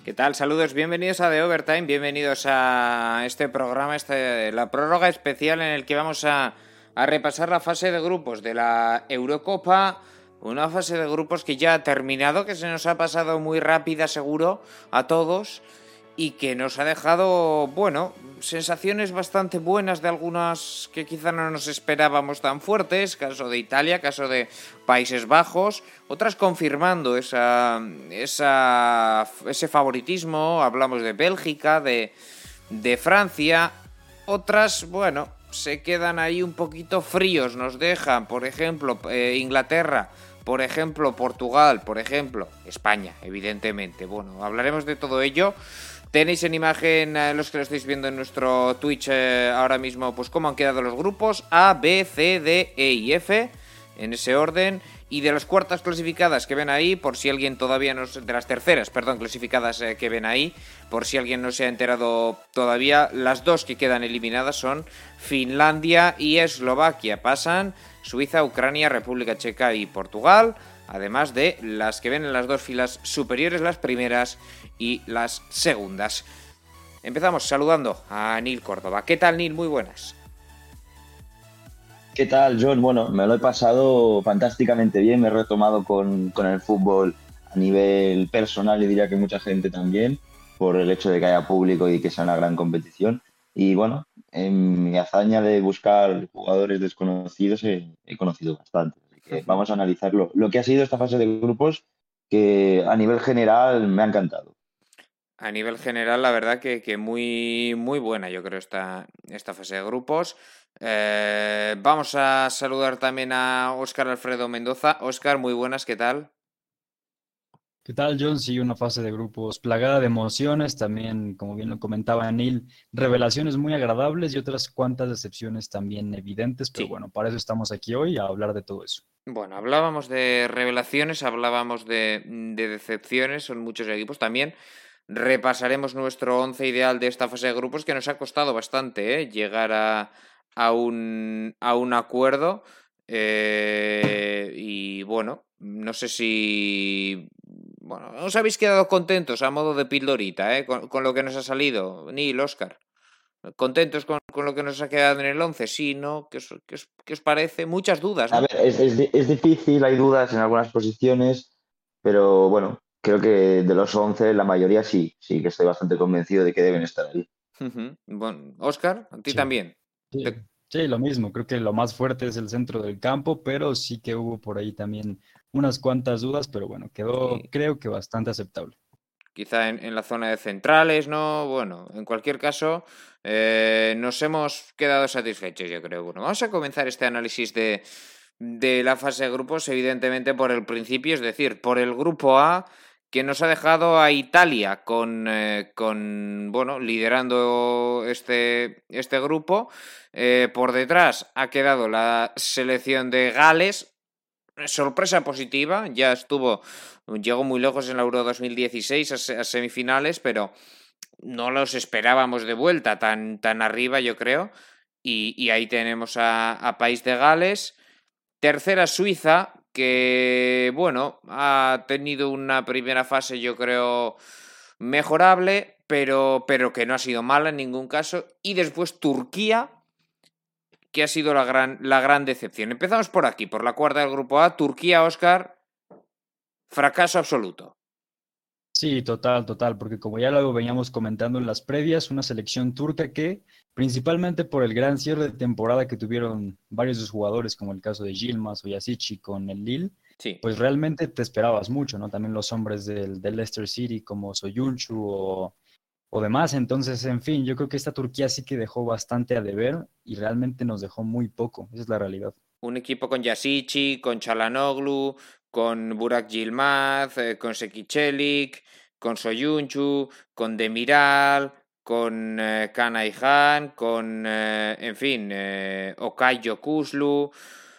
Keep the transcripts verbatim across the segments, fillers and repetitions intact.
¿Qué tal? Saludos, bienvenidos a The Overtime, bienvenidos a este programa, este, la prórroga especial en el que vamos a, a repasar la fase de grupos de la Eurocopa, una fase de grupos que ya ha terminado, que se nos ha pasado muy rápida seguro a todos y que nos ha dejado, bueno, sensaciones bastante buenas de algunas que quizá no nos esperábamos tan fuertes, caso de Italia, caso de Países Bajos, otras confirmando esa, esa, ese favoritismo, hablamos de Bélgica, de, de Francia, otras, bueno, se quedan ahí un poquito fríos, nos dejan, por ejemplo, eh, Inglaterra, por ejemplo, Portugal, por ejemplo, España, evidentemente. Bueno, hablaremos de todo ello. Tenéis en imagen, eh, los que lo estáis viendo en nuestro Twitch eh, ahora mismo, pues cómo han quedado los grupos A, B, C, D, E y F, en ese orden. Y de las cuartas clasificadas que ven ahí, por si alguien todavía no... De las terceras, perdón, clasificadas eh, que ven ahí, por si alguien no se ha enterado todavía, las dos que quedan eliminadas son Finlandia y Eslovaquia. Pasan Suiza, Ucrania, República Checa y Portugal, además de las que ven en las dos filas superiores, las primeras y las segundas. Empezamos saludando a Neil Córdoba. ¿Qué tal, Neil? Muy buenas. ¿Qué tal, John? Bueno, me lo he pasado fantásticamente bien, me he retomado con, con el fútbol a nivel personal y diría que mucha gente también, por el hecho de que haya público y que sea una gran competición. Y bueno, en mi hazaña de buscar jugadores desconocidos he, he conocido bastante. Así que vamos a analizar lo, lo que ha sido esta fase de grupos, que a nivel general me ha encantado. A nivel general, la verdad que, que muy, muy buena, yo creo, esta, esta fase de grupos. Eh, vamos a saludar también a Óscar Alfredo Mendoza. Óscar, muy buenas, ¿qué tal? ¿Qué tal, John? Sí, una fase de grupos plagada de emociones, también, como bien lo comentaba Neil, revelaciones muy agradables y otras cuantas decepciones también evidentes, pero Sí. bueno, para eso estamos aquí hoy, a hablar de todo eso. Bueno, hablábamos de revelaciones, hablábamos de, de decepciones, son muchos equipos. También repasaremos nuestro once ideal de esta fase de grupos, que nos ha costado bastante ¿eh? llegar a, a, un, a un acuerdo. Eh, y bueno, no sé si... Bueno, ¿os habéis quedado contentos a modo de pildorita ¿eh? con, con lo que nos ha salido? Neil, Óscar. ¿Contentos con, con lo que nos ha quedado en el once? Sí, ¿no? ¿Qué os, qué os, qué os parece? Muchas dudas, A ¿no? ver, es, es, es difícil, hay dudas en algunas posiciones, pero bueno, creo que de los once la mayoría sí, sí que estoy bastante convencido de que deben estar ahí. Uh-huh. Bueno, Óscar, a ti Sí, también. sí, Te- sí, lo mismo, creo que lo más fuerte es el centro del campo, pero sí que hubo por ahí también unas cuantas dudas, pero bueno, quedó Sí, creo que bastante aceptable. quizá en, en la zona de centrales, ¿no? Bueno, en cualquier caso, eh, nos hemos quedado satisfechos, yo creo. Bueno, vamos a comenzar este análisis de, de la fase de grupos, evidentemente por el principio, es decir, por el grupo A, que nos ha dejado a Italia con, eh, con bueno, liderando este, este grupo. Eh, por detrás ha quedado la selección de Gales. Sorpresa positiva, ya estuvo, llegó muy lejos en la Euro dos mil dieciséis a, a semifinales, pero no los esperábamos de vuelta tan, tan arriba, yo creo. Y, y ahí tenemos a, a País de Gales. Tercera, Suiza, que, bueno, ha tenido una primera fase, yo creo, mejorable, pero, pero que no ha sido mala en ningún caso. Y después Turquía, que ha sido la gran, la gran decepción. Empezamos por aquí, por la cuarta del grupo A. Turquía, Óscar, fracaso absoluto. Sí, total, total, porque como ya lo veníamos comentando en las previas, una selección turca que, principalmente por el gran cierre de temporada que tuvieron varios de sus jugadores, como el caso de Yilmaz o Yasici con el Lille, Sí. pues realmente te esperabas mucho, ¿no? También los hombres del, del Leicester City como Soyuncu o, o demás. Entonces, en fin, yo creo que esta Turquía sí que dejó bastante a deber y realmente nos dejó muy poco, esa es la realidad. Un equipo con Yasici, con Çalhanoğlu, con Burak Yilmaz, eh, con Sekicelik, con Soyuncu, con Demiral, con eh, Can Ayhan, con, eh, en fin, eh, Okay Yokuslu.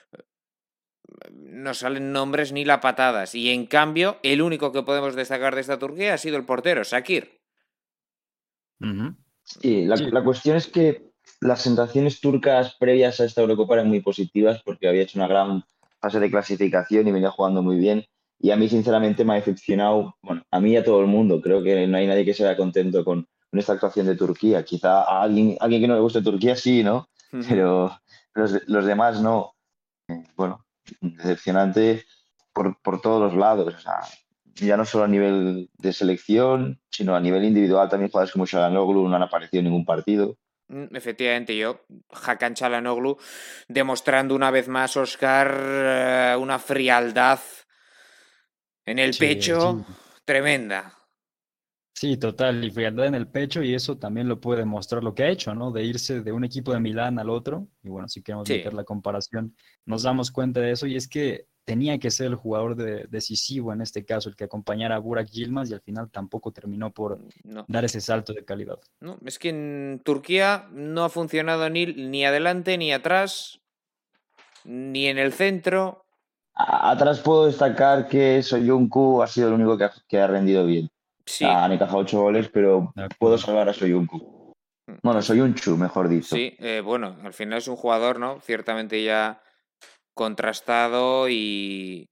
No salen nombres ni la patadas. Y en cambio, el único que podemos destacar de esta Turquía ha sido el portero, Shakir. Ujú. Sí, la, Sí, la cuestión es que las sensaciones turcas previas a esta Eurocopa eran muy positivas porque había hecho una gran fase de clasificación y venía jugando muy bien. Y a mí, sinceramente, me ha decepcionado, bueno, a mí y a todo el mundo. Creo que no hay nadie que se vea contento con, con esta actuación de Turquía. Quizá a alguien, alguien que no le guste Turquía sí, ¿no? Pero los, los demás no. Bueno, decepcionante por, por todos los lados. O sea, ya no solo a nivel de selección, sino a nivel individual. También jugadores como Çalhanoğlu no han aparecido en ningún partido. Efectivamente, yo, Hakan Çalhanoğlu, demostrando una vez más, Óscar, una frialdad en el Sí, pecho sí. tremenda. Sí, total, y frialdad en el pecho, y eso también lo puede demostrar lo que ha hecho, ¿no? De irse de un equipo de Milán al otro, y bueno, si queremos Sí, meter la comparación, nos damos cuenta de eso, y es que tenía que ser el jugador de- decisivo en este caso, el que acompañara a Burak Yilmaz, y al final tampoco terminó por no, dar ese salto de calidad. no. Es que en Turquía no ha funcionado ni, ni adelante, ni atrás, ni en el centro. A- Atrás puedo destacar que Soyuncu ha sido el único que ha, que ha rendido bien. Sí, Han encajado ocho goles, pero De puedo acuerdo. salvar a Soyuncu. Bueno, al fi- Soyuncu, mejor dicho. sí, eh, bueno, al final es un jugador, ¿no? Ciertamente ya contrastado y...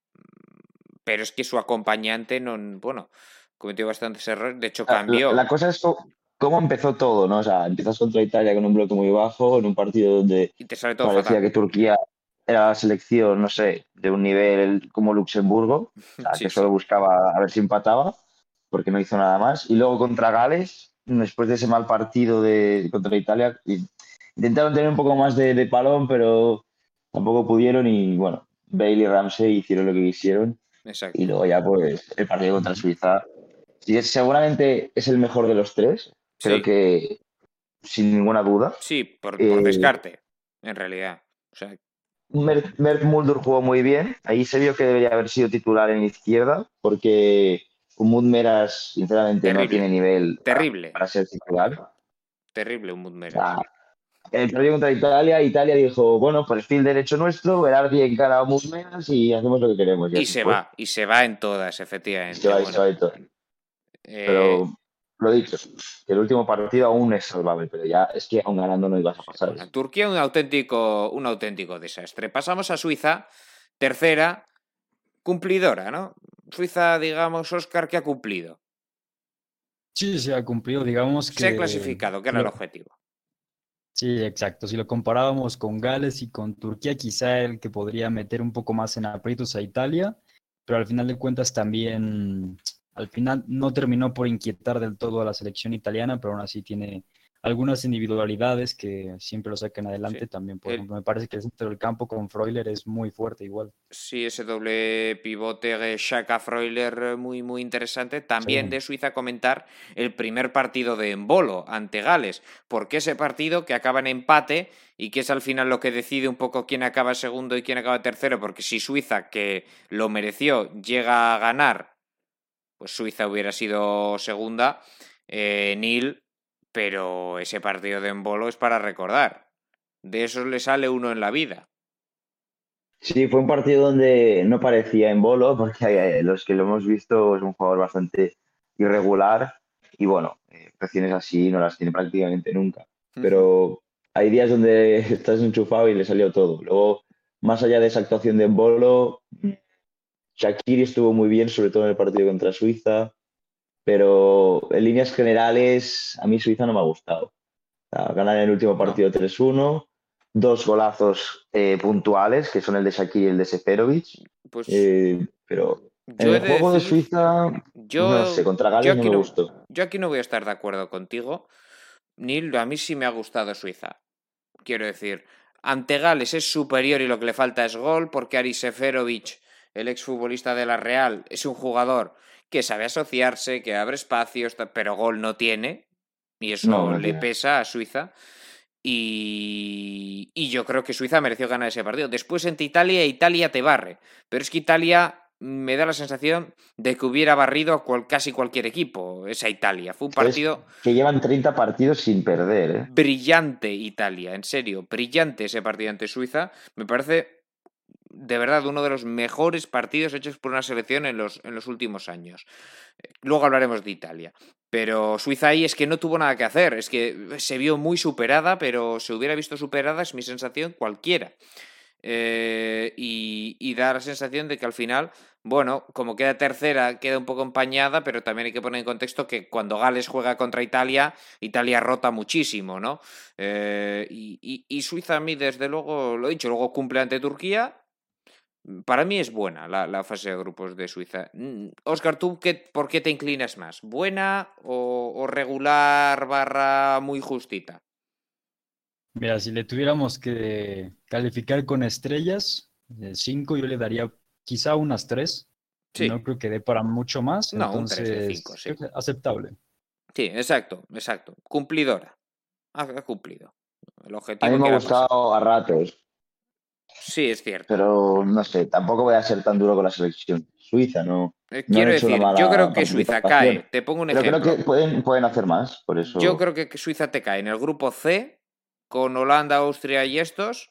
Pero es que su acompañante, no, bueno, cometió bastantes errores, de hecho La, la- cambió. la cosa es co- cómo empezó todo, ¿no? O sea, empiezas contra Italia con un bloque muy bajo, en un partido donde Y te sale todo parecía fatal. que Turquía era la selección, no sé, de un nivel como Luxemburgo, o sea, Sí, que solo sí. buscaba a ver si empataba, porque no hizo nada más. Y luego contra Gales, después de ese mal partido de, contra Italia, y- intentaron tener un poco más de, de palón, pero tampoco pudieron y bueno, Bale y Ramsey hicieron lo que quisieron y Exacto. luego ya pues el partido contra Suiza, sí, es- seguramente es el mejor de los tres, creo Sí, que sin ninguna duda. sí, por, por Eh, descarte, en realidad. O sea, Mert, Mert Mulder jugó muy bien. Ahí se vio que debería haber sido titular en izquierda, porque Umut Meras, sinceramente, no tiene terrible, nivel para, terrible, para ser titular. O terrible un sea, Mudmeras. el partido contra Italia, Italia dijo, bueno, perfil derecho nuestro, Berardi encara a Umut Meras y hacemos lo que queremos. Y Y así se fue. va, y se va en todas, Y se efectivamente. va, y se Bueno, va y todo. eh, Pero lo dicho, que el último partido aún es salvable, pero ya es que aún ganando no ibas a pasar bueno, eso. Turquía un auténtico, un auténtico desastre. Pasamos a Suiza, tercera, cumplidora, ¿no? Suiza, digamos, Oscar, que ha cumplido. Sí, se ha cumplido, digamos Se ha que... clasificado, que si era el lo- objetivo. Sí, exacto. Si lo comparábamos con Gales y con Turquía, quizá el que podría meter un poco más en aprietos a Italia, pero al final de cuentas también, al final no terminó por inquietar del todo a la selección italiana, pero aún así tiene algunas individualidades que siempre lo sacan Sí. adelante también. Por El, ejemplo, me parece que el centro del campo con Freuler es muy fuerte igual. Sí, ese doble pivote de Xhaka Freuler muy, muy interesante. También Sí, de Suiza comentar el primer partido de Embolo ante Gales, porque ese partido que acaba en empate y que es al final lo que decide un poco quién acaba segundo y quién acaba tercero, porque si Suiza, que lo mereció, llega a ganar, pues Suiza hubiera sido segunda, eh, nil, pero ese partido de Embolo es para recordar. De eso le sale uno en la vida. Sí, fue un partido donde no parecía en bolo, porque eh, los que lo hemos visto es un jugador bastante irregular y bueno, eh, presiones así no las tiene prácticamente nunca. Pero hay días donde estás enchufado y le salió todo. Luego, más allá de esa actuación de bolo, Shaqiri estuvo muy bien, sobre todo en el partido contra Suiza, pero en líneas generales a mí Suiza no me ha gustado. A ganar en el último ¿No? partido tres uno, dos golazos eh, puntuales, que son el de Shaqiri y el de Seferovic. Pues Eh, pero en yo el he de juego de decir, Suiza, no sé, yo, contra yo Gales no aquí me no, gustó. yo aquí no voy a estar de acuerdo contigo. Neil, a mí sí me ha gustado Suiza. Quiero decir, ante Gales es superior y lo que le falta es gol, porque Aris Seferovic, el exfutbolista de la Real, es un jugador que sabe asociarse, que abre espacios, pero gol no tiene, y No, eso no le tiene. pesa a Suiza. Y, y yo creo que Suiza mereció ganar ese partido. Después entre Italia, Italia te barre. Pero es que Italia me da la sensación de que hubiera barrido a cual, casi cualquier equipo, esa Italia. Fue un Es partido que llevan treinta partidos sin perder, ¿eh? brillante, Italia, en serio, brillante ese partido ante Suiza. Me parece de verdad uno de los mejores partidos hechos por una selección en los, en los últimos años. Luego hablaremos de Italia. Pero Suiza ahí es que no tuvo nada que hacer. Es que se vio muy superada, pero se hubiera visto superada, es mi sensación, cualquiera. eh, y, y da la sensación de que al final, bueno, como queda tercera, queda un poco empañada, pero también hay que poner en contexto que cuando Gales juega contra Italia, Italia rota muchísimo, ¿no? Eh, y, y, y Suiza a mí, desde luego, lo he dicho, luego cumple ante Turquía. Para mí es buena la, la fase de grupos de Suiza. Óscar, ¿tú qué, por qué te inclinas más? ¿Buena o, o regular barra muy justita? Mira, si le tuviéramos que calificar con estrellas, de cinco yo le daría quizá unas tres. No Sí, creo que dé para mucho más, no, un tres de cinco, entonces sí. creo que aceptable. Sí, exacto, exacto. Cumplidora. Ha, ha cumplido el A mí objetivo me que ha era pasar. gustado a ratos, Sí, es cierto. pero no sé, tampoco voy a ser tan duro con la selección Suiza, no, Eh, no han quiero hecho una decir, yo creo mala que Suiza cae. participación. Te pongo un Pero creo que ejemplo. pueden, pueden hacer más, por Yo eso. creo que Suiza te cae en el grupo C con Holanda, Austria y estos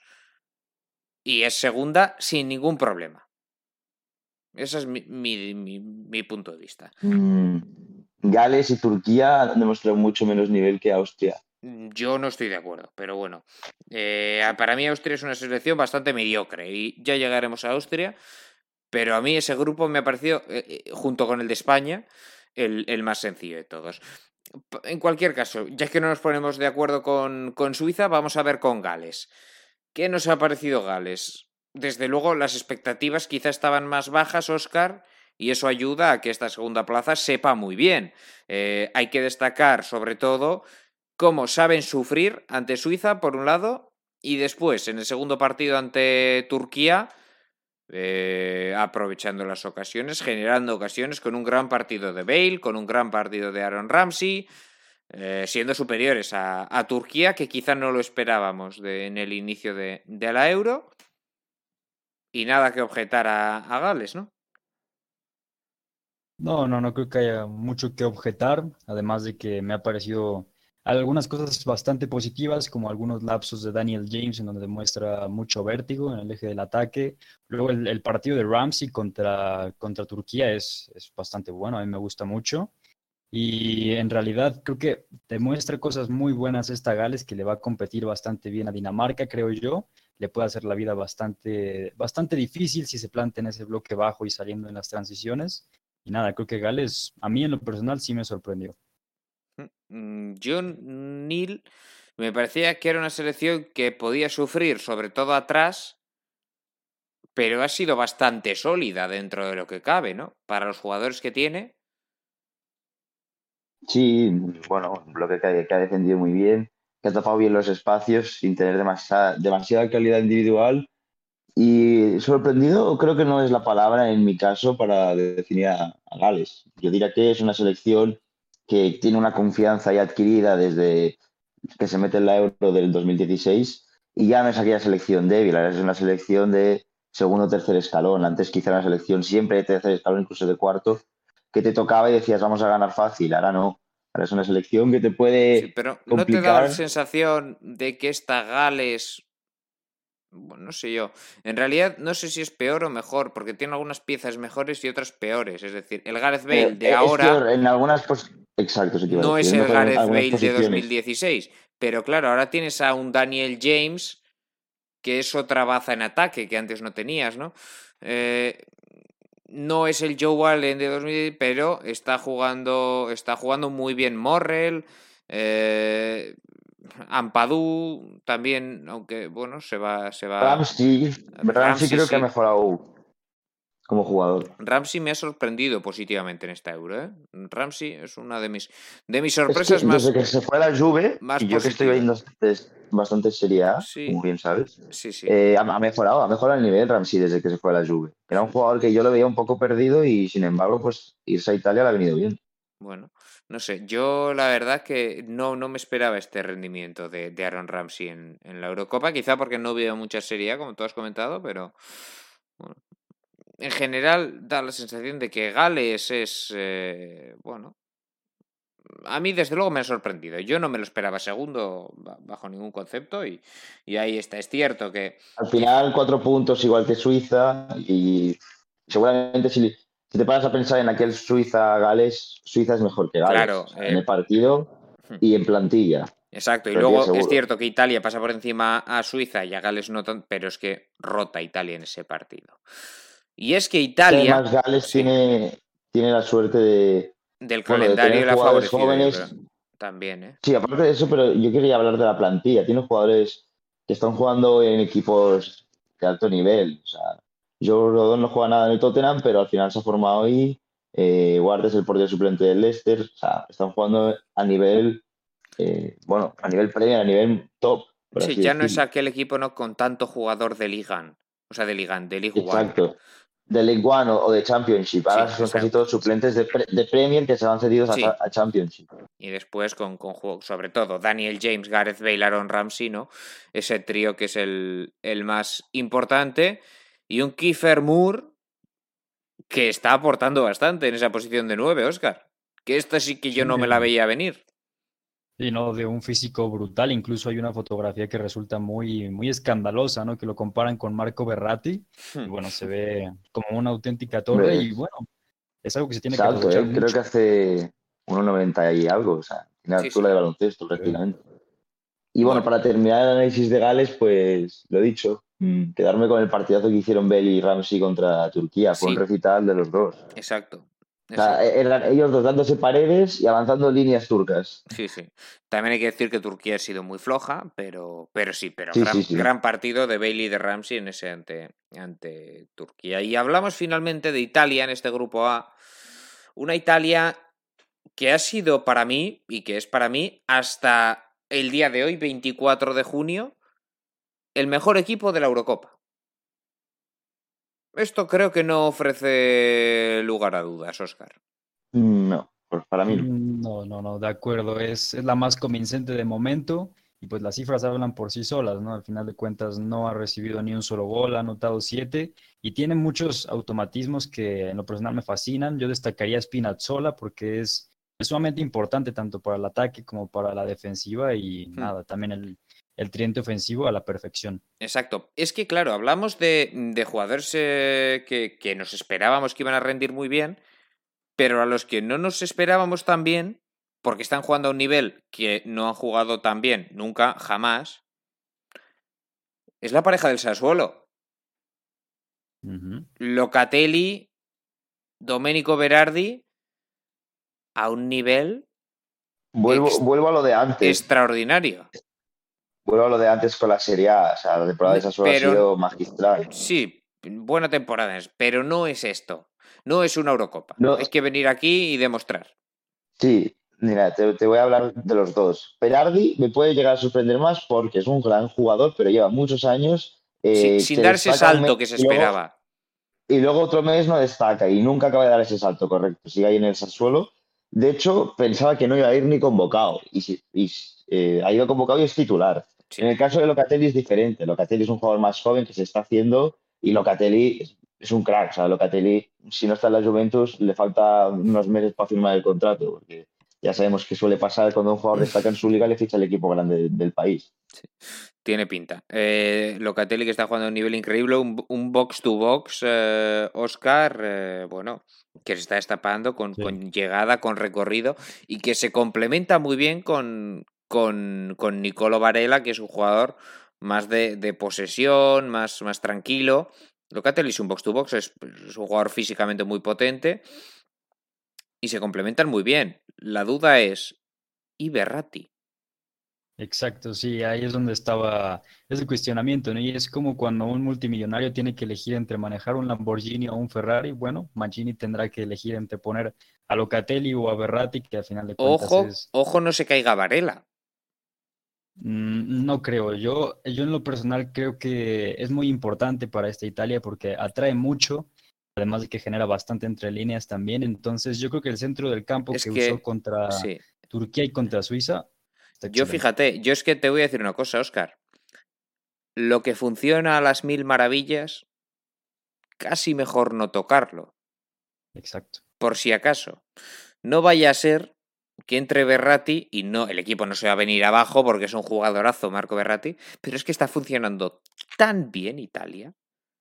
y es segunda sin ningún problema. Ese es mi, mi, mi, mi punto de vista. mm, Gales y Turquía han demostrado mucho menos nivel que Austria. Yo no estoy de acuerdo, pero bueno. Eh, para mí Austria es una selección bastante mediocre y ya llegaremos a Austria, pero a mí ese grupo me ha parecido, eh, junto con el de España, el, el más sencillo de todos. En cualquier caso, ya que no nos ponemos de acuerdo con, con Suiza, vamos a ver con Gales. ¿Qué nos ha parecido Gales? Desde luego, las expectativas quizá estaban más bajas, Óscar, y eso ayuda a que esta segunda plaza sepa muy bien. Eh, hay que destacar, sobre todo, cómo saben sufrir ante Suiza, por un lado, y después, en el segundo partido ante Turquía, eh, aprovechando las ocasiones, generando ocasiones con un gran partido de Bale, con un gran partido de Aaron Ramsey, eh, siendo superiores a, a, Turquía, que quizá no lo esperábamos de, en el inicio de, de la Euro, y nada que objetar a, a Gales, ¿no? No, no, no creo que haya mucho que objetar, además de que me ha parecido algunas cosas bastante positivas, como algunos lapsos de Daniel James, en donde demuestra mucho vértigo en el eje del ataque. Luego el, el partido de Ramsey contra, contra Turquía es, es bastante bueno, a mí me gusta mucho. Y en realidad creo que demuestra cosas muy buenas esta Gales, que le va a competir bastante bien a Dinamarca, creo yo. Le puede hacer la vida bastante, bastante difícil si se plantea en ese bloque bajo y saliendo en las transiciones. Y nada, creo que Gales, a mí en lo personal, sí me sorprendió. John Neal me parecía que era una selección que podía sufrir, sobre todo atrás, pero ha sido bastante sólida dentro de lo que cabe, ¿no? Para los jugadores que tiene. Sí, bueno, lo que, que ha defendido muy bien, que ha tapado bien los espacios sin tener demasiada, demasiada calidad individual. Y sorprendido creo que no es la palabra en mi caso para definir a, a Gales. Yo diría que es una selección que tiene una confianza ya adquirida desde que se mete en la Euro del dos mil dieciséis y ya no es aquella selección débil, ahora es una selección de segundo o tercer escalón. Antes quizá era una selección siempre de tercer escalón, incluso de cuarto, que te tocaba y decías vamos a ganar fácil, ahora no. Ahora es una selección que te Sí, puede pero ¿no te daba la complicar. sensación de que esta Gales, bueno, no sé yo, en realidad no sé si es peor o mejor, porque tiene algunas piezas mejores y otras peores? Es decir, el Gareth Bale Eh, de es ahora peor en algunas pos- exacto, eso te iba a no decir, es es el mejor en Gareth algunas Bale de posiciones. dos mil dieciséis, pero claro, ahora tienes a un Daniel James que es otra baza en ataque que antes no tenías, ¿no? Eh, no es el Joe Allen de dos mil, pero está jugando, está jugando muy bien Morrell, eh, Ampadu también, aunque bueno, se va, se va. Ramsey, Ramsey Ramsey creo que ha sí. mejorado como jugador. Ramsey me ha sorprendido positivamente en esta Euro, ¿eh? Ramsey es una de mis, de mis Es que sorpresas desde más, que se fue a la Juve, más y yo que estoy positivas. viendo bastante, bastante Serie A, como Sí, bien sabes, sí, sí. eh, ha, ha mejorado, ha mejorado el nivel Ramsey desde que se fue a la Juve. Era un jugador que yo lo veía un poco perdido y sin embargo, pues irse a Italia le ha venido bien. Bueno, no sé, yo la verdad que no, no me esperaba este rendimiento de, de Aaron Ramsey en, en la Eurocopa, quizá porque no veo mucha Serie A, como tú has comentado, pero bueno, en general da la sensación de que Gales es, eh, bueno, a mí desde luego me ha sorprendido. Yo no me lo esperaba segundo bajo ningún concepto y, y ahí está. Es cierto que Al quizá, final, cuatro puntos igual que Suiza y seguramente si, si te paras a pensar en aquel Suiza-Gales, Suiza es mejor que Gales, o claro, sea, en el eh, partido y en plantilla. Exacto, y Pero tío, luego seguro. es cierto que Italia pasa por encima a Suiza y a Gales no tanto, pero es que rota Italia en ese partido. Y es que Es que Italia, además Gales sí, tiene, tiene la suerte de, del bueno, de calendario tener le ha jugadores favorecido, yo creo. jóvenes. También, ¿eh? Sí, aparte de eso, pero yo quería hablar de la plantilla. Tiene jugadores que están jugando en equipos de alto nivel. O sea, Joe Rodon no juega nada en el Tottenham, pero al final se ha formado ahí. Eh, Ward es el portero suplente del Leicester. O sea, están jugando a nivel, eh, bueno, a nivel Premier, a nivel top, por Sí, así ya no es decirlo. aquel equipo no con tanto jugador de Ligan, o sea, de Ligan, de League One. Exacto. De League One o, o de Championship. Sí, Ahora son casi exacto. todos suplentes de, pre- de Premier que se van cedidos a, Sí, a Championship. y después con, con juegos, sobre todo Daniel James, Gareth Bale, Aaron Ramsey, ¿no? Ese trío que es el, el más importante. Y un Kiefer Moore que está aportando bastante en esa posición de nueve, Oscar. Que esta sí que yo Sí, no me la veía venir. y no, de un físico brutal. Incluso hay una fotografía que resulta muy, muy escandalosa, ¿no? Que lo comparan con Marco Verratti. Y bueno, se ve como una auténtica torre y Hombre, bueno, es algo que se tiene es que alto, aprovechar ¿eh? Creo mucho. que hace uno noventa y algo. O sea, tiene Sí, altura de sí. baloncesto prácticamente. Y bueno, Bueno, para terminar el análisis de Gales, pues lo he dicho, mm, quedarme con el partidazo que hicieron Bale y Ramsey contra Turquía. Fue un sí, recital de los dos. exacto. O sea, Exacto. e- eran ellos dos dándose paredes y avanzando líneas turcas. Sí, sí. También hay que decir que Turquía ha sido muy floja, pero, pero sí, pero Sí, sí, gran, sí. gran partido de Bailey y de Ramsey en ese ante, ante Turquía. Y hablamos finalmente de Italia en este grupo A. Una Italia que ha sido para mí, y que es para mí, hasta el día de hoy, veinticuatro de junio, el mejor equipo de la Eurocopa. Esto creo que no ofrece lugar a dudas, Oscar. Mm, No, pues para mí no. Mm, No, no, no, de acuerdo. Es, es la más convincente de momento y pues las cifras hablan por sí solas, ¿no? Al final de cuentas no ha recibido ni un solo gol, ha anotado siete y tiene muchos automatismos que en lo personal me fascinan. Yo destacaría a Spinazzola porque es, es sumamente importante tanto para el ataque como para la defensiva y Hmm. nada, también el, el tridente ofensivo a la perfección. Exacto. Es que, claro, hablamos de, de jugadores eh, que, que nos esperábamos que iban a rendir muy bien, pero a los que no nos esperábamos tan bien, porque están jugando a un nivel que no han jugado tan bien nunca, jamás, es la pareja del Sassuolo. Ujú. Locatelli, Domenico Berardi, a un nivel Vuelvo, ex- vuelvo a lo de antes. extraordinario. Vuelvo a lo de antes con la Serie A. O sea, la temporada de Sassuolo ha Pero sido magistral. sí, buena temporada es, pero no es esto. No es una Eurocopa. No, Hay que venir aquí y demostrar. sí, mira, te, te voy a hablar de los dos. Berardi me puede llegar a sorprender más porque es un gran jugador, pero lleva muchos años, Sí, eh, sin se dar ese destaca un mes salto que se y luego, esperaba. y luego otro mes no destaca y nunca acaba de dar ese salto correcto. Sigue ahí en el Sassuolo. De hecho, pensaba que no iba a ir ni convocado y, si- y, eh, ha ido convocado y es titular. En Sí. el caso de Locatelli es diferente. Locatelli es un jugador más joven que se está haciendo y Locatelli es, es un crack. O sea, Locatelli, si no está en la Juventus, le falta unos meses para firmar el contrato, porque ya sabemos que suele pasar cuando un jugador destaca en su liga le ficha el equipo grande del país. Sí, tiene pinta. Eh, Locatelli que está jugando a un nivel increíble, un, un box to box, eh, Oscar, eh, bueno, que se está destapando con, Sí. con llegada, con recorrido y que se complementa muy bien con, con, con Nicolo Varela, que es un jugador más de, de posesión, más, más tranquilo. Locatelli es un box to box, es, es un jugador físicamente muy potente y se complementan muy bien. La duda es, ¿y Berratti? Exacto, sí, ahí es donde estaba ese cuestionamiento, ¿no? Y es como cuando un multimillonario tiene que elegir entre manejar un Lamborghini o un Ferrari, bueno, Mancini tendrá que elegir entre poner a Locatelli o a Berratti, que al final de cuentas Ojo, es, ojo, no se caiga Varela. mm, no creo, yo, yo en lo personal creo que es muy importante para esta Italia porque atrae mucho, además de que genera bastante entre líneas también, entonces yo creo que el centro del campo Es que usó que, contra sí. Turquía y contra Suiza está Yo excelente. fíjate, yo es que te voy a decir una cosa, Oscar. Lo que funciona a las mil maravillas, casi mejor no tocarlo, Exacto. por si acaso. No vaya a ser que entre Berratti y no, el equipo no se va a venir abajo porque es un jugadorazo Marco Berratti, pero es que está funcionando tan bien Italia,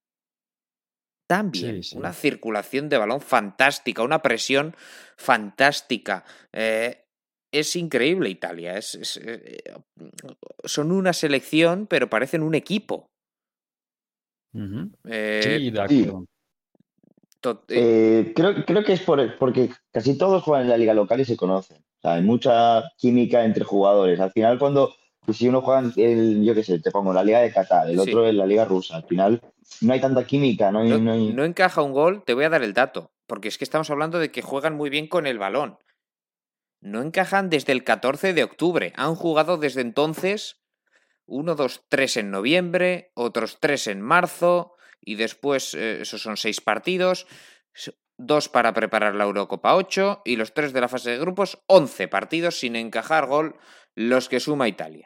tan Sí, bien, una sí. circulación de balón fantástica, una presión fantástica. Eh, es increíble Italia. Es, es, eh, son una selección, pero parecen un equipo. Ujú. Eh, Sí, de Sí, acuerdo. to- eh, eh, creo, creo que es por, porque casi todos juegan en la liga local y se conocen. O sea, hay mucha química entre jugadores. Al final, cuando pues si uno juega en, el, yo qué sé, te pongo la liga de Qatar, el sí. otro en la liga rusa, al final no hay tanta química, no hay, No, no hay- no encaja un gol, te voy a dar el dato, porque es que estamos hablando de que juegan muy bien con el balón. No encajan desde el catorce de octubre. Han jugado desde entonces uno, dos, tres en noviembre, otros tres en marzo, y después, eh, esos son seis partidos, dos para preparar la Eurocopa ocho, y los tres de la fase de grupos, once partidos sin encajar gol, los que suma Italia.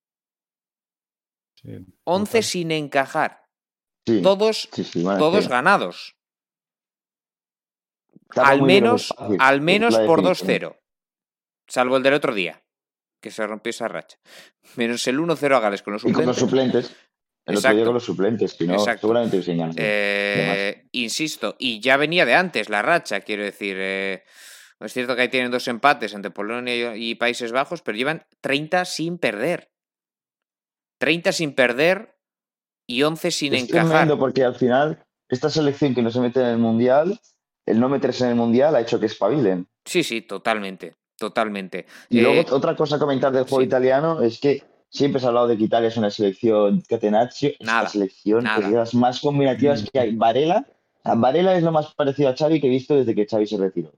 Sí, once total. sin encajar. Sí, Todos, sí, sí, bueno, es todos que ganados. tapan Al muy bien los menos, espacios, al es menos la por dos definición. cero. Salvo el del otro día, que se rompió esa racha. Menos el uno cero a Gales con los Y con los suplentes. suplentes, el otro día con Exacto, los suplentes, si no, exacto. seguramente hubiesen ganado. Además, Eh, insisto, y ya venía de antes la racha, quiero decir. Eh, es cierto que ahí tienen dos empates entre Polonia y Países Bajos, pero llevan treinta sin perder. treinta sin perder y once sin es tremendo encajar. porque al final, esta selección que no se mete en el Mundial, el no meterse en el Mundial ha hecho que espabilen. Sí, sí, totalmente, totalmente. Y luego Eh, otra cosa a comentar del juego sí, italiano es que siempre se ha hablado de que Italia es una selección catenaccio. Esta nada, selección es de nada. las más combinativas que hay. Varela, o sea, Varela es lo más parecido a Xavi que he visto desde que Xavi se retiró.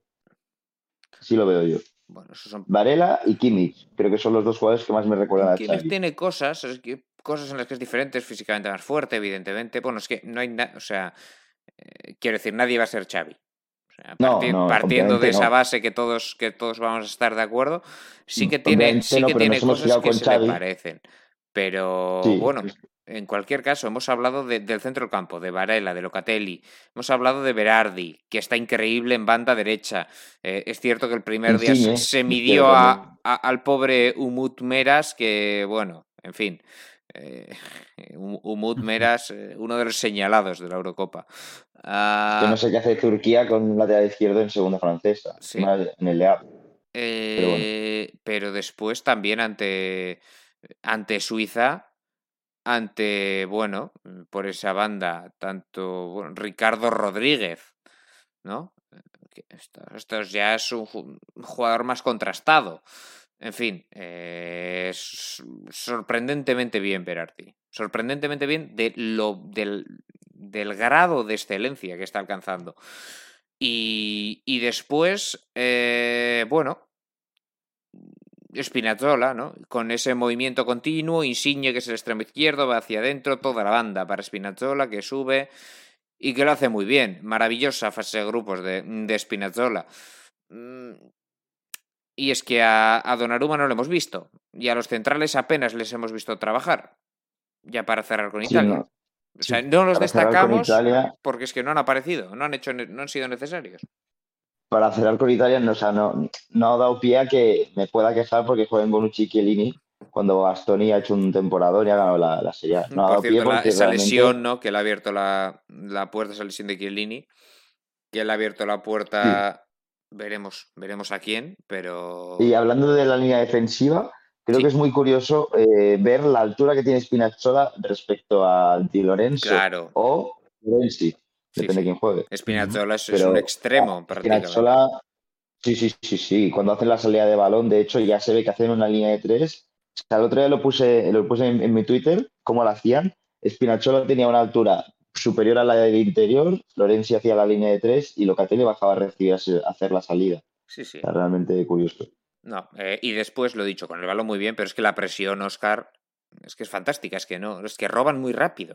Así lo veo yo. Bueno, esos son. Varela y Kimmich, creo que son los dos jugadores que más me recuerdan a Kimmich Xavi. tiene cosas, es que- cosas en las que es diferente, es físicamente más fuerte, evidentemente. Bueno, es que no hay nada, o sea, eh, quiero decir, nadie va a ser Xavi. O sea, No, parti- no, partiendo de obviamente esa no. base que todos, que todos vamos a estar de acuerdo, sí que tiene, Obviamente sí no, que pero tiene nos hemos cosas criado que con se le Xavi. parecen. Pero Sí, bueno, en cualquier caso, hemos hablado de- del centro del campo, de Varela, de Locatelli, hemos hablado de Berardi, que está increíble en banda derecha. Eh, es cierto que el primer día se, Insigne, se de izquierda midió también. a, a- al pobre Umut Meras, que bueno, en fin. eh, Umut Meras, eh, uno de los señalados de la Eurocopa. Es que no Ah, sé qué hace Turquía con un lateral izquierdo en segunda francesa, sí. encima en el Leap. Pero bueno, Eh, pero después también ante, ante Suiza, ante, bueno, por esa banda, tanto bueno, Ricardo Rodríguez, ¿no? Que Esto, esto ya es un ju- un jugador más contrastado. En fin, eh, es sorprendentemente bien Berardi. Sorprendentemente bien de lo, del, del grado de excelencia que está alcanzando. Y, y después, eh, bueno, Spinazzola, ¿no? Con ese movimiento continuo, Insigne, que es el extremo izquierdo, va hacia adentro, toda la banda para Spinazzola, que sube y que lo hace muy bien. Maravillosa fase de grupos de, de Spinazzola. Mm, Y es que a, a Donnarumma no lo hemos visto, y a los centrales apenas les hemos visto trabajar, ya para cerrar con sí, Italia. no. O sea, Sí, no los Para cerrar con destacamos Italia, porque es que no han aparecido, no han, hecho, no han sido necesarios. para cerrar con Italia, no, o sea, no, no ha dado pie a que me pueda quejar porque jueguen Bonucci y Chiellini cuando Bastoni ha hecho un temporada y ha ganado la, la Serie A. No ha Por dado pie cierto, la, porque esa lesión, realmente, ¿no? Que le ha abierto la, la puerta, esa lesión de Chiellini, que le ha abierto la sí. puerta, veremos, veremos a quién, Y pero hablando de la línea defensiva, creo que sí, es muy curioso eh, ver la altura que tiene Spinazzola respecto a Di Lorenzo claro, o Lorenzi, sí, depende de sí. quién juegue. ujú, Spinazzola es, es un Pero extremo prácticamente. Spinazzola, sí, sí, sí, sí. Cuando hacen la salida de balón, de hecho, ya se ve que hacen una línea de tres. O sea, el otro día lo puse, lo puse en, en mi Twitter, cómo la hacían. Spinazzola tenía una altura superior a la del interior, Florenzi hacía la línea de tres y Locatelli bajaba a recibir, a hacer la salida. Sí, O sí. sea, realmente curioso. No, eh, y después lo dicho, con el balón muy bien, pero es que la presión, Oscar, es que es fantástica, es que no, es que roban muy rápido.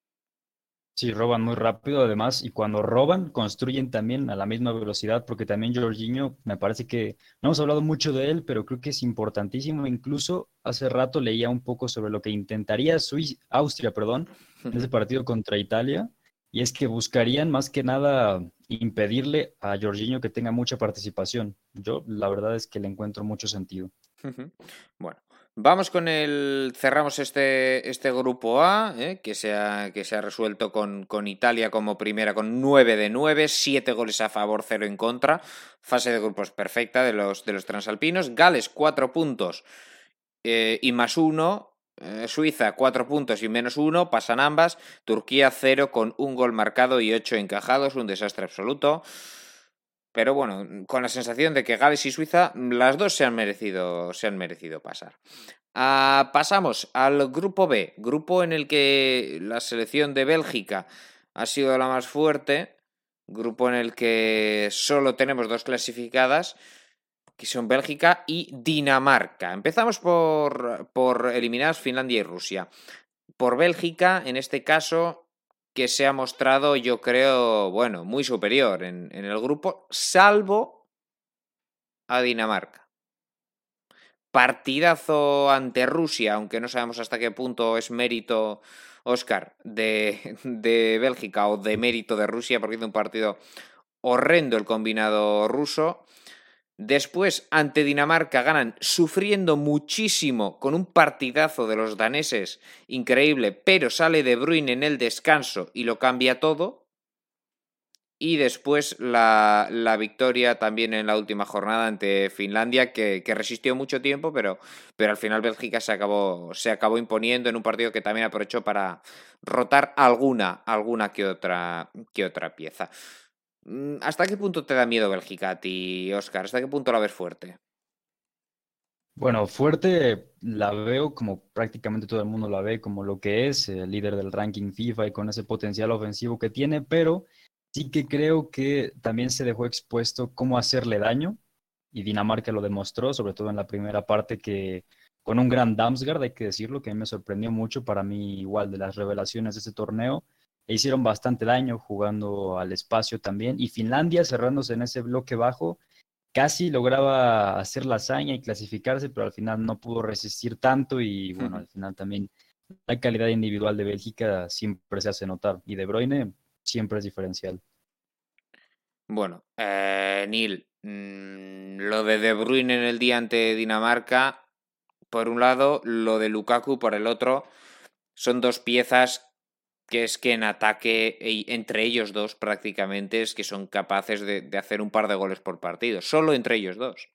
sí, roban muy rápido además y cuando roban construyen también a la misma velocidad porque también Jorginho me parece que no hemos hablado mucho de él, pero creo que es importantísimo. Incluso hace rato leía un poco sobre lo que intentaría Suiz- Austria, perdón, en ese partido contra Italia y es que buscarían más que nada impedirle a Jorginho que tenga mucha participación. Yo la verdad es que le encuentro mucho sentido. Bueno, Vamos con el... Cerramos este, este grupo A, ¿eh? que, se ha, que se ha resuelto con, con Italia como primera con nueve de nueve, siete goles a favor, cero en contra. Fase de grupos perfecta de los, de los transalpinos. Gales, cuatro puntos eh, y más uno. Eh, Suiza, cuatro puntos y menos uno. Pasan ambas. Turquía, cero con un gol marcado y ocho encajados. Un desastre absoluto. Pero bueno, con la sensación de que Gales y Suiza, las dos se han merecido, se han merecido pasar. Uh, pasamos al grupo B, grupo en el que la selección de Bélgica ha sido la más fuerte, grupo en el que solo tenemos dos clasificadas, que son Bélgica y Dinamarca. Empezamos por, por eliminadas Finlandia y Rusia. Por Bélgica, en este caso, que se ha mostrado, yo creo, bueno, muy superior en, en el grupo, salvo a Dinamarca. Partidazo ante Rusia, aunque no sabemos hasta qué punto es mérito, Óscar, de, de Bélgica o de mérito de Rusia, porque hizo un partido horrendo el combinado ruso. Después, ante Dinamarca, ganan sufriendo muchísimo con un partidazo de los daneses, increíble, pero sale De Bruyne en el descanso y lo cambia todo. Y después la, la victoria también en la última jornada ante Finlandia, que, que resistió mucho tiempo, pero, pero al final Bélgica se acabó, se acabó imponiendo en un partido que también aprovechó para rotar alguna, alguna que otra, que otra pieza. ¿Hasta qué punto te da miedo Bélgica a ti, Óscar? ¿Hasta qué punto la ves fuerte? Bueno, fuerte la veo como prácticamente todo el mundo la ve, como lo que es, el líder del ranking FIFA y con ese potencial ofensivo que tiene, pero sí que creo que también se dejó expuesto cómo hacerle daño, y Dinamarca lo demostró, sobre todo en la primera parte, que con un gran Damsgaard, hay que decirlo, que a mí me sorprendió mucho, para mí igual de las revelaciones de ese torneo, e hicieron bastante daño jugando al espacio también, y Finlandia cerrándose en ese bloque bajo, casi lograba hacer la hazaña y clasificarse, pero al final no pudo resistir tanto y bueno, al final también la calidad individual de Bélgica siempre se hace notar y De Bruyne siempre es diferencial. Bueno, eh, Neil, mmm, lo de De Bruyne en el día ante Dinamarca, por un lado, lo de Lukaku por el otro, son dos piezas que es que en ataque, entre ellos dos prácticamente, es que son capaces de, de hacer un par de goles por partido, solo entre ellos dos.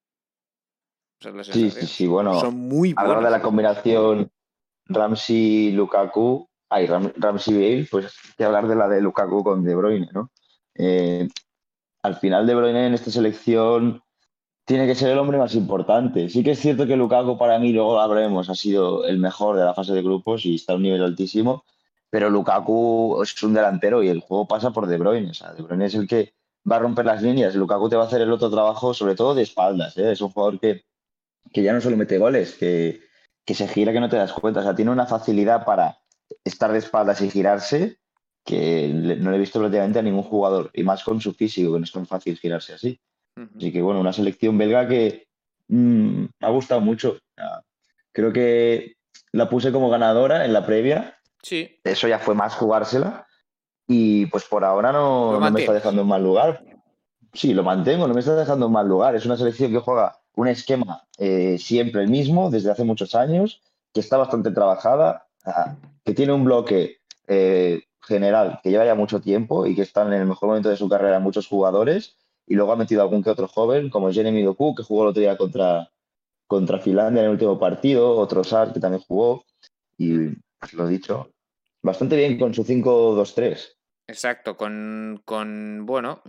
Esa es la sensación. Sí, sí, sí, bueno, son muy buenos. Hablar de la combinación Ramsey-Lukaku, ay, Ram, Ramsey-Bale, pues hay que hablar de la de Lukaku con De Bruyne, ¿no? Eh, al final De Bruyne en esta selección tiene que ser el hombre más importante. Sí que es cierto que Lukaku para mí, luego hablaremos, ha sido el mejor de la fase de grupos y está a un nivel altísimo, pero Lukaku es un delantero y el juego pasa por De Bruyne. O sea, De Bruyne es el que va a romper las líneas. Lukaku te va a hacer el otro trabajo, sobre todo de espaldas, ¿eh? Es un jugador que, que ya no solo mete goles, que, que se gira que no te das cuenta. O sea, tiene una facilidad para estar de espaldas y girarse que no le he visto prácticamente a ningún jugador, y más con su físico, que no es tan fácil girarse así. Así que, bueno, una selección belga que mmm, me ha gustado mucho. Creo que la puse como ganadora en la previa. Sí. Eso ya fue más jugársela. Y pues por ahora no, no me está dejando en mal lugar. Sí, lo mantengo, no me está dejando en mal lugar. Es una selección que juega un esquema eh, siempre el mismo, desde hace muchos años, que está bastante trabajada, que tiene un bloque eh, general que lleva ya mucho tiempo y que están en el mejor momento de su carrera muchos jugadores. Y luego ha metido algún que otro joven, como Jeremy Doku, que jugó el otro día contra, contra Finlandia en el último partido, otro Sar, que también jugó. Y, pues lo dicho, bastante bien con su cinco dos tres. Exacto, con, con, bueno,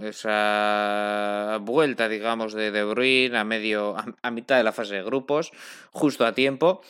esa vuelta, digamos, de De Bruyne a medio, a, a mitad de la fase de grupos, justo a tiempo.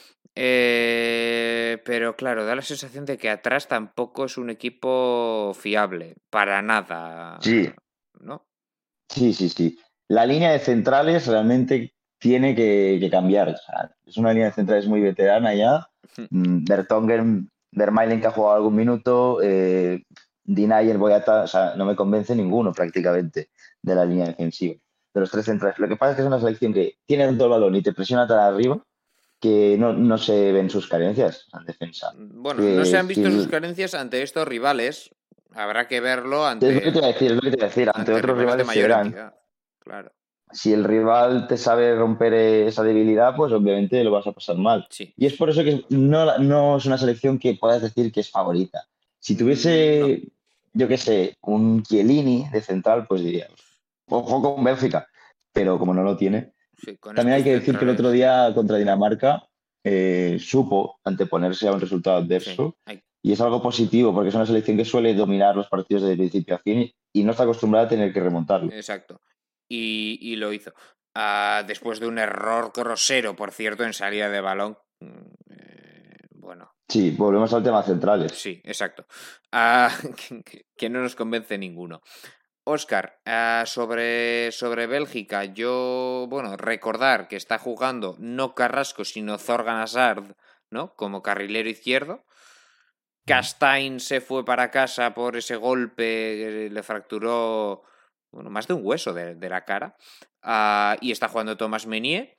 Eh, pero claro, da la sensación de que atrás tampoco es un equipo fiable, para nada. Sí. ¿No? Sí, sí, sí. La línea de centrales realmente tiene que, que cambiar. O sea, es una línea de centrales muy veterana ya. Vertonghen, Vermaelen, que ha jugado algún minuto, eh, Dina y el Boyata, o sea, no me convence ninguno prácticamente de la línea defensiva, de los tres centrales. Lo que pasa es que es una selección que tiene tanto el balón y te presiona tan arriba que no, no se ven sus carencias en defensa. Bueno, que, no se han visto que... sus carencias ante estos rivales. Habrá que verlo ante. Es lo que te iba a decir, es lo que te iba a decir. Ante, ante otros rivales, rivales se verán. Claro. si el rival te sabe romper esa debilidad, pues obviamente lo vas a pasar mal. Sí. Y es por eso que no, no es una selección que puedas decir que es favorita. Si Mm, no. tuviese, yo qué sé, un Chiellini de central, pues diría, ojo con Bélgica, pero como no lo tiene. Sí, con También hay estos que decir que el otro centrales. día contra Dinamarca eh, supo anteponerse a un resultado Sí, adverso hay- y es algo positivo porque es una selección que suele dominar los partidos desde principio a fin y no está acostumbrada a tener que remontarlo. exacto. Y, y lo hizo. Ah, después de un error grosero, por cierto, en salida de balón. Mm, eh, bueno, Sí, volvemos al tema centrales. sí, exacto. Ah, que, que no nos convence ninguno. Óscar, ah, sobre, sobre Bélgica, yo, bueno, recordar que está jugando no Carrasco, sino Thorgan Hazard, ¿no? Como carrilero izquierdo. Castain se fue para casa por ese golpe, que le fracturó, bueno, más de un hueso de, de la cara. Ah, y está jugando Thomas Meunier.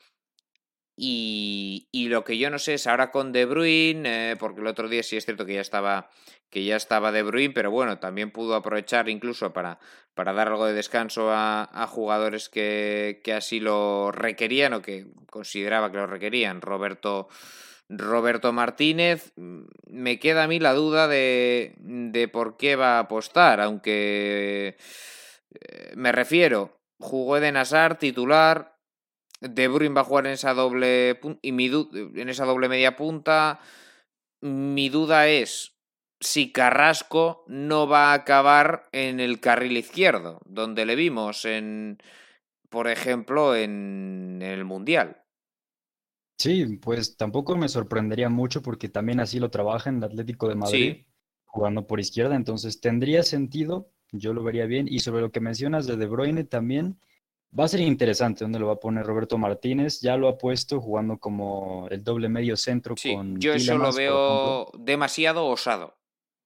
Y, y lo que yo no sé es ahora con De Bruyne, eh, porque el otro día sí es cierto que ya estaba, que ya estaba De Bruyne, pero bueno, también pudo aprovechar incluso para, para dar algo de descanso a, a jugadores que, que así lo requerían o que consideraba que lo requerían. Roberto, Roberto Martínez, mm, me queda a mí la duda de, de por qué va a apostar, aunque eh, me refiero, jugó Eden Hazard titular. De Bruyne va a jugar en esa doble y mi en esa doble media punta. Mi duda es si Carrasco no va a acabar en el carril izquierdo, donde le vimos en, por ejemplo, en, en el Mundial. Sí, pues tampoco me sorprendería mucho porque también así lo trabaja en el Atlético de Madrid, Sí, jugando por izquierda, entonces tendría sentido, yo lo vería bien. Y sobre lo que mencionas de De Bruyne también, va a ser interesante dónde lo va a poner Roberto Martínez, ya lo ha puesto jugando como el doble medio centro sí, con yo eso lo Tielemans, por ejemplo. veo demasiado osado.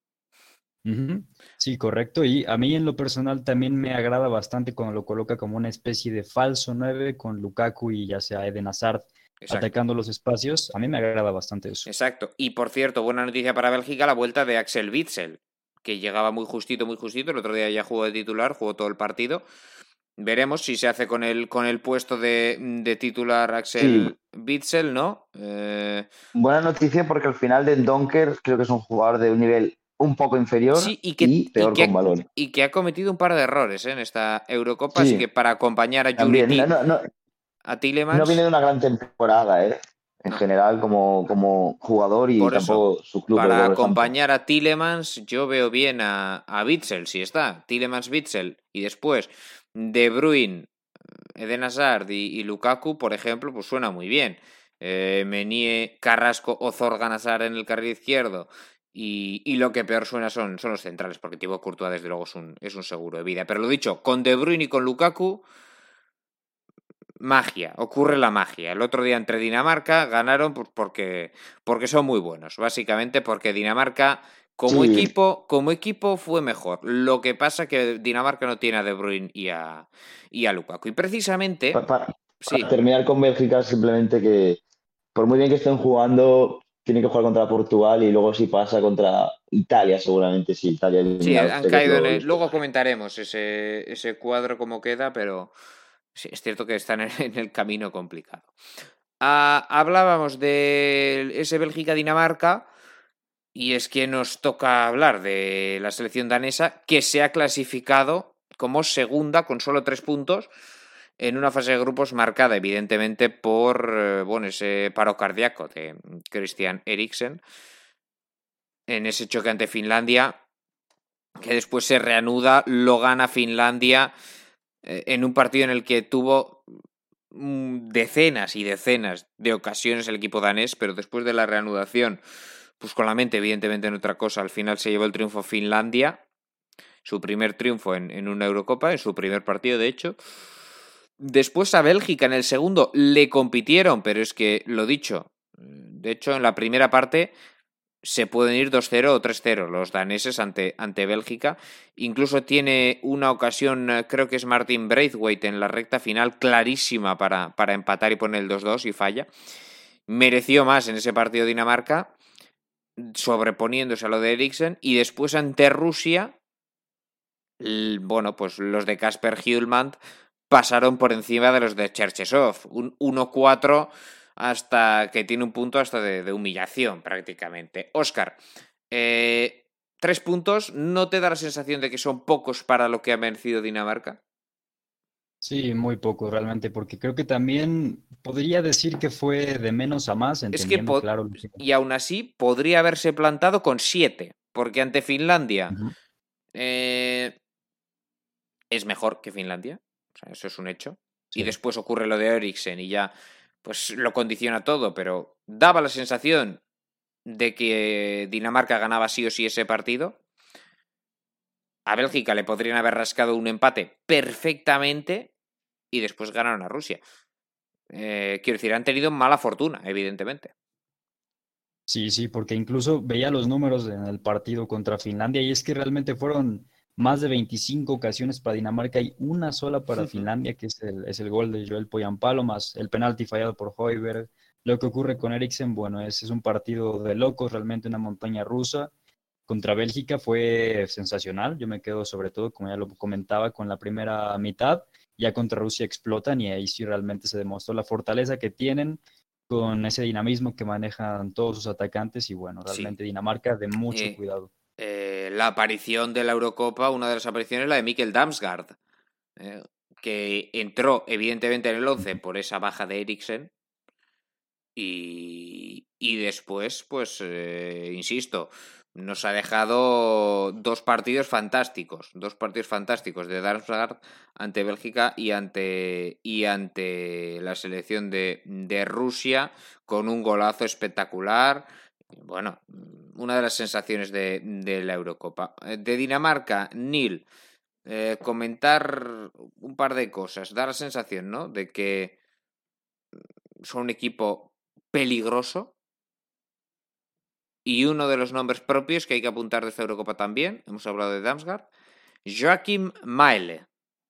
Ujú. Sí, correcto. Y a mí en lo personal también me agrada bastante cuando lo coloca como una especie de falso nueve con Lukaku y ya sea Eden Hazard Exacto, atacando los espacios. A mí me agrada bastante eso. exacto. Y por cierto, buena noticia para Bélgica, la vuelta de Axel Witsel, que llegaba muy justito, muy justito. El otro día ya jugó de titular, jugó todo el partido. Veremos si se hace con el, con el puesto de, de titular Sí, Axel Witsel, ¿no? Eh, buena noticia porque al final de Donker creo que es un jugador de un nivel un poco inferior sí, y que, y y, peor que con ha, balón. y que ha cometido un par de errores, ¿eh? En esta Eurocopa, así Sí, que para acompañar a Yuri también. No, Ti- no, no, a no viene Tielemans, de una gran temporada, ¿eh? En no. general como, como jugador y Por eso, tampoco su club, el para Wolverhampton. acompañar a Tielemans, yo veo bien a, a Witsel, si está. Tielemans, Witsel, y después De Bruyne, Eden Hazard y, y Lukaku, por ejemplo, pues suena muy bien. Eh, Menie, Carrasco o Thorgan Hazard en el carril izquierdo. Y, y lo que peor suena son, son los centrales, porque Thibaut Courtois, desde luego, es un, es un seguro de vida. Pero lo dicho, con De Bruyne y con Lukaku, magia, ocurre la magia. El otro día entre Dinamarca ganaron pues, porque, porque son muy buenos, básicamente porque Dinamarca como Sí, equipo, como equipo fue mejor. Lo que pasa que Dinamarca no tiene a De Bruyne y a, y a Lukaku. Y pa- precisamente, pa- para sí, terminar con Bélgica, simplemente que por muy bien que estén jugando, tienen que jugar contra Portugal y luego si pasa contra Italia, seguramente si Italia sí, elimina a han Austria, que es caído en lo, lo el... Luego esperable. comentaremos ese, ese cuadro cómo queda, pero sí, es cierto que están en, en el camino complicado. Ah, hablábamos de ese Bélgica-Dinamarca. Y es que nos toca hablar de la selección danesa que se ha clasificado como segunda con solo tres puntos en una fase de grupos marcada evidentemente por eh, bueno, ese paro cardíaco de Christian Eriksen en ese choque ante Finlandia que después se reanuda, lo gana Finlandia eh, en un partido en el que tuvo mm, decenas y decenas de ocasiones el equipo danés, pero después de la reanudación, pues con la mente evidentemente en otra cosa, al final se llevó el triunfo Finlandia, su primer triunfo en, en una Eurocopa, en su primer partido de hecho. Después a Bélgica en el segundo le compitieron, pero es que lo dicho, de hecho en la primera parte se pueden ir dos cero o tres cero los daneses ante, ante Bélgica. Incluso tiene una ocasión, creo que es Martin Braithwaite en la recta final, clarísima para, para empatar y poner el dos dos y falla. Mereció más en ese partido Dinamarca, sobreponiéndose a lo de Eriksen. Y después ante Rusia, bueno, pues los de Kasper Hjulmand pasaron por encima de los de Cherchesov. Un uno cuatro hasta que tiene un punto hasta de, de humillación prácticamente. Óscar, eh, tres puntos, ¿no te da la sensación de que son pocos para lo que ha merecido Dinamarca? Sí, muy poco realmente, porque creo que también podría decir que fue de menos a más, Es que, entendiendo, po- claro, lo que- y aún así, podría haberse plantado con siete, porque ante Finlandia Ujú. eh, es mejor que Finlandia, o sea, eso es un hecho. Y Sí. después ocurre lo de Eriksen y ya pues lo condiciona todo, pero daba la sensación de que Dinamarca ganaba sí o sí ese partido. A Bélgica le podrían haber rascado un empate perfectamente y después ganaron a Rusia. Eh, quiero decir, han tenido mala fortuna, evidentemente. Sí, sí, porque incluso veía los números en el partido contra Finlandia y es que realmente fueron más de veinticinco ocasiones para Dinamarca y una sola para Finlandia, que es el, es el gol de Joel Poyampalo, más el penalti fallado por Højbjerg. Lo que ocurre con Eriksen, bueno, es, es un partido de locos, realmente una montaña rusa. Contra Bélgica fue sensacional, yo me quedo sobre todo, como ya lo comentaba, con la primera mitad. Ya contra Rusia explotan y ahí sí realmente se demostró la fortaleza que tienen con ese dinamismo que manejan todos sus atacantes y bueno, Sí. realmente Dinamarca de mucho Eh, cuidado. eh, la aparición de la Eurocopa, una de las apariciones, la de Mikkel Damsgaard, eh, que entró evidentemente en el once por esa baja de Eriksen. Y, y después, pues, eh, insisto, nos ha dejado dos partidos fantásticos, dos partidos fantásticos de Darmstadt ante Bélgica y ante, y ante la selección de, de Rusia con un golazo espectacular. Bueno, una de las sensaciones de, de la Eurocopa. De Dinamarca, Nil, eh, comentar un par de cosas. Da la sensación, ¿no?, de que son un equipo peligroso. Y uno de los nombres propios que hay que apuntar de esta Eurocopa también, hemos hablado de Damsgaard, Joachim Maele.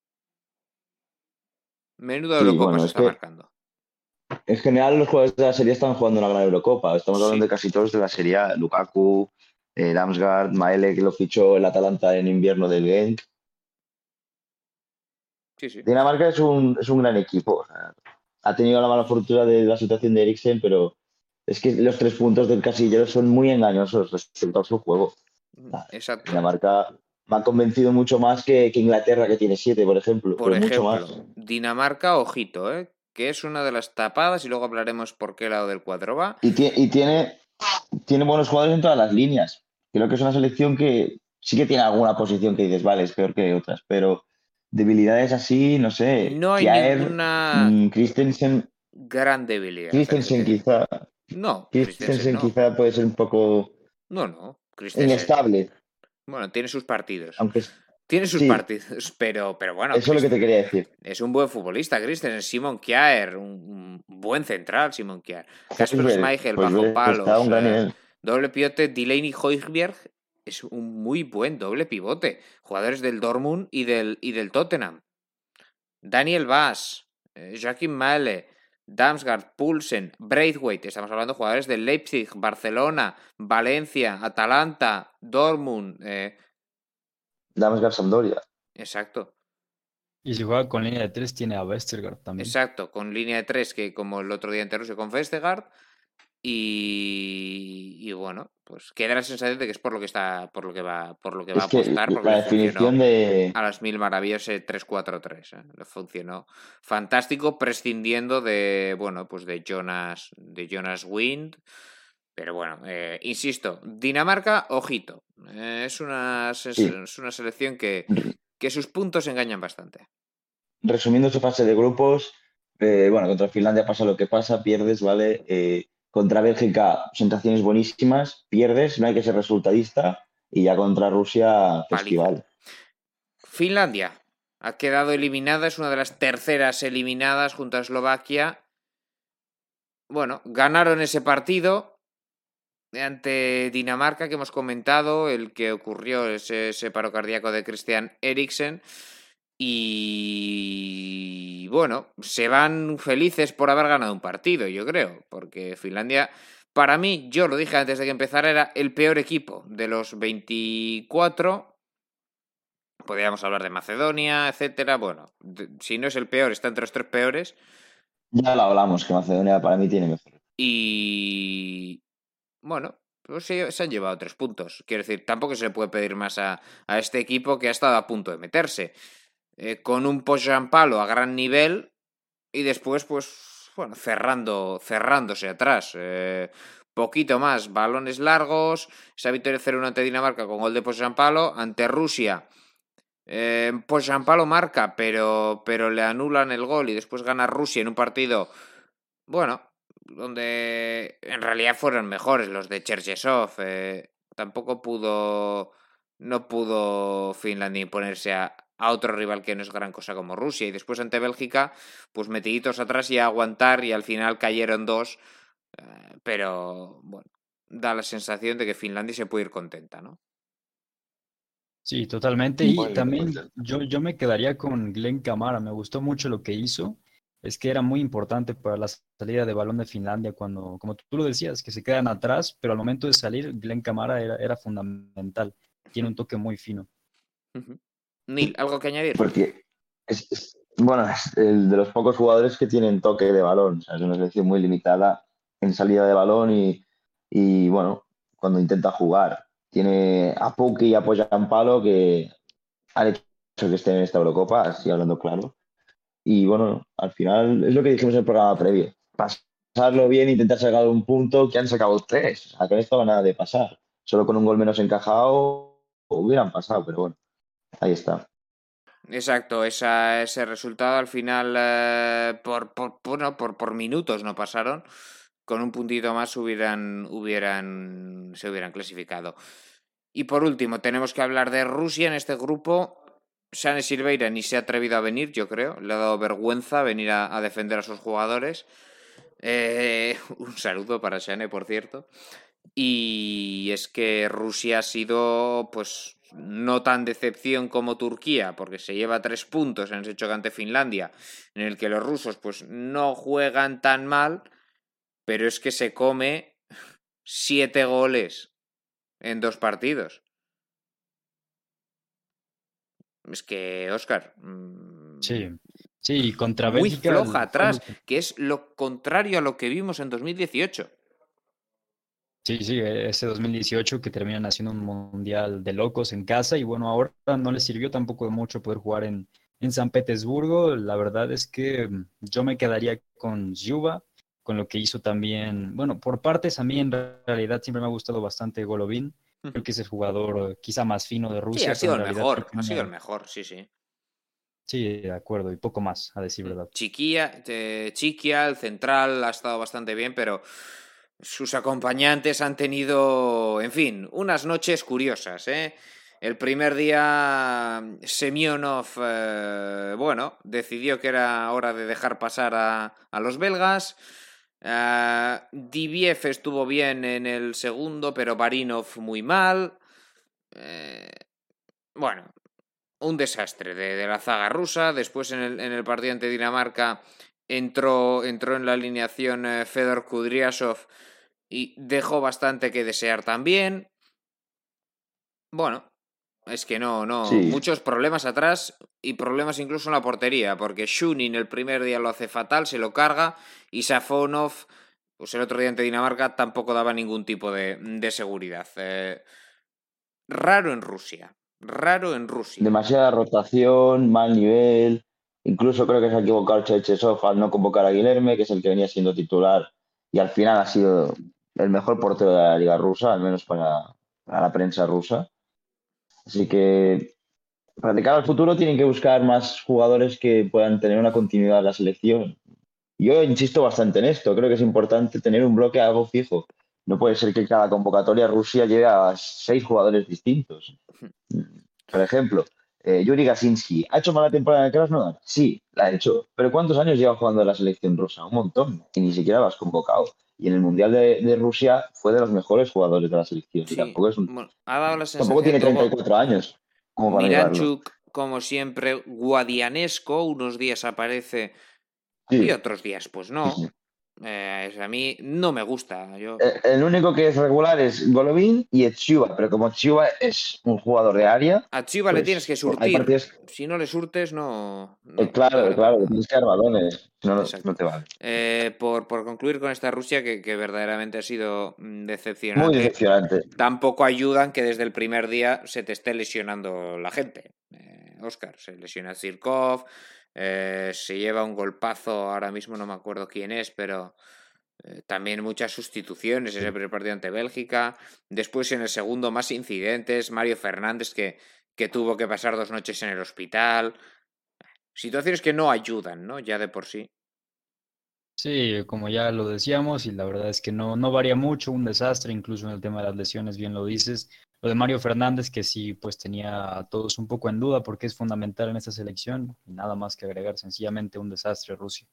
Menuda Sí, Eurocopa bueno, se es está que marcando. en general los jugadores de la serie están jugando una gran Eurocopa. Estamos hablando de Sí, casi todos de la serie A. Lukaku, eh, Damsgaard, Maele, que lo fichó el Atalanta en invierno del Genk. sí, sí. Dinamarca es un, es un gran equipo. O sea, ha tenido la mala fortuna de la situación de Eriksen, pero es que los tres puntos del casillero son muy engañosos respecto a su juego. Exacto. Dinamarca me ha convencido mucho más que, que Inglaterra, que tiene siete, por ejemplo, Por pero mucho más. ejemplo, Dinamarca, ojito, ¿eh?, que es una de las tapadas y luego hablaremos por qué lado del cuadro va. Y, tie- y tiene, tiene buenos jugadores en todas las líneas. Creo que es una selección que sí que tiene alguna posición que dices, vale, es peor que otras, pero debilidades así, no sé, No hay Kjaer, ninguna mm, Christensen, gran debilidad. Es Christensen que quizá, no, Christensen Christensen no. quizá puede ser un poco No, no, Christensen. inestable, Bueno, tiene sus partidos. aunque es- Tiene sus sí, partidos, pero, pero bueno, eso es lo que te quería decir. es un buen futbolista, Christensen. Simon Kjaer, un, un buen central, Simon Kjaer. Kasper Forsberg, Schmeichel, bajo Forsberg está a palos. un gran Eh, nivel. doble pivote, Delaney Højbjerg es un muy buen doble pivote. Jugadores del Dortmund y del, y del Tottenham. Daniel Bass, eh, Joachim Maele, Damsgaard, Poulsen, Braithwaite. Estamos hablando de jugadores del Leipzig, Barcelona, Valencia, Atalanta, Dortmund. Eh, Damsgaard Sampdoria. exacto. Y si juega con línea de tres, tiene a Vestergaard también. Exacto, con línea de tres, que como el otro día ante Rusia con Vestergaard. Y, y bueno, pues queda la sensación de que es por lo que está, por lo que va, por lo que va a Es que apostar, porque la le funcionó definición de... a las mil maravillas ese tres cuatro tres. ¿eh? Le funcionó fantástico, prescindiendo de, bueno, pues de Jonas, de Jonas Wind. Pero bueno, eh, insisto, Dinamarca, ojito. Eh, es, una, es, Sí, es una selección que, que sus puntos engañan bastante. resumiendo su fase de grupos, eh, bueno, contra Finlandia pasa lo que pasa, pierdes, ¿vale? Eh, contra Bélgica, sensaciones buenísimas, pierdes, no hay que ser resultadista, y ya contra Rusia, Paliza. festival. Finlandia ha quedado eliminada, es una de las terceras eliminadas junto a Eslovaquia. Bueno, ganaron ese partido ante Dinamarca que hemos comentado, el que ocurrió ese, ese paro cardíaco de Christian Eriksen. Y bueno, se van felices por haber ganado un partido, yo creo, porque Finlandia, para mí, yo lo dije antes de que empezara, era el peor equipo de los veinticuatro, podríamos hablar de Macedonia, etcétera. Bueno, de, si no es el peor, está entre los tres peores. Ya lo hablamos, que Macedonia para mí tiene mejor. Y bueno, pues se, se han llevado tres puntos. Quiero decir, tampoco se le puede pedir más a, a este equipo que ha estado a punto de meterse. Eh, con un Pojampalo a gran nivel y después, pues, bueno, cerrando, cerrándose atrás. Eh, poquito más, balones largos, esa victoria cero uno ante Dinamarca con gol de Pojampalo, ante Rusia. Eh, Pojampalo marca, pero, pero le anulan el gol y después gana Rusia en un partido, bueno, donde en realidad fueron mejores los de Cherchesov. Eh, tampoco pudo, no pudo Finlandia imponerse a, a otro rival que no es gran cosa como Rusia. Y después ante Bélgica, pues metiditos atrás y a aguantar y al final cayeron dos. Eh, pero bueno, da la sensación de que Finlandia se puede ir contenta, ¿no? Sí, totalmente. Sí, Y muy bien, muy también bien. yo, yo me quedaría con Glenn Kamara. Me gustó mucho lo que hizo. Es que era muy importante para la salida de balón de Finlandia cuando, como tú lo decías, que se quedan atrás, pero al momento de salir, Glenn Kamara era, era fundamental. Tiene un toque muy fino. Uh-huh. Neil, ¿algo que añadir? Porque es, es- bueno, es el de los pocos jugadores que tienen toque de balón. O sea, es una selección muy limitada en salida de balón y, y, bueno, cuando intenta jugar. Tiene a Pukki y a Palo que han hecho que estén en esta Eurocopa, así hablando claro. Y bueno, al final es lo que dijimos en el programa previo. Pasarlo bien, intentar sacar un punto que han sacado tres. O sea, que no estaba nada de pasar. Solo con un gol menos encajado hubieran pasado, pero bueno, ahí está. Exacto, esa, ese resultado al final eh, por, por, bueno, por, por minutos no pasaron. Con un puntito más hubieran, hubieran, se hubieran clasificado. Y por último, tenemos que hablar de Rusia en este grupo. Sane Silveira ni se ha atrevido a venir, yo creo. Le ha dado vergüenza venir a, a defender a sus jugadores. Eh, un saludo para Sane, por cierto. Y es que Rusia ha sido, pues, no tan decepción como Turquía, porque se lleva tres puntos en ese choque ante Finlandia, en el que los rusos, pues, no juegan tan mal, pero es que se come siete goles en dos partidos. Es que, Óscar, Sí, sí, contra muy Bélgica floja el- fue atrás, lo que... que es lo contrario a lo que vimos en dos mil dieciocho. Sí, sí, ese dos mil dieciocho que terminan haciendo un mundial de locos en casa y bueno, ahora no les sirvió tampoco de mucho poder jugar en, en San Petersburgo. La verdad es que mm, yo me quedaría con Yuba, con lo que hizo también, bueno, por partes a mí en realidad siempre me ha gustado bastante Golovin. Creo que es el jugador eh, quizá más fino de Sí, ha Rusia, pero sido en el realidad creo mejor, que ha sido el no. mejor, sí, sí. Sí, de acuerdo, y poco más, a decir verdad. Chiquia, eh, Chiquia, el central, ha estado bastante bien, pero sus acompañantes han tenido, en fin, unas noches curiosas, ¿eh? El primer día Semyonov, eh, bueno, decidió que era hora de dejar pasar a, a los belgas. Uh, Diviev estuvo bien en el segundo, pero Barinov muy mal. Eh, bueno, un desastre de, de la zaga rusa. Después en el, en el partido ante Dinamarca entró, entró en la alineación eh, Fedor Kudryashov y dejó bastante que desear también. Bueno, es que no, no, Sí, muchos problemas atrás y problemas incluso en la portería, porque Shunin el primer día lo hace fatal, se lo carga, y Safonov, pues el otro día ante Dinamarca tampoco daba ningún tipo de, de seguridad. Eh, raro en Rusia, raro en Rusia. demasiada rotación, mal nivel. Incluso creo que se ha equivocado Cherchesov al no convocar a Guilherme, que es el que venía siendo titular y al final ha sido el mejor portero de la liga rusa, al menos para, para la prensa rusa. Así que para de cara al futuro tienen que buscar más jugadores que puedan tener una continuidad en la selección. Yo insisto bastante en esto, creo que es importante tener un bloque algo fijo. No puede ser que cada convocatoria Rusia lleve a seis jugadores distintos. Por ejemplo, eh, Yuri Gasinski, ¿ha hecho mala temporada en el Krasnodar? Sí, la ha hecho. Pero ¿cuántos años lleva jugando en la selección rusa? Un montón. Y ni siquiera lo has convocado. Y en el Mundial de, de Rusia fue de los mejores jugadores de la selección. Y Sí, tampoco es un, bueno, ha dado la tampoco sensación tiene treinta y luego cuatro años como para llevarlo. Miranchuk, como siempre, guadianesco, unos días aparece y Sí, otros días pues sí, no. sí. Eh, a mí no me gusta. Yo... El, el único que es regular es Golovin y Etsuba, pero como Etsuba es un jugador de área, A Chiva le tienes pues que hay surtir. partidos. Si no le surtes, no, Eh, no, no te claro, vale para claro, nada. tienes que dar balones, no, no Exacto. te vale. Eh, por, por concluir con esta Rusia que, que verdaderamente ha sido mm, Muy decepcionante, decepcionante. tampoco ayudan que desde el primer día se te esté lesionando la gente. Eh, Oscar, se lesiona Zirkov, eh, se lleva un golpazo, ahora mismo no me acuerdo quién es, pero eh, también muchas sustituciones en el primer partido ante Bélgica. Después en el segundo más incidentes, Mario Fernández que, que tuvo que pasar dos noches en el hospital. Situaciones que no ayudan, ¿no? Ya de por sí. Sí, como ya lo decíamos, y la verdad es que no, no varía mucho, un desastre, incluso en el tema de las lesiones, bien lo dices. Lo de Mario Fernández, que sí, pues tenía a todos un poco en duda porque es fundamental en esta selección, y nada más que agregar, sencillamente un desastre Rusia.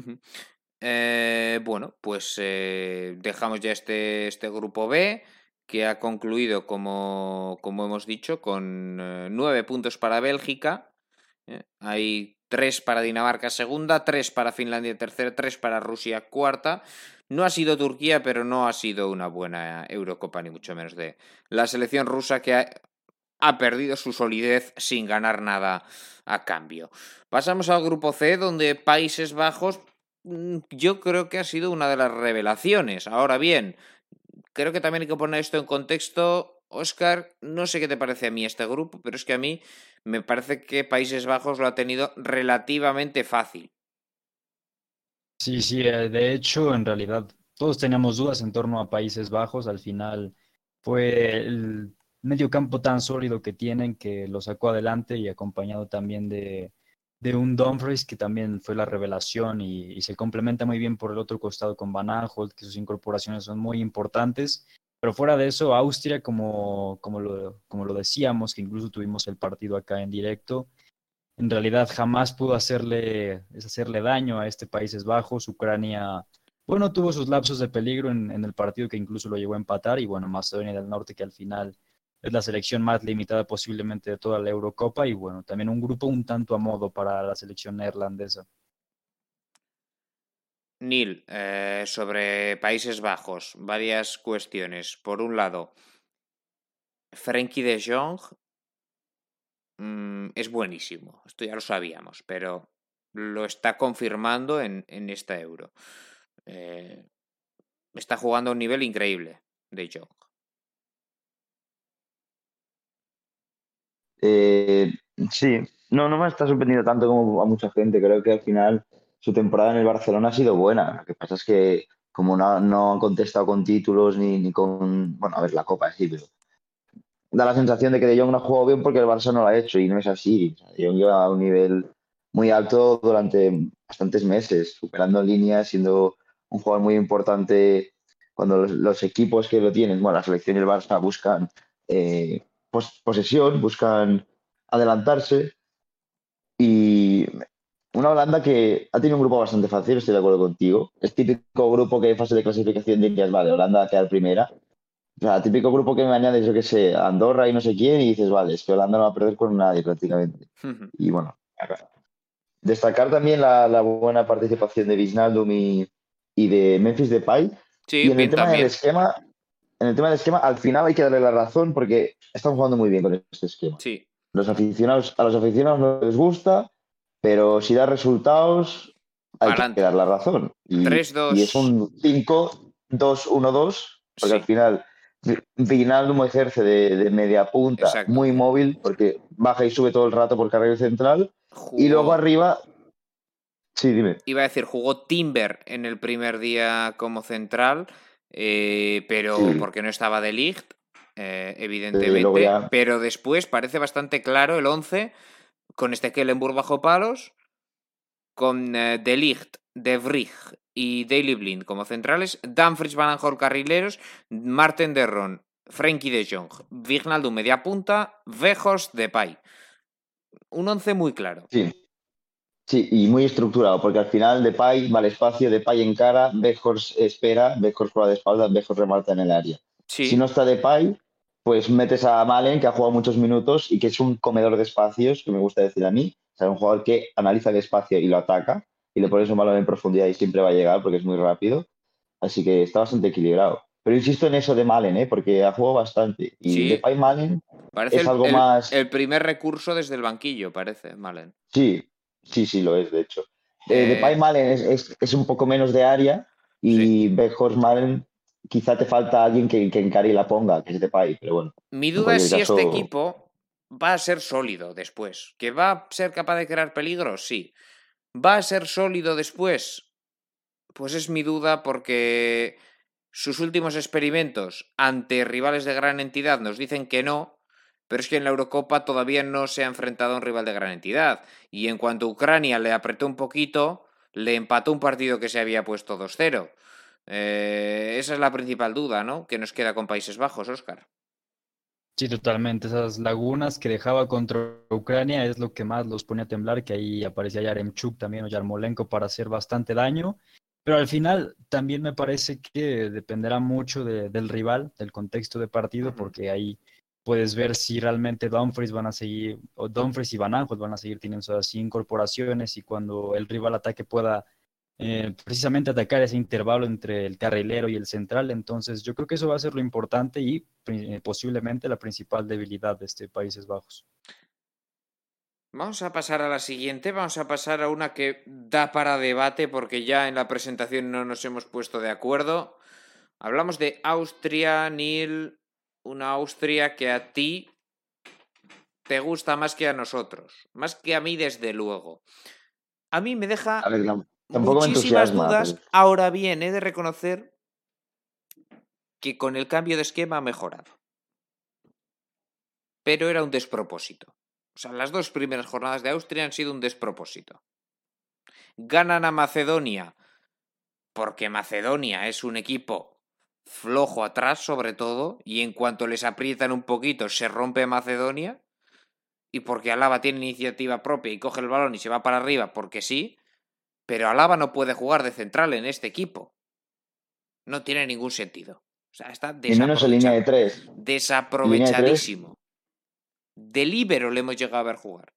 eh, bueno, pues eh, dejamos ya este, este grupo B, que ha concluido, como, como hemos dicho, con eh, nueve puntos para Bélgica. Eh, hay tres para Dinamarca segunda, tres para Finlandia tercera, tres para Rusia cuarta. No ha sido Turquía, pero no ha sido una buena Eurocopa, ni mucho menos de la selección rusa que ha, ha perdido su solidez sin ganar nada a cambio. Pasamos al grupo C, donde Países Bajos yo creo que ha sido una de las revelaciones. Ahora bien, creo que también hay que poner esto en contexto. Óscar, no sé qué te parece a mí este grupo, pero es que a mí me parece que Países Bajos lo ha tenido relativamente fácil. Sí, sí, eh, de hecho, en realidad todos teníamos dudas en torno a Países Bajos. Al final fue el medio campo tan sólido que tienen que lo sacó adelante y acompañado también de, de un Dumfries que también fue la revelación y, y se complementa muy bien por el otro costado con Van Aanholt, que sus incorporaciones son muy importantes. Pero fuera de eso, Austria, como, como lo, como lo decíamos, que incluso tuvimos el partido acá en directo, en realidad jamás pudo hacerle, hacerle daño a este Países Bajos. Ucrania, bueno, tuvo sus lapsos de peligro en, en el partido que incluso lo llegó a empatar y bueno, Macedonia del Norte que al final es la selección más limitada posiblemente de toda la Eurocopa y bueno, también un grupo un tanto a modo para la selección neerlandesa. Neil, eh, sobre Países Bajos, varias cuestiones. Por un lado, Frenkie de Jong mmm, es buenísimo, esto ya lo sabíamos, pero lo está confirmando en, en esta Euro. Eh, está jugando a un nivel increíble de Jong. Eh, sí, no, no me está sorprendiendo tanto como a mucha gente. Creo que al final su temporada en el Barcelona ha sido buena. Lo que pasa es que como no, no han contestado con títulos ni, ni con, bueno, a ver, la Copa sí, pero da la sensación de que De Jong no ha jugado bien porque el Barça no lo ha hecho y no es así. O sea, De Jong lleva a un nivel muy alto durante bastantes meses, superando líneas, siendo un jugador muy importante cuando los, los equipos que lo tienen, bueno, la selección y el Barça buscan eh, pos- posesión, buscan adelantarse y una Holanda que ha tenido un grupo bastante fácil, estoy de acuerdo contigo. Es típico grupo que en fase de clasificación dirías, vale, Holanda va a quedar primera. O sea, típico grupo que me añades, yo qué sé, Andorra y no sé quién, y dices, vale, es que Holanda no va a perder con nadie prácticamente. Y bueno, acá. Destacar también la, la buena participación de Wijnaldum y, y de Memphis Depay. Sí, Y en el bien tema del también. esquema, en el tema del esquema, al final hay que darle la razón porque están jugando muy bien con este esquema. Sí. Los aficionados, a los aficionados no les gusta, pero si da resultados, hay que Pa'lante. dar la razón. Y, tres dos. y es un cinco dos uno dos, porque al Sí, final Wijnaldum ejerce de, de media punta exacto. muy móvil, porque baja y sube todo el rato por carril central. Y luego Jugó, arriba, sí, dime. iba a decir, jugó Timber en el primer día como central, eh, pero Sí, porque no estaba De Ligt, eh, eh, luego evidentemente. ya, Pero después parece bastante claro el once con este Kellenburg bajo palos, con eh, De Ligt, De Vrij y Daley Blind como centrales, Dumfries, Van Aanholt carrileros, Marten de Ron, Frenkie de Jong, Wijnaldum media punta, Weghorst, Depay. Un once muy claro. sí, sí, y muy estructurado, porque al final Depay va al espacio, Depay encara, Weghorst espera, Weghorst juega de espaldas, Weghorst remata en el área. Si no Sí, está Depay, pues metes a Malen, que ha jugado muchos minutos y que es un comedor de espacios, que me gusta decir a mí. O sea, un jugador que analiza el espacio y lo ataca, y le pones un balón en profundidad y siempre va a llegar porque es muy rápido. Así que está bastante equilibrado. Pero insisto en eso de Malen, ¿eh? Porque ha jugado bastante. Y Sí, Depay Malen parece es el, algo el- más. el primer recurso desde el banquillo, parece, Malen. Sí, sí, sí, lo es, de hecho. Eh, Depay Eh, Malen es, es, es un poco menos de área sí. y Weghorst Malen quizá te falta alguien que, que encare y la ponga, que es Depay, pero bueno, Mi en duda es cualquier si este caso, equipo va a ser sólido después. ¿Que va a ser capaz de crear peligro? Sí. ¿Va a ser sólido después? Pues es mi duda porque sus últimos experimentos ante rivales de gran entidad nos dicen que no, pero es que en la Eurocopa todavía no se ha enfrentado a un rival de gran entidad. Y en cuanto Ucrania le apretó un poquito, le empató un partido que se había puesto dos cero. Eh, esa es la principal duda, ¿no? Que nos queda con Países Bajos, Óscar. Sí, totalmente. Esas lagunas que dejaba contra Ucrania es lo que más los pone a temblar, que ahí aparecía Yaremchuk también o Yarmolenko para hacer bastante daño. Pero al final también me parece que dependerá mucho de- del rival, del contexto de partido, porque ahí puedes ver si realmente Dumfries van a seguir, o Dumfries y Van Aanholt van a seguir teniendo esas incorporaciones y cuando el rival ataque pueda eh, precisamente atacar ese intervalo entre el carrilero y el central. Entonces, yo creo que eso va a ser lo importante y eh, posiblemente la principal debilidad de este Países Bajos. Vamos a pasar a la siguiente, vamos a pasar a una que da para debate porque ya en la presentación no nos hemos puesto de acuerdo. Hablamos de Austria, Neil, una Austria que a ti te gusta más que a nosotros, más que a mí desde luego. A mí me a deja ver, no, tampoco me muchísimas entusiasma, dudas, pero ahora bien, he de reconocer que con el cambio de esquema ha mejorado, pero era un despropósito. O sea, las dos primeras jornadas de Austria han sido un despropósito. Ganan a Macedonia porque Macedonia es un equipo flojo atrás sobre todo y en cuanto les aprietan un poquito se rompe Macedonia y porque Alaba tiene iniciativa propia y coge el balón y se va para arriba porque sí, pero Alaba no puede jugar de central en este equipo. No tiene ningún sentido. O sea, está y menos en línea de desaprovechado. tres. En línea de tres, Desaprovechadísimo. De líbero le hemos llegado a ver jugar.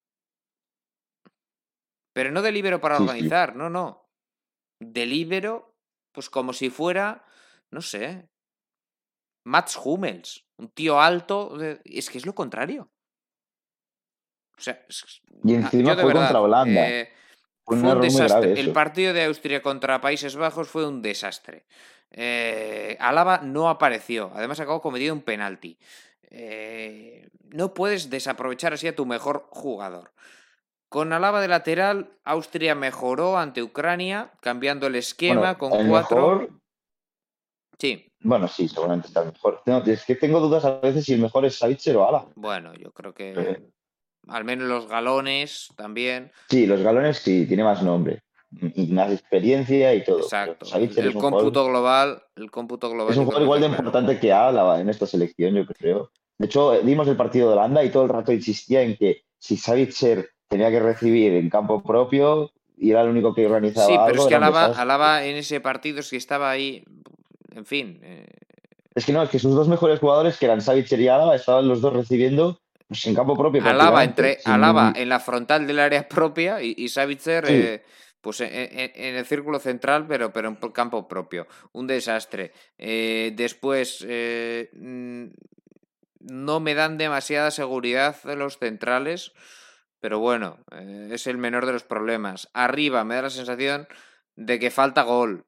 Pero no de líbero para sí, sí. organizar, no, no. De líbero, pues como si fuera, no sé, Mats Hummels, un tío alto. De... Es que es lo contrario. O sea, es... Y yo encima de fue contra verdad, Holanda. eh, Fue un fue un error muy desastre. grave El eso. partido de Austria contra Países Bajos fue un desastre. Eh, Alaba no apareció, además acabó cometiendo un penalti. Eh, no puedes desaprovechar así a tu mejor jugador. Con Alaba de lateral, Austria mejoró ante Ucrania, cambiando el Bueno, esquema con el cuatro. mejor, Sí, bueno, sí, seguramente está el mejor. No, es que tengo dudas a veces si el mejor es Savitzer o Ala. bueno, yo creo que Eh, al menos los galones también. sí, los galones sí, tiene más nombre y más experiencia y todo, pero Exacto. El, Savitzer es el un jugador, cómputo global, el cómputo es global un yo creo jugador que igual está de claro. importante que Álava en esta selección, yo creo. De hecho, eh, vimos el partido de Holanda y todo el rato insistía en que si Savitzer tenía que recibir en campo propio y era el único que Sí, organizaba pero es algo, que era un Alaba, desastre. Alaba en ese partido es que estaba ahí, en fin. Eh, Es que no, es que sus dos mejores jugadores, que eran Savitzer y Álava, estaban los dos recibiendo pues, en campo propio Alaba prácticamente, entre sin Alaba ningún... en la frontal del área propia y, y Savitzer Sí, eh, pues en, en- en el círculo central, pero, pero en campo propio. Un desastre. Eh, después, eh, mm, no me dan demasiada seguridad de los centrales, pero bueno, eh, es el menor de los problemas. Arriba me da la sensación de que falta gol.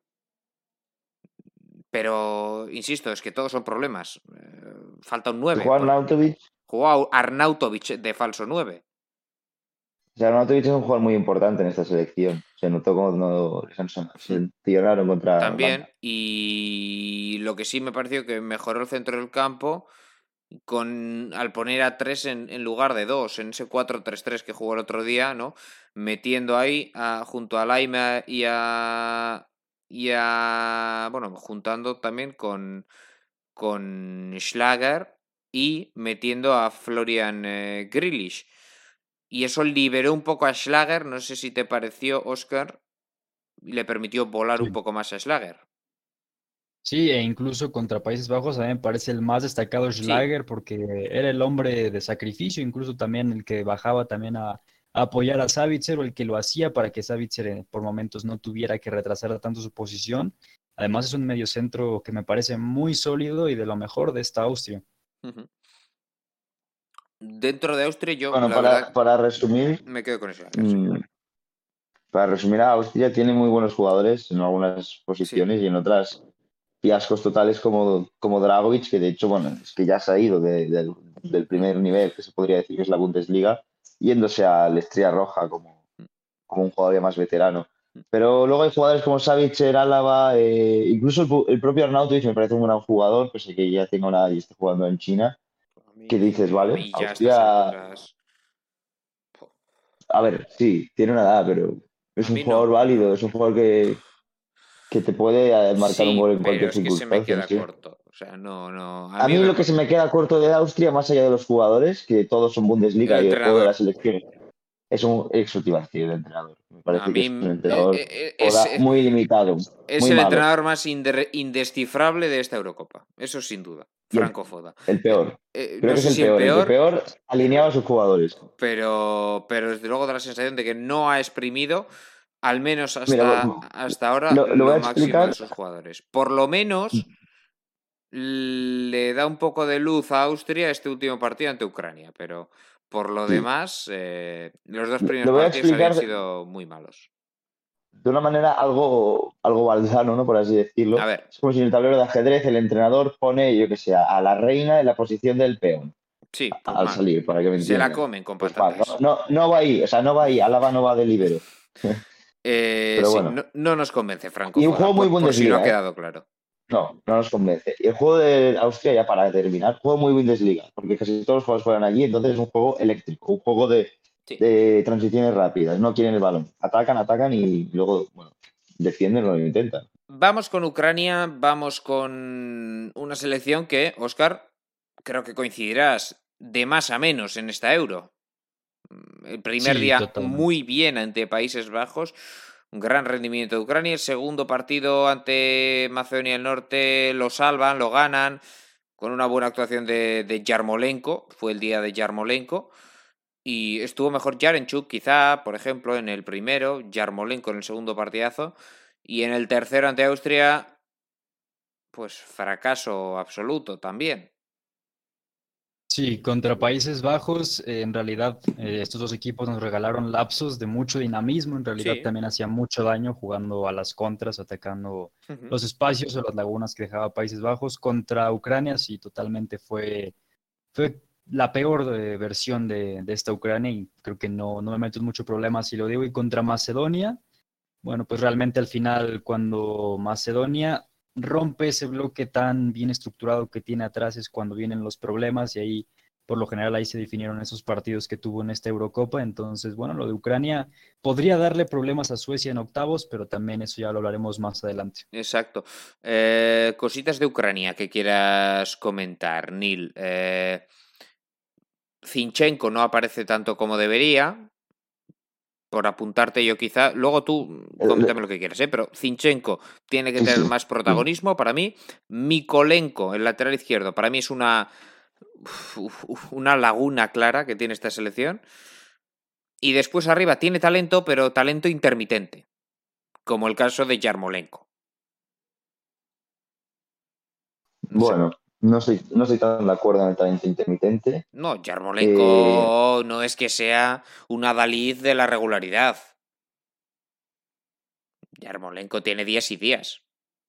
Pero, insisto, es que todos son problemas. Eh, falta un que nueve. juega Arnautovic. Jugó Arnautovic de falso nueve. O sea, Arnautovic es un jugador muy importante en esta selección. Se notó como no les han son- sancionaron contra También. Holanda. Y lo que sí me pareció que mejoró el centro del campo con al poner a tres en, en lugar de dos, en ese cuatro tres tres que jugó el otro día, ¿no? Metiendo ahí a, junto a Laima y a. Y a. Bueno, juntando también con. Con Schlager y metiendo a Florian eh, Grealish. Y eso liberó un poco a Schlager, no sé si te pareció, Oscar, y le permitió volar un Sí. poco más a Schlager. Sí, e incluso contra Países Bajos a mí me parece el más destacado Sí, Schlager porque era el hombre de sacrificio, incluso también el que bajaba también a, apoyar a Savitzer o el que lo hacía para que Savitzer eh, por momentos no tuviera que retrasar tanto su posición. Además es un mediocentro que me parece muy sólido y de lo mejor de esta Austria. Uh-huh. Dentro de Austria yo, Bueno, la para, verdad, para resumir, me quedo con eso. mmm, para resumir, Austria tiene muy buenos jugadores en algunas posiciones Sí. y en otras fiascos totales como, como Dragovic, que de hecho, bueno, es que ya se ha ido de, de, del primer nivel, que se podría decir que es la Bundesliga, yéndose a la Estrella Roja como, como un jugador ya más veterano. Pero luego hay jugadores como Savitzer, Álava, eh, incluso el, el, propio Arnautovic me parece un gran jugador, pues que ya tenga una y esté jugando en China, A mí, que dices, a vale, mí ya a estas Austria, alturas... a ver, sí, tiene una edad, pero A es un mí no, jugador no, no, válido, no. es un jugador que, que te puede eh, marcar un gol Sí, en pero cualquier es que se me circunstancia, queda sí. corto. O sea, no, no. A A mí mí me... lo que se me queda corto de Austria, más allá de los jugadores, que todos son El Bundesliga y el juego de la entrenador. selección es un eso te iba a decir, el entrenador. Me No, a parece que mí es un eh, entrenador eh, es, poda- eh, muy limitado, es muy el malo. entrenador más inde- indescifrable de esta Eurocopa. Eso sin duda. Y el, Franco Foda. el Eh, peor. eh, Creo no que es sé el si el peor, el que peor, peor alineaba a sus jugadores. pero, pero desde luego da la sensación de que no ha exprimido, al menos Mira, hasta, hasta ahora, lo, lo voy lo a máximo de explicar. sus jugadores. Por lo menos le da un poco de luz a Austria este último partido ante Ucrania, pero por lo Sí, demás, eh, los dos primeros lo voy a partidos habían explicar sido muy malos. de una manera algo, algo balzano, ¿no? Por así A decirlo. ver, Es como si en el tablero de ajedrez el entrenador pone, yo que sé, a la reina en la posición del peón sí, pues al mal. salir, para que me Se la entiendan. comen con Pues mal, no, patatas. no, no va ahí, o sea, no va ahí, Álava no va de libero. Eh, Pero sí, bueno. no, no nos convence Franco Y un Foda, juego muy por, por si no ha Bundesliga, ¿eh? quedado claro. No, no nos convence. Y el juego de Austria, ya para terminar, juego muy Bundesliga, porque casi todos los juegos juegan allí, entonces es un juego eléctrico, un juego de, Sí. de transiciones rápidas, no quieren el balón. Atacan, atacan y luego, bueno, defienden o lo intentan. Vamos con Ucrania, vamos con una selección que, Óscar, creo que coincidirás de más a menos en esta Euro. El primer Sí, día totalmente. muy bien ante Países Bajos, un gran rendimiento de Ucrania. El segundo partido ante Macedonia del Norte lo salvan, lo ganan, con una buena actuación de, de Yarmolenko, fue el día de Yarmolenko. Y estuvo mejor Yarenchuk, quizá, por ejemplo, en el primero, Yarmolenko en el segundo partidazo. Y en el tercero ante Austria, pues fracaso absoluto también. Sí, contra Países Bajos, eh, en realidad eh, estos dos equipos nos regalaron lapsos de mucho dinamismo, en realidad Sí. también hacía mucho daño jugando a las contras, atacando Uh-huh. los espacios o las lagunas que dejaba Países Bajos. Contra Ucrania sí, totalmente fue, fue la peor eh, versión de, de esta Ucrania y creo que no, no me meto en mucho problema si lo digo. Y contra Macedonia, bueno, pues realmente al final cuando Macedonia rompe ese bloque tan bien estructurado que tiene atrás es cuando vienen los problemas y ahí, por lo general, ahí se definieron esos partidos que tuvo en esta Eurocopa. Entonces, bueno, lo de Ucrania podría darle problemas a Suecia en octavos, pero también eso ya lo hablaremos más adelante. Exacto. Eh, cositas de Ucrania que quieras comentar, Neil. Eh, Zinchenko no aparece tanto como debería. Por apuntarte yo quizá. Luego tú Eh, coméntame lo que quieras, ¿eh? Pero Zinchenko tiene que Sí, tener sí. más protagonismo para mí. Mikolenko, el lateral izquierdo, para mí es una, una laguna clara que tiene esta selección. Y después arriba tiene talento, pero talento intermitente. Como el caso de Yarmolenko. No sé. Bueno, no estoy, no estoy tan de acuerdo en el talento intermitente. No, Eh, Yarmolenko no es que sea una Dalí de la regularidad. Yarmolenko tiene días y días.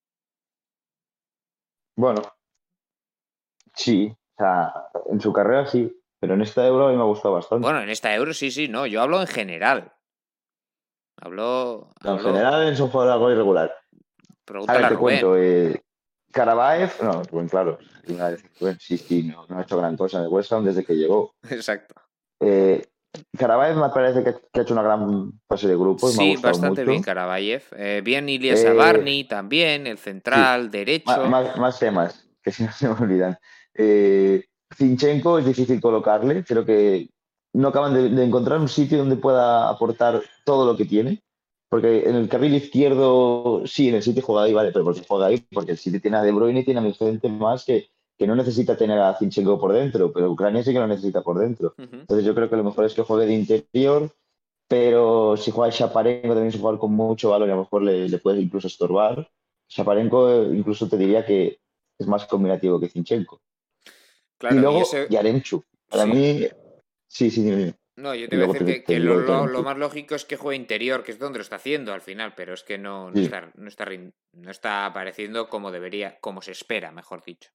bueno, sí, o sea, en su carrera sí, pero en esta Euro a mí me ha gustado bastante. Bueno, en esta Euro sí, sí, no. Yo hablo en general. Hablo, No, en hablo. general es un jugador algo irregular. A Pregúntale ver, a te Rubén. cuento. Eh, Karavaev, no, bueno, claro, una vez, bueno, sí, sí, no, no ha hecho gran cosa en el West Ham desde que llegó. Exacto. Eh, Karavaev me parece que, que ha hecho una gran fase de grupo y me ha Sí, gustado bastante bien mucho. Karavayev. Eh, bien Ilyas Eh, Abarni también, el sí, central, más, derecho. más, más temas, que si no se me olvidan. Eh, Zinchenko es difícil colocarle, creo que no acaban de, de encontrar un sitio donde pueda aportar todo lo que tiene. Porque en el carril izquierdo, sí, en el City juega ahí, vale, pero porque juega ahí, porque el City tiene a De Bruyne y tiene a gente más que, que no necesita tener a Zinchenko por dentro, pero Ucrania sí que lo necesita por dentro. Uh-huh. Entonces yo creo que lo mejor es que juegue de interior pero si juega Shaparenko también es un jugador con mucho valor y a lo mejor le, le puedes incluso estorbar. Shaparenko eh, incluso te diría que es más combinativo que Zinchenko. Y Claro, y luego ese, Yaremchuk. Para sí. mí, sí, sí, dime, dime. No, yo te Y iba a luego decir te, que, te que lo, digo lo- lo Yaremchuk. más lógico es que juegue interior, que es donde lo está haciendo al final, pero es que no, no Sí. está, no está, rin- no está apareciendo como debería, como se espera, mejor dicho.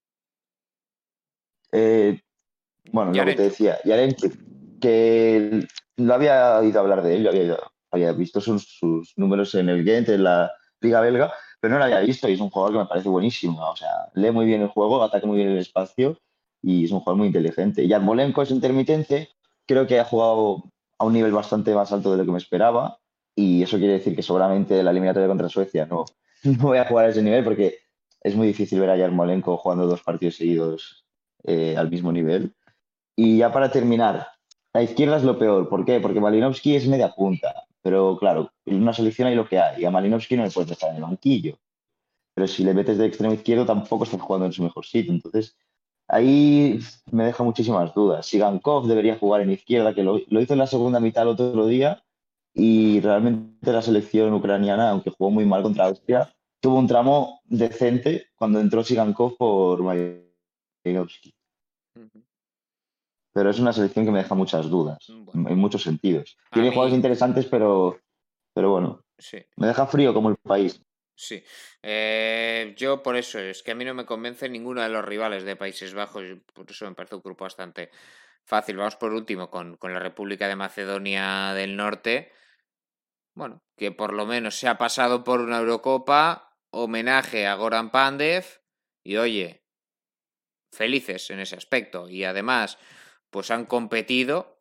Eh, bueno, lo que te Yarenchuk. decía, Yaremchuk, que lo había oído hablar de él, yo había, había visto sus, sus números en el Gent, en la Liga Belga, pero no lo había visto y es un jugador que me parece buenísimo. O sea, lee muy bien el juego, ataca muy bien el espacio y es un jugador muy inteligente. Y Yarmolenko es intermitente, creo que ha jugado a un nivel bastante más alto de lo que me esperaba y eso quiere decir que seguramente la eliminatoria contra Suecia no, no voy a jugar a ese nivel porque es muy difícil ver a Yarmolenko jugando dos partidos seguidos eh, al mismo nivel. Y ya para terminar, la izquierda es lo peor. ¿Por qué? Porque Malinowski es media punta. Pero claro, en una selección hay lo que hay. Y a Malinowski no le puedes dejar en el banquillo. Pero si le metes de extremo izquierdo tampoco estás jugando en su mejor sitio. Entonces, ahí me deja muchísimas dudas. Sigankov debería jugar en izquierda, que lo, lo hizo en la segunda mitad el otro día. Y realmente la selección ucraniana, aunque jugó muy mal contra Austria, tuvo un tramo decente cuando entró Sigankov por Malinowski. Ujú. Pero es una selección que me deja muchas dudas, Bueno, en, en muchos sentidos. a Tiene jugadores mí, interesantes, pero, pero bueno, sí. me deja frío como el país. Sí, eh, yo por eso, es que a mí no me convence ninguno de los rivales de Países Bajos, por eso me parece un grupo bastante fácil. Vamos por último con, con la República de Macedonia del Norte, bueno, que por lo menos se ha pasado por una Eurocopa, homenaje a Goran Pandev, y oye, felices en ese aspecto, y además, pues han competido,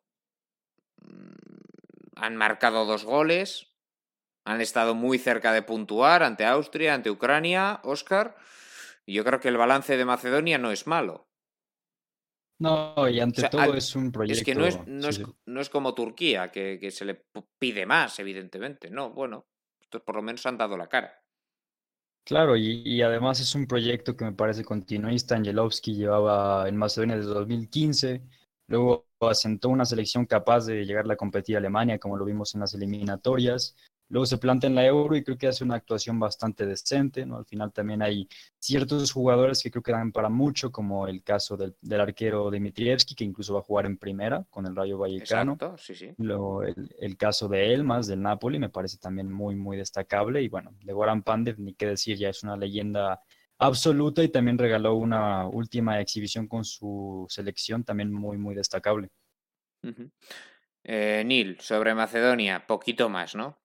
han marcado dos goles, han estado muy cerca de puntuar ante Austria, ante Ucrania, Oscar. Y yo creo que el balance de Macedonia no es malo. No, y O ante sea, todo al, es un es que no es, proyecto, no sí, es, sí. no es como Turquía, que, que se le pide más, evidentemente. No, bueno, estos por lo menos han dado la cara. Claro, y, y además es un proyecto que me parece continuista. Angelovski llevaba en Macedonia desde dos mil quince, luego asentó una selección capaz de llegar a competir a Alemania, como lo vimos en las eliminatorias. Luego se planta en la Euro y creo que hace una actuación bastante decente, ¿no? Al final también hay ciertos jugadores que creo que dan para mucho, como el caso del, del arquero Dimitrievski, que incluso va a jugar en primera con el Rayo Vallecano. Exacto, sí, sí. Lo, el, el caso de Elmas, del Napoli, me parece también muy, muy destacable. Y bueno, de Goran Pandev, ni qué decir, ya es una leyenda absoluta y también regaló una última exhibición con su selección, también muy, muy destacable. Uh-huh. eh, Neil, sobre Macedonia, poquito más, ¿no?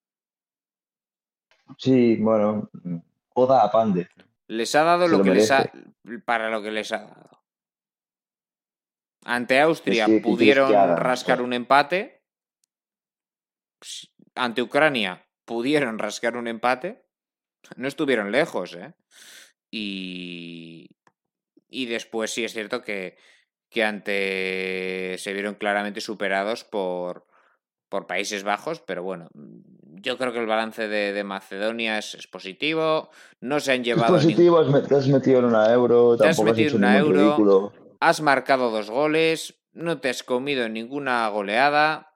Sí, bueno, joda a Pande, Les ha dado se lo lo que les ha. merece. Para lo que les ha dado. Ante Es Austria que, ¿qué quieres que pudieron hagan? O rascar sea, un empate. Ante Ucrania pudieron rascar un empate. No estuvieron lejos, ¿eh? Y, y después sí es cierto que, que ante se vieron claramente superados por, por Países Bajos, pero bueno, yo creo que el balance de, de Macedonia es, es positivo. No se han es llevado ningún. positivo, has met- te has metido en una euro, Te has tampoco has metido en hecho una ningún euro, ridículo. has marcado dos goles, no te has comido ninguna goleada.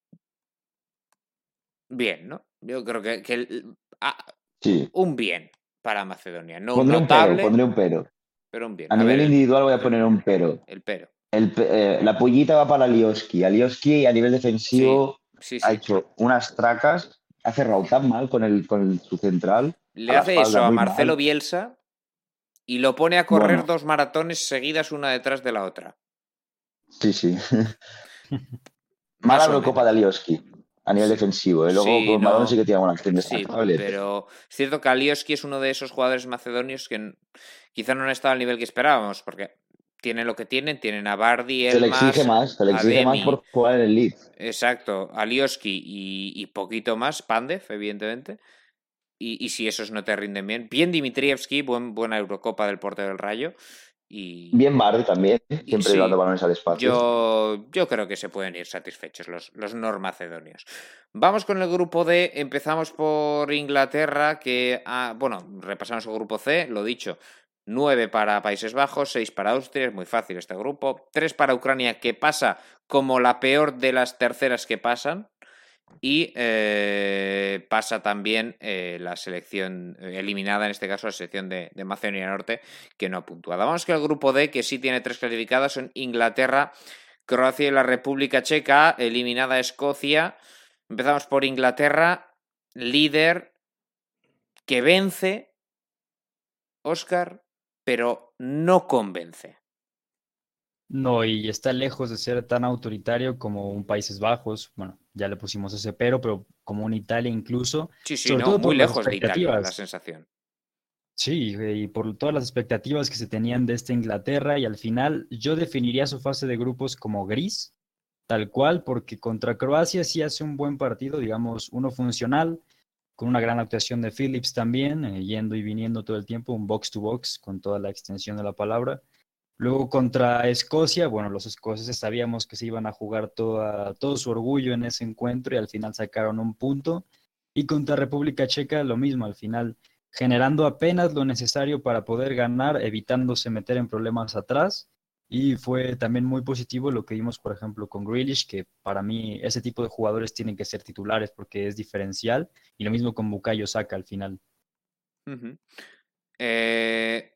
Bien, ¿no? Yo creo que, que el- ah, Sí, un bien para Macedonia. No un pondré un pero, notable, pondré un pero. pero un bien. A A ver, nivel el, individual voy a el, poner un pero. el pero. El pe- eh, la pollita va para Alioski. Alioski a nivel Sí, defensivo sí, ha sí. hecho unas tracas, ha cerrado tan mal con el, con el- su central, a Le la hace espalda eso a muy Marcelo mal. Bielsa y lo pone a correr Bueno, dos maratones seguidas una detrás de la otra. sí, sí. Mala Más o Eurocopa de menos. Alioski a nivel Sí, defensivo. Y luego sí, con balón sí no. que tiene una acción Sí, destacable, pero pero es cierto que Alioski es uno de esos jugadores macedonios que quizá no han estado al nivel que esperábamos, porque tienen lo que tienen, tienen a Bardi, se le exige Elmas, más, se le a exige más Demi, por jugar en el Leeds. exacto, Alioski y, y poquito más, Pandev, evidentemente. Y, y si esos no te rinden bien, bien Dimitrievski, buen, buena Eurocopa del portero del Rayo. Y, Bien Bardi también, y siempre dando sí, balones al espacio. yo, yo creo que se pueden ir satisfechos los, los normacedonios. Vamos con el grupo D. Empezamos por Inglaterra, que, ah, bueno, repasamos el grupo C, lo dicho. nueve para Países Bajos, seis para Austria, es muy fácil este grupo. tres para Ucrania, que pasa como la peor de las terceras que pasan. Y eh, pasa también eh, la selección eliminada, en este caso la selección de, de Macedonia Norte, que no ha puntuado. Vamos que el grupo D, que sí tiene tres clasificadas, son Inglaterra, Croacia y la República Checa, eliminada Escocia. Empezamos por Inglaterra, líder, que vence, Óscar, pero no convence. No, y está lejos de ser tan autoritario como un Países Bajos. Bueno, ya le pusimos ese pero, pero como un Italia incluso, Sí, sí, sobre no, todo muy por las lejos de Italia, la expectativas. sensación. Sí, y por todas las expectativas que se tenían de esta Inglaterra, y al final yo definiría su fase de grupos como gris, tal cual, porque contra Croacia sí hace un buen partido, digamos, uno funcional, con una gran actuación de Phillips también, eh, yendo y viniendo todo el tiempo, un box to box con toda la extensión de la palabra. Luego contra Escocia, bueno, los escoceses sabíamos que se iban a jugar toda, todo su orgullo en ese encuentro y al final sacaron un punto. Y contra República Checa lo mismo, al final generando apenas lo necesario para poder ganar, evitándose meter en problemas atrás. Y fue también muy positivo lo que vimos, por ejemplo, con Grealish, que para mí ese tipo de jugadores tienen que ser titulares porque es diferencial. Y lo mismo con Bukayo Saka al final. Uh-huh. Eh,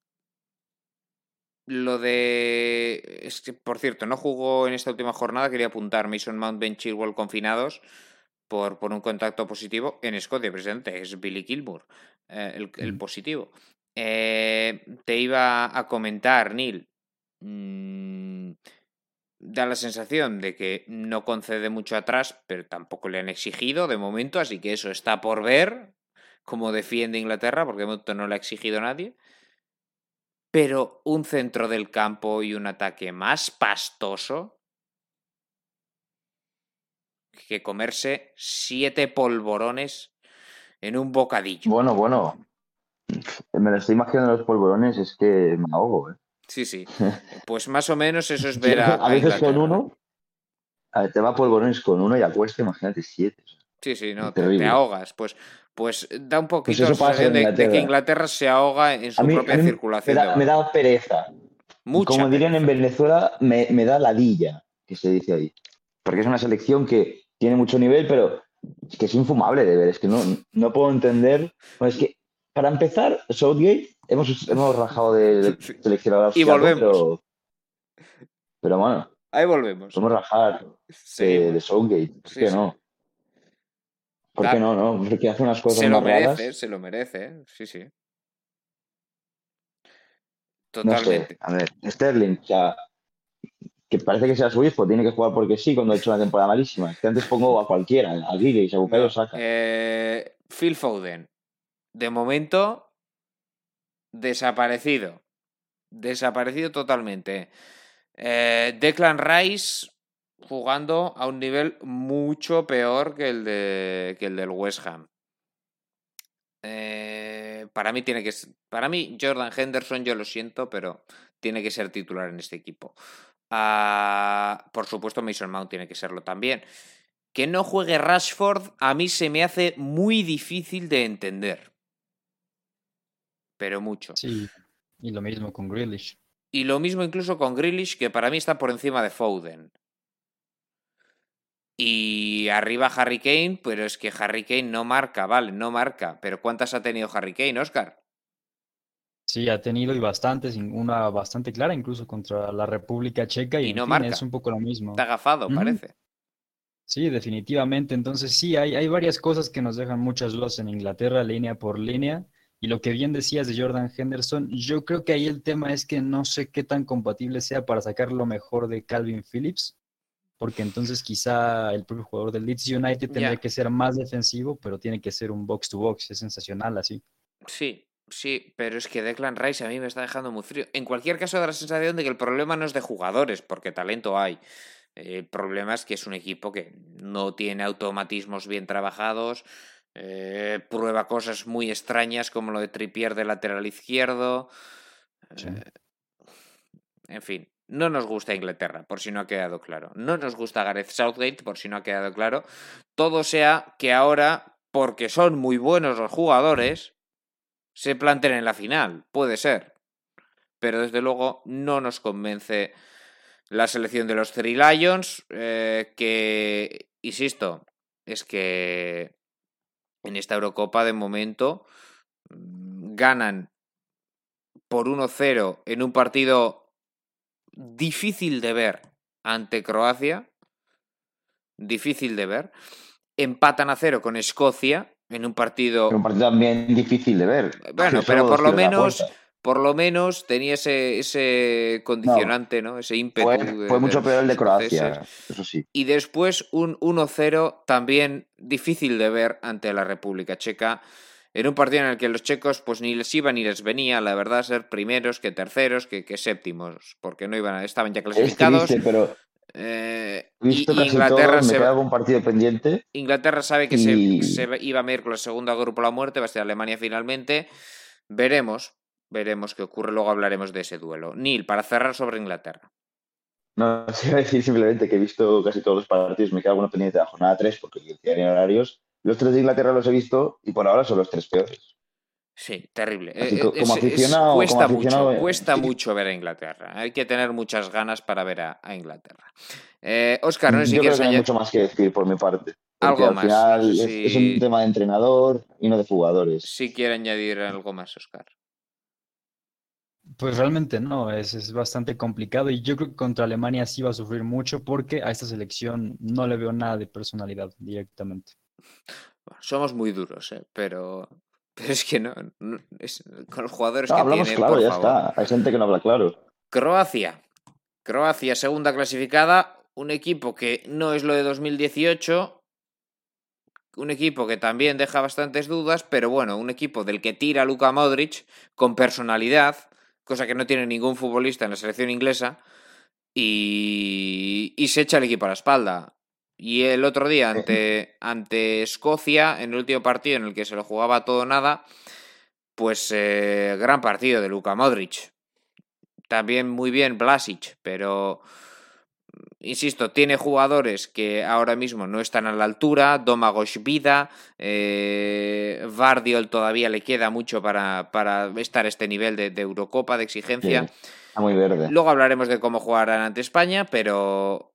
Lo de... Es que, por cierto, no jugó en esta última jornada, quería apuntar Mason Mount, Ben Chilwell confinados por, por un contacto positivo en Escocia, presidente, es Billy Gilmour, eh, el, el Mm. positivo. Eh, te iba a comentar, Neil, mmm, da la sensación de que no concede mucho atrás, pero tampoco le han exigido de momento, así que eso está por ver cómo defiende Inglaterra, porque de momento no le ha exigido nadie. Pero un centro del campo y un ataque más pastoso que comerse siete polvorones en un bocadillo. Bueno, bueno, me lo estoy imaginando los polvorones, es que me ahogo, ¿eh? Sí, sí. Pues más o menos eso es Yo ver a, a a veces con Inglaterra. uno, a ver, te va polvorones con uno y acuesta, imagínate siete. O Sí, sí, sea, no, te, te terrible. ahogas. Pues, pues da un Pues poquito la eso pasa sensación con de, de que Inglaterra. Inglaterra se ahoga en A su mí, a propia mí me circulación de da, me balón. da pereza. Mucha Como dirían en pereza. Venezuela, me, me da ladilla, que se dice ahí. Porque es una selección que tiene mucho nivel, pero es que es infumable de ver. Es que no, no puedo entender. Bueno, es que, para empezar, Southgate, hemos, hemos rajado del Sí. seleccionador Y austriaco, volvemos. pero, pero bueno, Ahí volvemos. podemos rajar de, de Seguimos. Southgate. ¿Por Sí, qué sí. no? ¿Por qué Da, no, no? Porque hace unas cosas se lo más merece, raras. se lo merece. Sí, sí. No sé, Totalmente. a ver, Sterling, o sea, que parece que sea suyo, pues tiene que jugar porque sí cuando ha hecho una temporada malísima. Es que antes pongo a cualquiera, a Grealish, a Bukayo No. Saka. Eh, Phil Foden. De momento, desaparecido. Desaparecido totalmente. Eh, Declan Rice jugando a un nivel mucho peor que el, de, que el del West Ham. Eh, para mí tiene que ser, para mí Jordan Henderson, yo lo siento, pero tiene que ser titular en este equipo. Uh, por supuesto, Mason Mount tiene que serlo también. Que no juegue Rashford a mí se me hace muy difícil de entender. Pero mucho. Sí, y lo mismo con Grealish. Y lo mismo incluso con Grealish, que para mí está por encima de Foden. Y arriba Harry Kane, pero es que Harry Kane no marca, vale, no marca. Pero ¿cuántas ha tenido Harry Kane, Oscar? Sí, ha tenido y bastantes, in- una bastante clara, incluso contra la República Checa, y Y en no fin, es marca. un poco lo Está mismo. agafado, Ujú. parece. Sí, definitivamente. Entonces, sí, hay, hay varias cosas que nos dejan muchas dudas en Inglaterra, línea por línea. Y lo que bien decías de Jordan Henderson, yo creo que ahí el tema es que no sé qué tan compatible sea para sacar lo mejor de Calvin Phillips, porque entonces quizá el propio jugador del Leeds United tendría Ya. que ser más defensivo, pero tiene que ser un box to box. Es sensacional así. Sí, sí, pero es que Declan Rice a mí me está dejando muy frío. En cualquier caso, da la sensación de que el problema no es de jugadores, porque talento hay. El problema es que es un equipo que no tiene automatismos bien trabajados, eh, prueba cosas muy extrañas como lo de Trippier de lateral izquierdo. Sí. Eh, en fin, no nos gusta Inglaterra, por si no ha quedado claro. No nos gusta Gareth Southgate, por si no ha quedado claro. Todo sea que ahora, porque son muy buenos los jugadores, se planteen en la final. Puede ser. Pero desde luego no nos convence la selección de los Three Lions, eh, que, insisto, es que en esta Eurocopa de momento ganan por uno cero en un partido difícil de ver ante Croacia, difícil de ver, empatan a cero con Escocia en un partido... Un partido también difícil de ver. Bueno, pero por lo menos... Por lo menos tenía ese, ese condicionante, ¿no? ¿no? Ese ímpetu. Fue, de, fue mucho de peor el de Croacia, escoceses. Eso sí. Y después un uno cero también difícil de ver ante la República Checa. En un partido en el que los checos pues ni les iba ni les venía, la verdad, ser primeros que terceros, que, que séptimos, porque no iban, a, estaban ya clasificados. Es triste, pero eh, visto y, casi Inglaterra todos, me se, queda algún partido pendiente. Inglaterra sabe que y... se, se iba a ir con la segunda grupo a la muerte, va a ser Alemania finalmente. Veremos. Veremos qué ocurre, luego hablaremos de ese duelo. Neil, para cerrar sobre Inglaterra. No, se iba a decir simplemente que he visto casi todos los partidos, me queda alguno pendiente de la jornada tres porque tienen horarios. Los tres de Inglaterra los he visto y por ahora son los tres peores. Sí, terrible. Así, es, como aficionado, es, cuesta como aficionado, mucho, cuesta sí. mucho ver a Inglaterra. Hay que tener muchas ganas para ver a, a Inglaterra. Eh, Óscar, no sé si Yo creo quieres que no hay añadir... mucho más que decir por mi parte. Algo al más. Final No sé es, si... es un tema de entrenador y no de jugadores. Si quiere añadir algo más, Óscar. Pues realmente no, es, es bastante complicado y yo creo que contra Alemania sí va a sufrir mucho porque a esta selección no le veo nada de personalidad directamente. Bueno, somos muy duros, ¿eh? pero, pero es que no, no es, con los jugadores no, que hablamos tiene, claro, por ya favor. está. Hay gente que no habla claro. Croacia. Croacia, segunda clasificada, un equipo que no es lo de dos mil dieciocho, un equipo que también deja bastantes dudas, pero bueno, un equipo del que tira Luka Modric con personalidad, cosa que no tiene ningún futbolista en la selección inglesa, y, y se echa el equipo a la espalda. Y el otro día ante, ante Escocia, en el último partido en el que se lo jugaba todo o nada, pues eh, gran partido de Luka Modric. También muy bien Vlasic, pero insisto, tiene jugadores que ahora mismo no están a la altura. Domagoj Vida, eh, Vardiol todavía le queda mucho para, para estar a este nivel de, de Eurocopa, de exigencia. Sí, está muy verde. Luego hablaremos de cómo jugarán ante España, pero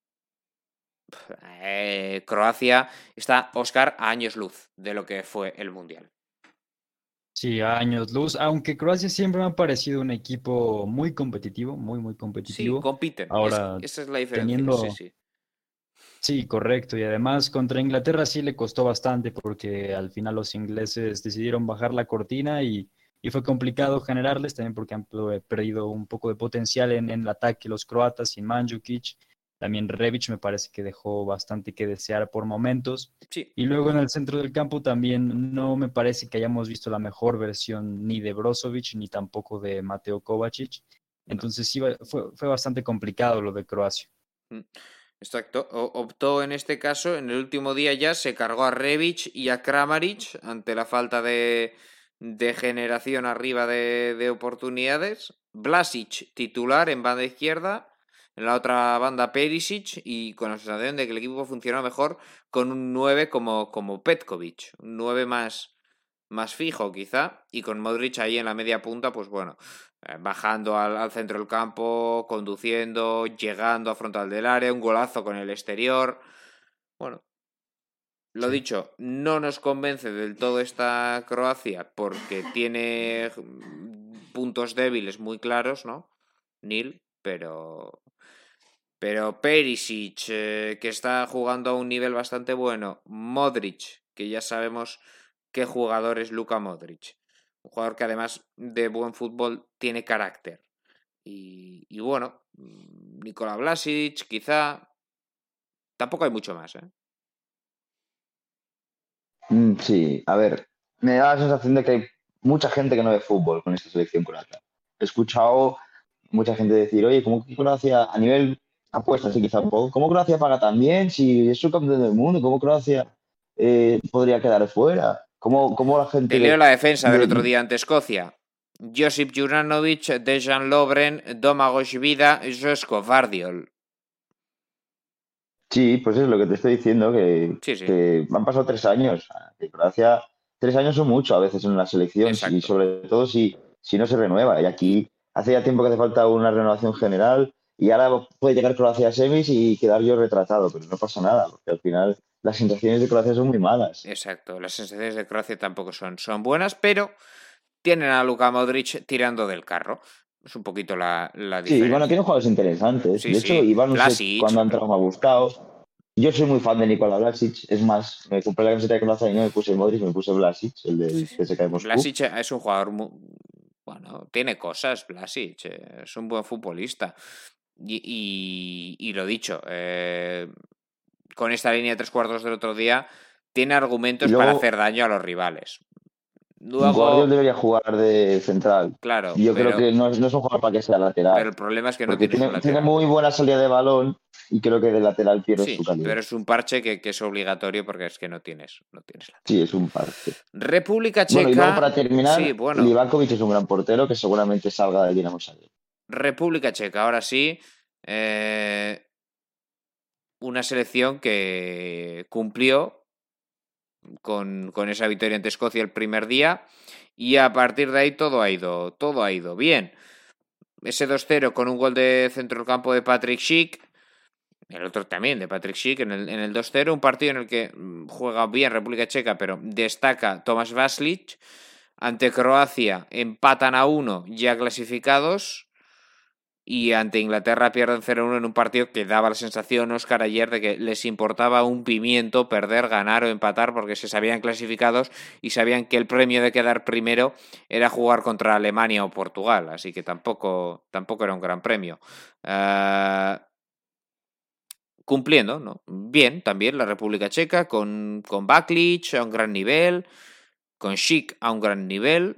eh, Croacia está, Óscar, a años luz de lo que fue el Mundial. Sí, a años luz, aunque Croacia siempre me ha parecido un equipo muy competitivo, muy, muy competitivo. Sí, compiten. Ahora, es, esa es la diferencia. Teniendo... Sí, sí. Sí, correcto. Y además contra Inglaterra sí le costó bastante porque al final los ingleses decidieron bajar la cortina y, y fue complicado generarles también porque han perdido un poco de potencial en, en el ataque los croatas sin Mandzukic. También Rebic me parece que dejó bastante que desear por momentos. Sí. Y luego en el centro del campo también no me parece que hayamos visto la mejor versión ni de Brozovic ni tampoco de Mateo Kovacic. Entonces sí fue, fue bastante complicado lo de Croacia. Exacto. Optó en este caso, en el último día ya se cargó a Rebic y a Kramaric ante la falta de, de generación arriba de, de oportunidades. Vlasic titular en banda izquierda. En la otra banda Perisic y con la sensación de que el equipo funcionó mejor con un nueve como, como Petkovic, un nueve más, más fijo quizá, y con Modric ahí en la media punta, pues bueno, eh, bajando al, al centro del campo, conduciendo, llegando a frontal del área, un golazo con el exterior. Bueno, lo sí. dicho, no nos convence del todo esta Croacia porque tiene puntos débiles muy claros, ¿no? Neil, pero... Pero Perisic, eh, que está jugando a un nivel bastante bueno. Modric, que ya sabemos qué jugador es Luka Modric. Un jugador que además de buen fútbol tiene carácter. Y, y bueno, Nikola Vlasic, quizá. Tampoco hay mucho más, ¿eh? Mm, sí, a ver, me da la sensación de que hay mucha gente que no ve fútbol con esta selección croata. He escuchado mucha gente decir, oye, ¿cómo que Croacia a nivel apuestas, sí, quizá un poco? ¿Cómo Croacia paga tan bien si es subcampeón del mundo? ¿Cómo Croacia eh, podría quedar fuera? ¿Cómo, cómo la gente... Te leo la defensa del otro día ante Escocia. Josip Juranovic, Dejan Lovren, Domagoj Vida, Joško Vardiol. Sí, pues es lo que te estoy diciendo, que, sí, sí. que han pasado tres años. Que Croacia, tres años son mucho a veces en una selección, y sobre todo si, si no se renueva. Y aquí hace ya tiempo que hace falta una renovación general y ahora puede llegar Croacia a semis y quedar yo retratado, pero no pasa nada, porque al final las sensaciones de Croacia son muy malas. Exacto, las sensaciones de Croacia tampoco son, son buenas, pero tienen a Luka Modric tirando del carro. Es un poquito la, la Sí, bueno, diferencia. tiene jugadores interesantes. Sí, De hecho, sí. Iván, no sé Vlasic, cuándo ha pero entrado, me ha gustado. Yo soy muy fan de Nikola Vlasic. Es más, me compré la camiseta de Croacia y no me puse Modric, me puse Vlasic, el sí, del sí. C S K de Moscú. Vlasic es un jugador muy, bueno, tiene cosas, Vlasic, eh, es un buen futbolista. Y, y, y lo dicho, eh, con esta línea de tres cuartos del otro día, tiene Y argumentos para hacer luego, daño a los rivales. Guardiol Luego, debería jugar de central. claro, Yo creo pero, que no, es- no es un jugador para que sea pero lateral, el problema es que no porque tienes un tiene, tiene lateral. muy buena salida de balón y creo que de lateral pierde su Sí, calidad. pero es un parche que, que es obligatorio porque es que no tienes, no tienes Sí, lateral. es un parche. República Bueno, y luego Checa, para sí, terminar, bueno, Livakovic es un gran portero que seguramente salga del Dinamo Zagreb. República Checa, ahora sí, eh, una selección que cumplió con, con esa victoria ante Escocia el primer día y a partir de ahí todo ha ido, todo ha ido bien. Ese dos cero con un gol de centro del campo de Patrick Schick, el otro también de Patrick Schick en el, en el dos cero, un partido en el que juega bien República Checa, pero destaca Tomáš Vaslić. Ante Croacia empatan a uno ya clasificados y ante Inglaterra pierden cero uno en un partido que daba la sensación, Óscar, ayer de que les importaba un pimiento perder, ganar o empatar porque se sabían clasificados y sabían que el premio de quedar primero era jugar contra Alemania o Portugal, así que tampoco, tampoco era un gran premio. Uh, cumpliendo, ¿no? Bien, también la República Checa con, con Baklic a un gran nivel, con Schick a un gran nivel.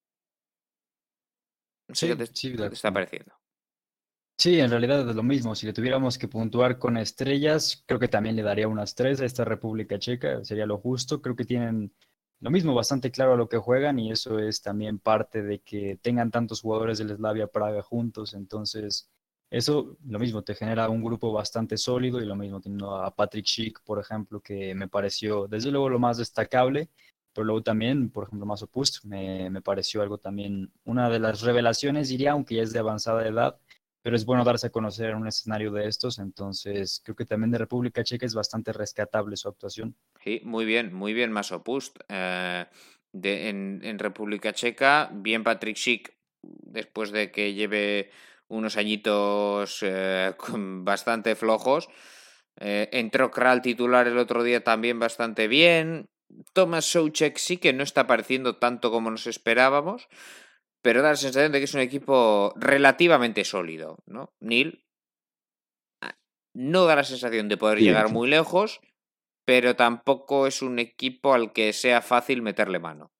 No sé Sí, qué te, sí, qué de te está acuerdo. pareciendo. Sí, en realidad es lo mismo. Si le tuviéramos que puntuar con estrellas, creo que también le daría unas tres a esta República Checa. Sería lo justo. Creo que tienen lo mismo, bastante claro a lo que juegan y eso es también parte de que tengan tantos jugadores del Slavia Praga juntos. Entonces, eso lo mismo te genera un grupo bastante sólido y lo mismo teniendo a Patrick Schick, por ejemplo, que me pareció desde luego lo más destacable. Pero luego también, por ejemplo, Masopust me, me pareció algo también, una de las revelaciones, diría, aunque ya es de avanzada edad, pero es bueno darse a conocer en un escenario de estos, entonces creo que también de República Checa es bastante rescatable su actuación. Sí, muy bien, muy bien Masopust. Eh, de, en, en República Checa, bien Patrick Schick, después de que lleve unos añitos eh, con bastante flojos. Eh, entró Kral titular el otro día también bastante bien. Tomas Soucek sí que no está apareciendo tanto como nos esperábamos, pero da la sensación de que es un equipo relativamente sólido, ¿no? Neil no da la sensación de poder Sí, llegar muy lejos, pero tampoco es un equipo al que sea fácil meterle mano.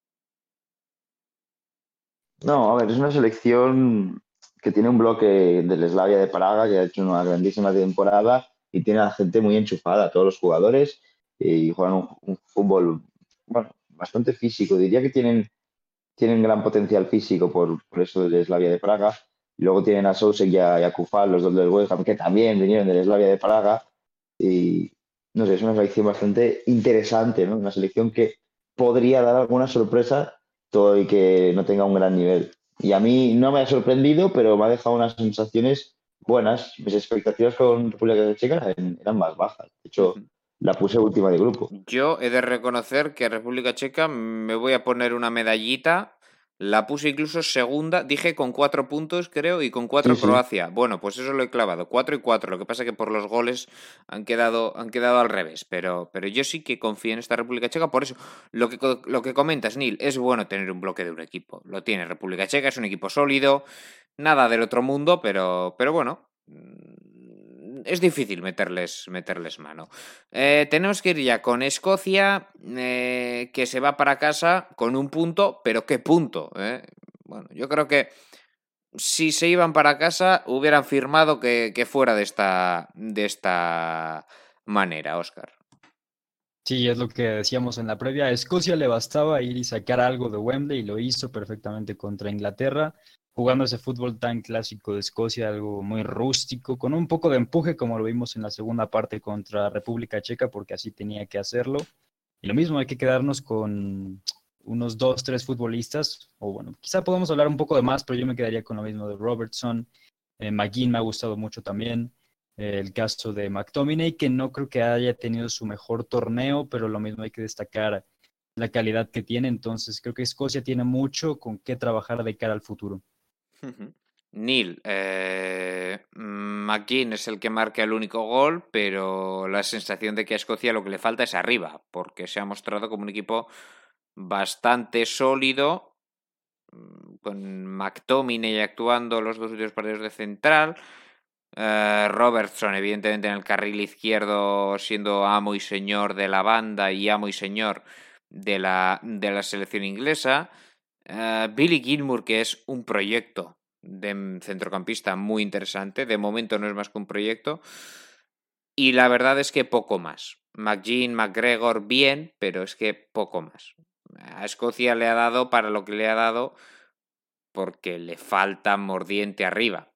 no, a ver, es una selección que tiene un bloque del Slavia de Praga que ha hecho una grandísima temporada y tiene a la gente muy enchufada, todos los jugadores, y juegan un, un fútbol, bueno, bastante físico. Diría que tienen, tienen gran potencial físico por, por eso del Slavia de Praga. Y luego tienen a Sousek y a, y a Kufal, los dos del West Ham, que también vinieron del Slavia de Praga. Y no sé, es una selección bastante interesante, ¿no? Una selección que podría dar alguna sorpresa todo y que no tenga un gran nivel. Y a mí no me ha sorprendido, pero me ha dejado unas sensaciones buenas. Mis expectativas con República Checa eran, eran más bajas. De hecho, la puse última de grupo. Yo he de reconocer que a República Checa me voy a poner una medallita. La puse incluso segunda, dije con cuatro puntos, creo, y con Sí, cuatro sí. Croacia. Bueno, pues eso lo he clavado, cuatro y cuatro. Lo que pasa es que por los goles han quedado, han quedado al revés. Pero, pero yo sí que confío en esta República Checa. Por eso, lo que, lo que comentas, Neil, es bueno tener un bloque de un equipo. Lo tiene República Checa, es un equipo sólido, nada del otro mundo, pero, pero bueno, es difícil meterles, meterles mano. Eh, tenemos que ir ya con Escocia, eh, que se va para casa con un punto, pero ¿qué punto? Eh? Bueno, yo creo que si se iban para casa hubieran firmado que, que fuera de esta, de esta manera, Óscar. Sí, es lo que decíamos en la previa. A Escocia le bastaba ir y sacar algo de Wembley y lo hizo perfectamente contra Inglaterra, jugando ese fútbol tan clásico de Escocia, algo muy rústico, con un poco de empuje como lo vimos en la segunda parte contra República Checa, porque así tenía que hacerlo. Y lo mismo, hay que quedarnos con unos dos, tres futbolistas, o bueno, quizá podemos hablar un poco de más, pero yo me quedaría con lo mismo de Robertson. Eh, McGinn me ha gustado mucho también. Eh, el caso de McTominay, que no creo que haya tenido su mejor torneo, pero lo mismo hay que destacar la calidad que tiene. Entonces creo que Escocia tiene mucho con qué trabajar de cara al futuro. Uh-huh. Neil, eh, McGinn es el que marca el único gol, pero la sensación de que a Escocia lo que le falta es arriba, porque se ha mostrado como un equipo bastante sólido, con McTominay actuando los dos últimos partidos de central, eh, Robertson evidentemente en el carril izquierdo siendo amo y señor de la banda y amo y señor de la, de la selección inglesa, eh, Billy Gilmour, que es un proyecto de centrocampista muy interesante, de momento no es más que un proyecto, y la verdad es que poco más. McGinn, McGregor, bien, pero es que poco más. A Escocia le ha dado para lo que le ha dado porque le falta mordiente arriba.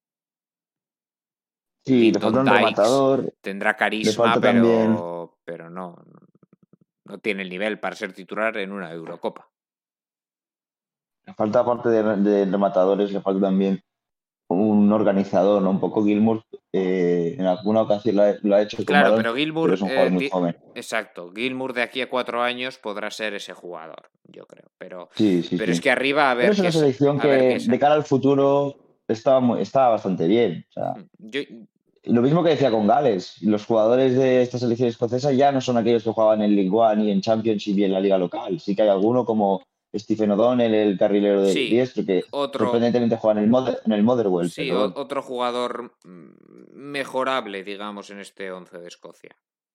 Sí, le falta Lyndon un Dykes rematador. tendrá Le carisma, falta pero, también. pero no, no tiene el nivel para ser titular en una Eurocopa. Le falta, aparte de, de rematadores, le falta también un organizador, ¿no? Un poco Gilmour, eh, en alguna ocasión lo ha, lo ha hecho con Claro, balón, pero pero Gilmour, es un jugador eh, muy di- joven. exacto, Gilmour de aquí a cuatro años podrá ser ese jugador, yo creo. Pero, Sí, sí, pero es sí. que arriba a Pero ver es qué una es, selección a ver qué que, de sale. cara al futuro, estaba, muy- estaba bastante bien. O sea, Yo, y lo mismo que decía con Gales. Los jugadores de esta selección escocesa ya no son aquellos que jugaban en League One y en Championship y en la liga local. Sí que hay alguno como Stephen O'Donnell, el carrilero de sí, diestro, que otro, sorprendentemente juega en el, Mother, en el Motherwell, sí, pero o- bueno. otro jugador mm, mejorable, digamos, en este once de Escocia.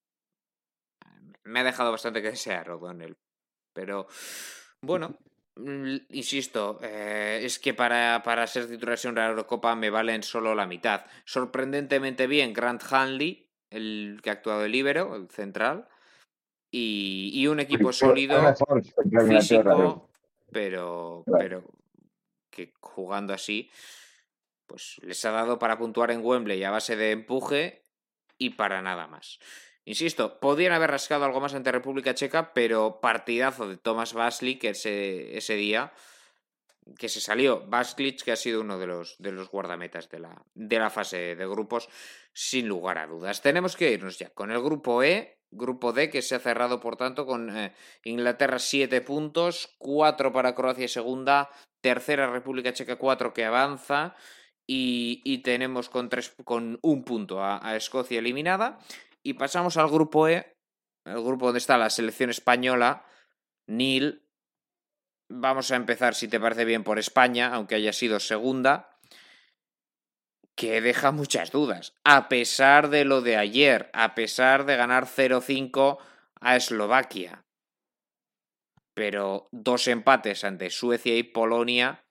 Me ha dejado bastante que desear O'Donnell. Pero bueno, insisto, eh, es que para, para ser titular en una Eurocopa me valen solo la mitad. Sorprendentemente bien Grant Hanley, el que ha actuado de líbero, el central, y, y un equipo Es sólido, mejor contra Inglaterra, creo. físico, pero, Claro. pero que jugando así, pues les ha dado para puntuar en Wembley a base de empuje y para nada más. Insisto, podían haber rascado algo más ante República Checa, pero partidazo de Thomas Vaslik ese, ese día, que se salió. Vaslich, que ha sido uno de los, de los guardametas de la, de la fase de grupos, sin lugar a dudas. Tenemos que irnos ya con el grupo E, grupo D, que se ha cerrado, por tanto, con eh, Inglaterra siete puntos, cuatro para Croacia segunda, tercera República Checa cuatro que avanza, y, y tenemos con, tres, con un punto a, a Escocia eliminada. Y pasamos al grupo E, el grupo donde está la selección española. Neil, vamos a empezar, si te parece bien, por España, aunque haya sido segunda, que deja muchas dudas. A pesar de lo de ayer, a pesar de ganar cero cinco a Eslovaquia, pero dos empates ante Suecia y Polonia,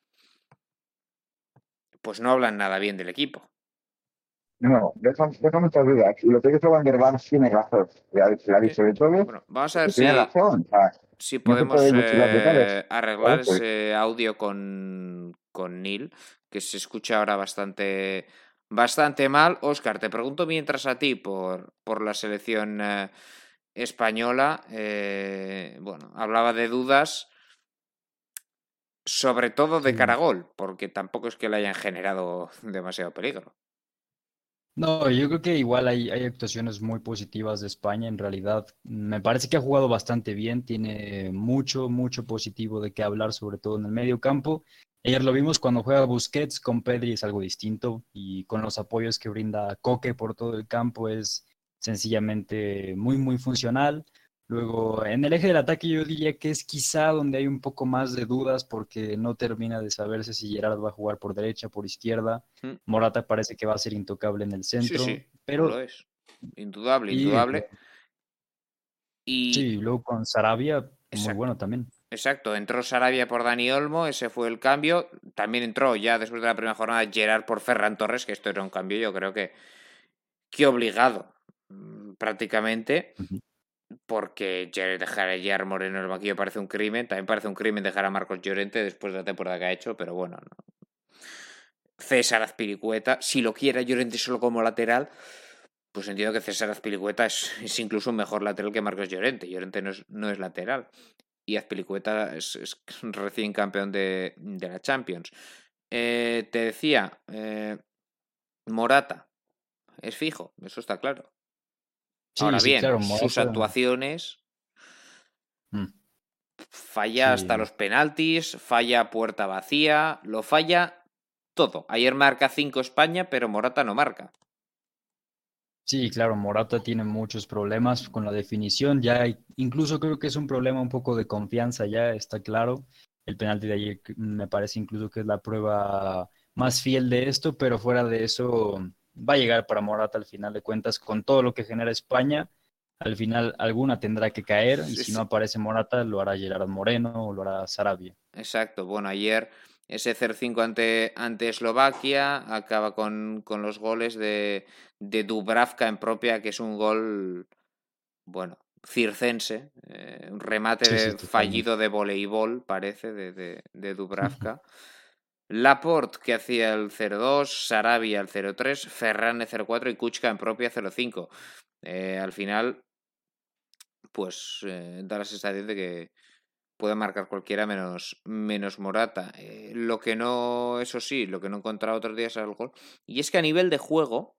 pues no hablan nada bien del equipo. No, deja, deja muchas dudas. Y lo que dice Van der Vaart tiene razón. La, la ¿Qué? sobre todo, Bueno, vamos a ver porque tiene si, razón. O sea, si no te podemos puedes buchear de cabeza. eh, arreglar ¿Vale? Pues, ese audio con, con Neil, que se escucha ahora bastante, bastante mal. Óscar, te pregunto mientras a ti por, por la selección eh, española. Eh, bueno, hablaba de dudas, sobre todo de Sí. Caragol, porque tampoco es que le hayan generado demasiado peligro. No, yo creo que igual hay, hay actuaciones muy positivas de España. En realidad, me parece que ha jugado bastante bien. Tiene mucho, mucho positivo de qué hablar, sobre todo en el medio campo. Ayer lo vimos cuando juega Busquets con Pedri, es algo distinto. Y con los apoyos que brinda Coque por todo el campo, es sencillamente muy, muy funcional. Luego, en el eje del ataque, yo diría que es quizá donde hay un poco más de dudas, porque no termina de saberse si Gerard va a jugar por derecha, por izquierda. ¿Mm? Morata parece que va a ser intocable en el Sí, sí, centro, lo pero es. Indudable, y indudable. Y sí, luego con Sarabia, muy exacto. bueno también. Exacto, entró Sarabia por Dani Olmo, ese fue el cambio. También entró ya después de la primera jornada Gerard por Ferran Torres, que esto era un cambio, yo creo que, que obligado mm, prácticamente, Ujú. porque dejar a Gerard Moreno en el banquillo parece un crimen. También parece un crimen dejar a Marcos Llorente después de la temporada que ha hecho, pero bueno, no. César Azpilicueta, si lo quiere Llorente solo como lateral, pues entiendo que César Azpilicueta es, es incluso un mejor lateral que Marcos Llorente. Llorente no es, no es lateral. Y Azpilicueta es, es recién campeón de, de la Champions. Eh, te decía, eh, Morata. es fijo, eso está claro. Sí, Ahora sí, bien, claro, sus Morata. actuaciones, mm, falla hasta Sí, los penaltis, falla puerta vacía, lo falla todo. Ayer marca cinco España, pero Morata no marca. sí, claro, Morata tiene muchos problemas con la definición. Ya hay- incluso creo que es un problema un poco de confianza, ya está claro. El penalti de ayer que- me parece incluso que es la prueba más fiel de esto, pero fuera de eso va a llegar para Morata al final de cuentas con todo lo que genera España. Al final alguna tendrá que caer y Sí, si no sí. aparece Morata lo hará Gerard Moreno o lo hará Sarabia. Exacto. Bueno, ayer ese cero cinco ante, ante Eslovaquia acaba con, con los goles de, de Dubravka en propia, que es un gol, bueno, circense, eh, un remate Sí, sí, de, totalmente. fallido de voleibol, parece, de, de, de Dubravka. Laporte, que hacía el cero dos, Sarabia el cero tres, Ferran el cero cuatro y Kuchka en propia cero cinco. Eh, al final, pues eh, da la sensación de que puede marcar cualquiera menos, menos Morata. Eh, lo que no, eso sí, lo que no he encontrado otros días es el gol. Y es que a nivel de juego,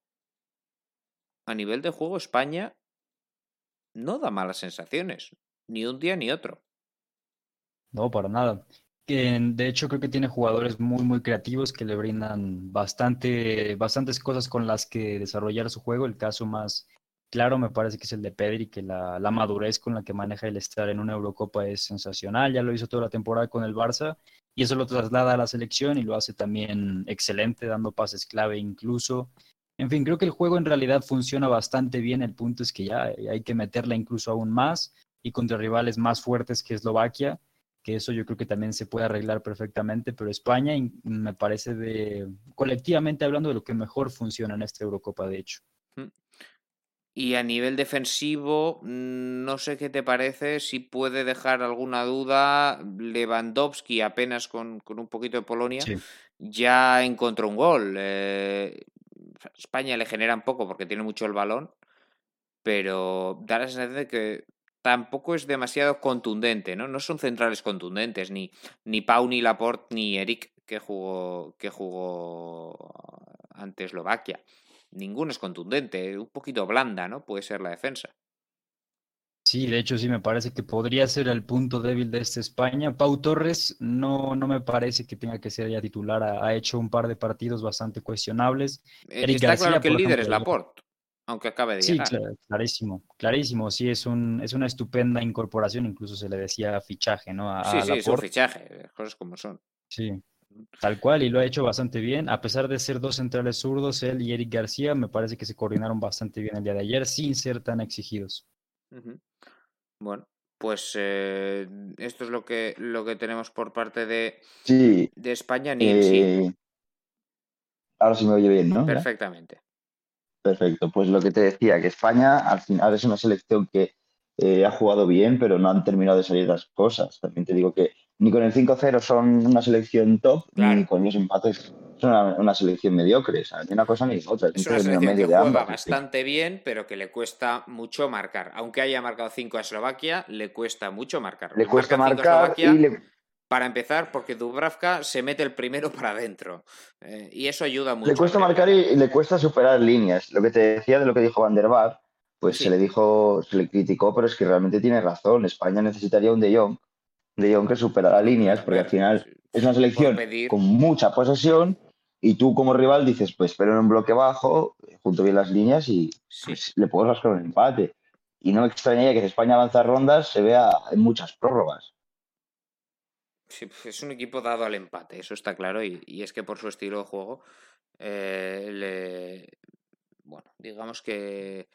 a nivel de juego, España no da malas sensaciones. Ni un día ni otro. No, para nada. Que, de hecho, creo que tiene jugadores muy, muy creativos que le brindan bastante, bastantes cosas con las que desarrollar su juego. El caso más claro me parece que es el de Pedri, que la, la madurez con la que maneja el estar en una Eurocopa es sensacional. Ya lo hizo toda la temporada con el Barça y eso lo traslada a la selección y lo hace también excelente, dando pases clave incluso. En fin, creo que el juego en realidad funciona bastante bien. El punto es que ya hay que meterla incluso aún más y contra rivales más fuertes que Eslovaquia, que eso yo creo que también se puede arreglar perfectamente, pero España in- me parece de, colectivamente hablando, de lo que mejor funciona en esta Eurocopa, de hecho. Mm. Y a nivel defensivo, mm, no sé qué te parece, si puede dejar alguna duda. Lewandowski, apenas con, con un poquito de Polonia, Sí, ya encontró un gol. Eh, España le genera un poco porque tiene mucho el balón, pero da la sensación de que tampoco es demasiado contundente, ¿no? No son centrales contundentes, ni, ni Pau, ni Laporte, ni Eric, que jugó, que jugó ante Eslovaquia. Ninguno es contundente, un poquito blanda, ¿no? Puede ser la defensa. sí, de hecho sí me parece que podría ser el punto débil de esta España. Pau Torres no, no me parece que tenga que ser ya titular, ha, ha hecho un par de partidos bastante cuestionables. Eh, Eric Está claro García, que el por líder es ejemplo, ayer. Laporte, aunque acabe de Sí, llegar. cla- clarísimo, clarísimo, sí, es un, es una estupenda incorporación, incluso se le decía fichaje, ¿no? Sí, A, a sí, es un Laporte. fichaje, cosas como son. Sí. Tal cual, y lo ha hecho bastante bien. A pesar de ser dos centrales zurdos, él y Eric García, me parece que se coordinaron bastante bien el día de ayer, sin ser tan exigidos. Ujú. Bueno, pues eh, esto es lo que, lo que tenemos por parte de, Sí, de España, Neil, sí, eh, ahora sí me oye bien, ¿no? ¿Ya? perfectamente. Perfecto. Pues lo que te decía, que España al final es una selección que eh, ha jugado bien, pero no han terminado de salir las cosas. También te digo que ni con el cinco cero son una selección top, ni Claro, con los empates son una, una selección mediocre. O sea, ni una cosa ni otra, es un es una término selección que medio de juega ambas. Es que bastante bien, pero que le cuesta mucho marcar. Aunque haya marcado cinco a Eslovaquia, le cuesta mucho marcar. le Le cuesta marcan cinco a marcar y Eslovaquia le, para empezar porque Dubravka se mete el primero para adentro. Eh, y eso ayuda le mucho a cuesta abrir el marcar y, ataque. y le cuesta superar líneas. Lo que te decía de lo que dijo Van der Vaart, pues se le Sí, dijo, se le criticó, pero es que realmente tiene razón. España necesitaría un De Jong De Jong que superara bueno, líneas, a porque al ver, final sí, es una por selección con pedir, mucha posesión y tú como rival dices, pues espero en un bloque bajo, junto bien las líneas y sí. pues le puedo rascar un empate. Y no me extrañaría que si España avanza a rondas se vea en muchas prórrogas. Sí, es un equipo dado al empate, eso está claro, y, y es que por su estilo de juego, eh, le, bueno, digamos que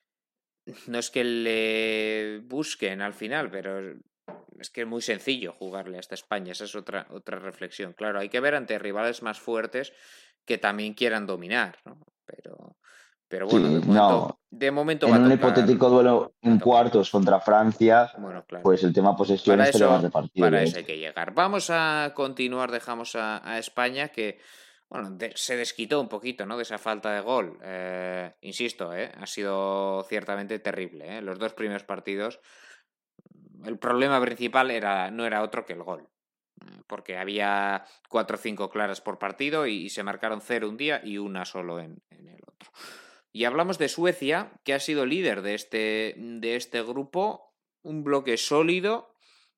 no es que le busquen al final, pero es que es muy sencillo jugarle hasta España, esa es otra, otra reflexión. Claro, hay que ver ante rivales más fuertes que también quieran dominar, ¿no? Pero, pero bueno, de Sí, no. momento, de momento va En a un tocar, hipotético duelo va a en tocar cuartos Marruecos. contra Francia, Bueno, claro. pues el tema posesión Para estaría más eso, repartido, para eso hay obviamente. que llegar. Vamos a continuar, dejamos a, a España que, bueno, de- se desquitó un poquito, ¿no? De esa falta de gol. Eh, insisto, ¿eh? Ha sido ciertamente terrible, ¿eh? Los dos primeros partidos. El problema principal era, no era otro que el gol. eh, Porque había cuatro o cinco claras por partido y, y se marcaron cero un día y una solo en, en el otro. Y hablamos de Suecia, que ha sido líder de este, de este grupo, un bloque sólido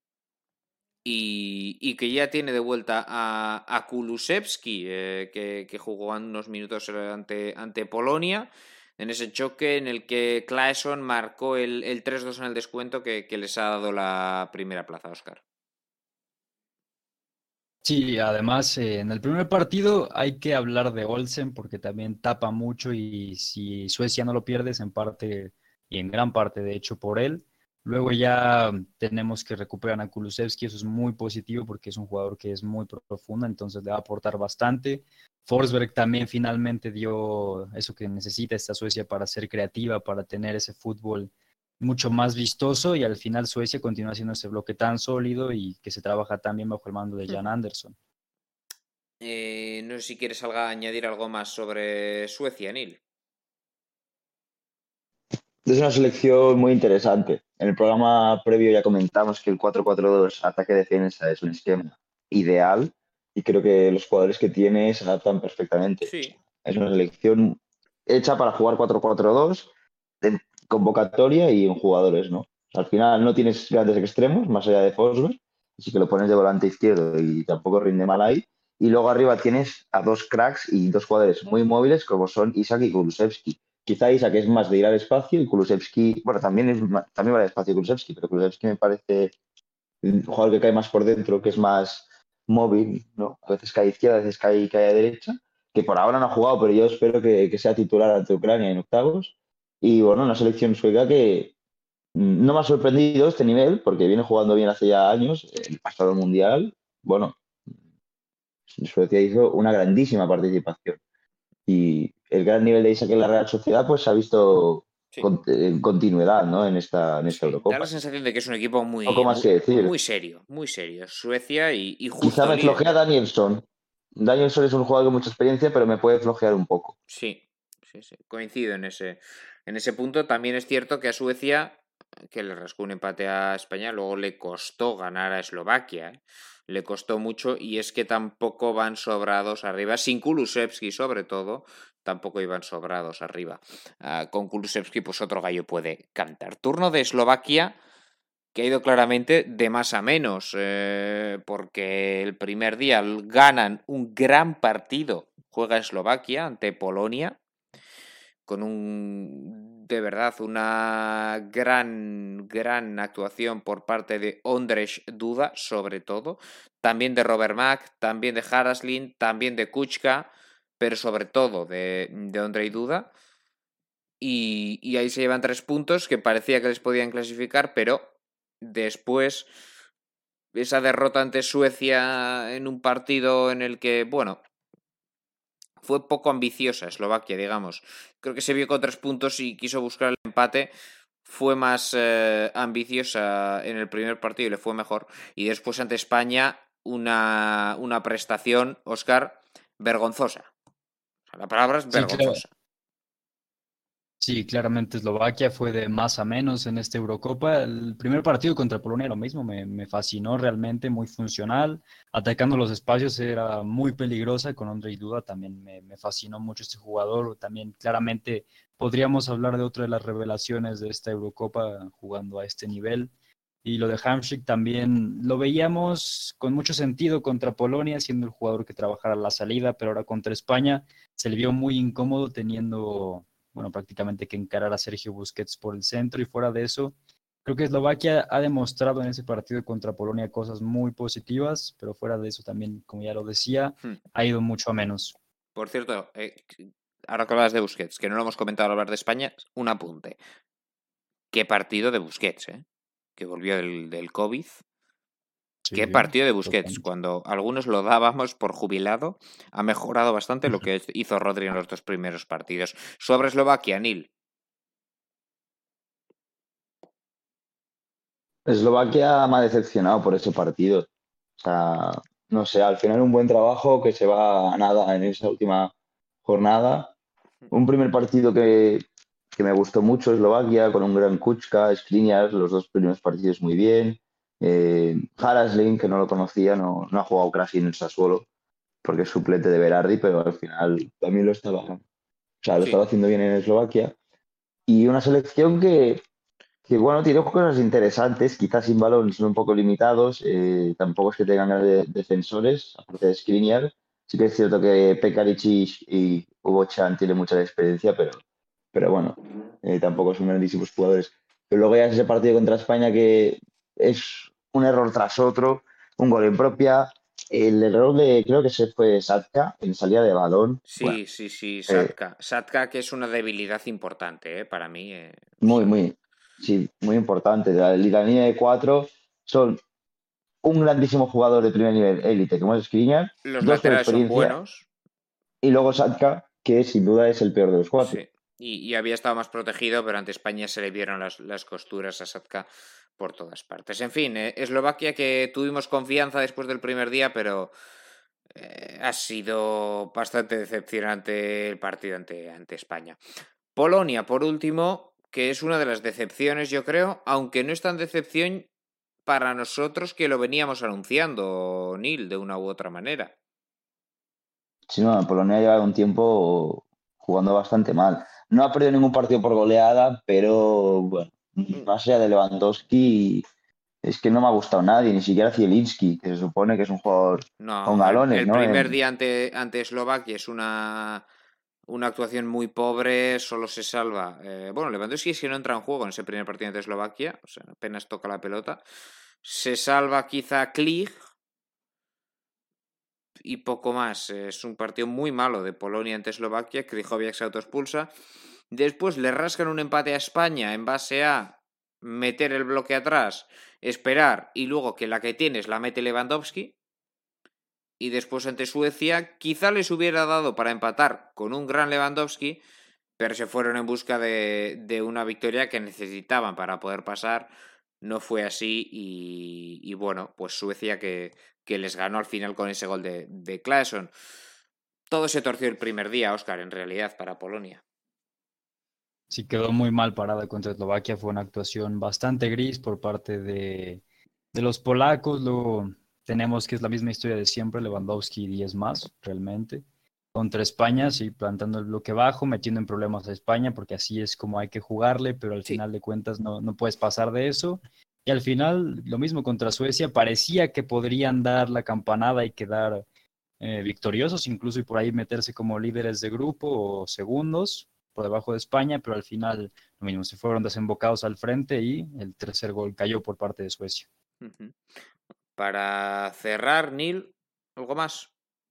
y, y que ya tiene de vuelta a, a Kulusevski, eh, que, que jugó unos minutos ante, ante Polonia, en ese choque en el que Claesson marcó el, el tres dos en el descuento que, que les ha dado la primera plaza, Óscar. Sí, además eh, en el primer partido hay que hablar de Olsen porque también tapa mucho y si Suecia no lo pierde es en parte y en gran parte de hecho por él. Luego ya tenemos que recuperar a Kulusevski, eso es muy positivo porque es un jugador que es muy profundo, entonces le va a aportar bastante. Forsberg también finalmente dio eso que necesita esta Suecia para ser creativa, para tener ese fútbol mucho más vistoso y al final Suecia continúa siendo ese bloque tan sólido y que se trabaja tan bien bajo el mando de Jan Anderson. Eh, no sé si quieres algo, añadir algo más sobre Suecia, Neil. Es una selección muy interesante. En el programa previo ya comentamos que el cuatro cuatro dos ataque-defensa es un esquema ideal y creo que los jugadores que tiene se adaptan perfectamente. Sí. Es una selección hecha para jugar cuatro cuatro dos en convocatoria y en jugadores, ¿no? Al final no tienes grandes extremos, más allá de Forsberg, así que lo pones de volante izquierdo y tampoco rinde mal ahí. Y luego arriba tienes a dos cracks y dos jugadores muy móviles como son Isak y Kulusevski. Quizá Isak es más de ir al espacio y Kulusevski, bueno, también, es, también va al espacio Kulusevski, pero Kulusevski me parece un jugador que cae más por dentro, que es más móvil, ¿no? A veces cae a izquierda, a veces cae, cae a derecha, que por ahora no ha jugado, pero yo espero que, que sea titular ante Ucrania en octavos. Y bueno, una selección sueca que no me ha sorprendido este nivel, porque viene jugando bien hace ya años, el pasado mundial, bueno, Suecia hizo una grandísima participación. Y el gran nivel de Isaac en la Real Sociedad pues se ha visto Sí. con, en continuidad, ¿no? en esta, en esta Sí, da la Eurocopa. sensación de que es un equipo muy, Poco más muy, que decir. muy serio, muy serio. Suecia y, y Quizá justo me líder. flojea Danielson. Danielson es un jugador con mucha experiencia, pero me puede flojear un poco. Sí, sí, sí. Coincido en ese, en ese punto. También es cierto que a Suecia, que le rascó un empate a España, luego le costó ganar a Eslovaquia. ¿eh? Le costó mucho y es que tampoco van sobrados arriba. Sin Kulusevski, sobre todo, tampoco iban sobrados arriba. Uh, con Kulusevski, pues otro gallo puede cantar. Turno de Eslovaquia, que ha ido claramente de más a menos, eh, porque el primer día ganan un gran partido, juega Eslovaquia ante Polonia, con un, de verdad, una gran, gran actuación por parte de Ondrej Duda, sobre todo, también de Robert Mack, también de Haraslin, también de Kuchka, pero sobre todo de, de Ondrej Duda, y, y ahí se llevan tres puntos que parecía que les podían clasificar, pero después esa derrota ante Suecia en un partido en el que, bueno, fue poco ambiciosa Eslovaquia, digamos. Creo que se vio con tres puntos y quiso buscar el empate. Fue más eh, ambiciosa en el primer partido y le fue mejor. Y después ante España, una, una prestación, Óscar, vergonzosa. O sea, la palabra es Sí, claro. vergonzosa. Sí, claramente Eslovaquia fue de más a menos en esta Eurocopa. El primer partido contra Polonia lo mismo, me, me fascinó realmente, muy funcional, atacando los espacios era muy peligrosa, con Ondrej Duda también me, me fascinó mucho este jugador, también claramente podríamos hablar de otra de las revelaciones de esta Eurocopa jugando a este nivel. Y lo de Hamšík también lo veíamos con mucho sentido contra Polonia, siendo el jugador que trabajara la salida, pero ahora contra España se le vio muy incómodo teniendo bueno, prácticamente que encarar a Sergio Busquets por el centro y fuera de eso, creo que Eslovaquia ha demostrado en ese partido contra Polonia cosas muy positivas, pero fuera de eso también, como ya lo decía, hmm. ha ido mucho a menos. Por cierto, eh, ahora que hablas de Busquets, que no lo hemos comentado al hablar de España, un apunte. Qué partido de Busquets, ¿eh? Que volvió del, del COVID. Sí, Qué partido de Busquets. Totalmente. Cuando algunos lo dábamos por jubilado, ha mejorado bastante lo que hizo Rodri en los dos primeros partidos. Sobre Eslovaquia, Neil. Eslovaquia me ha decepcionado por ese partido. O sea, no sé, al final un buen trabajo que se va a nada en esa última jornada. Un primer partido que, que me gustó mucho, Eslovaquia, con un gran Kuchka, Skriniar, los dos primeros partidos muy bien. Eh, Haraslin, que no lo conocía, no, no ha jugado casi en el Sassuolo, porque es suplente de Berardi, pero al final también lo estaba, O sea, lo estaba Sí, haciendo bien en Eslovaquia. Y una selección que, que, bueno, tiene cosas interesantes, quizás sin balón son un poco limitados, eh, tampoco es que tengan grandes defensores, aparte de Skriniar. Sí que es cierto que Pekaric y, y Hugo Chan tienen mucha experiencia, pero, pero bueno, eh, tampoco son grandísimos jugadores. Pero luego ya es ese partido contra España que es un error tras otro, un gol en propia. El error de, creo que se fue Satka en salida de balón. Bueno, sí, sí, sí, eh, Satka. Satka, que es una debilidad importante, ¿eh? Para mí. eh, o muy, sea, muy, sí, muy importante. La, la línea de cuatro son un grandísimo jugador de primer nivel élite, como es Skriniar, los dos con laterales son experiencia, buenos, y luego Satka, que sin duda es el peor de los cuatro. sí. Y, y había estado más protegido, pero ante España se le vieron las, las costuras a Satka por todas partes. En fin, eh, Eslovaquia, que tuvimos confianza después del primer día, pero eh, ha sido bastante decepcionante el partido ante, ante España. Polonia, por último, que es una de las decepciones, yo creo, aunque no es tan decepción para nosotros que lo veníamos anunciando, Neil, de una u otra manera. Si no, Polonia lleva un tiempo jugando bastante mal. No ha perdido ningún partido por goleada, pero bueno, más allá de Lewandowski, es que no me ha gustado nadie, ni siquiera Zielinski, que se supone que es un jugador con No, el, galones, el ¿no? primer En- día ante, ante Eslovaquia es una, una actuación muy pobre, solo se salva. Eh, bueno, Lewandowski es que no entra en juego en ese primer partido ante Eslovaquia, o sea, apenas toca la pelota. Se salva quizá Klich y poco más. Es un partido muy malo de Polonia ante Eslovaquia. Krychowiak se autoexpulsa. Después le rascan un empate a España en base a meter el bloque atrás, esperar y luego que la que tienes la mete Lewandowski. Y después ante Suecia quizá les hubiera dado para empatar con un gran Lewandowski, pero se fueron en busca de, de una victoria que necesitaban para poder pasar. No fue así y, y bueno, pues Suecia que, que, les ganó al final con ese gol de, de Claesson. Todo se torció el primer día, Óscar, en realidad, para Polonia. Sí, quedó muy mal parada contra Eslovaquia. Fue una actuación bastante gris por parte de, de los polacos. Luego tenemos que es la misma historia de siempre, Lewandowski y diez más, realmente. Contra España, sí, plantando el bloque bajo, metiendo en problemas a España, porque así es como hay que jugarle, pero al Sí, final de cuentas no, no puedes pasar de eso. Y al final, lo mismo contra Suecia, parecía que podrían dar la campanada y quedar eh, victoriosos, incluso y por ahí meterse como líderes de grupo o segundos por debajo de España, pero al final lo mismo, se fueron desembocados al frente y el tercer gol cayó por parte de Suecia. uh-huh. Para cerrar, Neil, ¿algo más?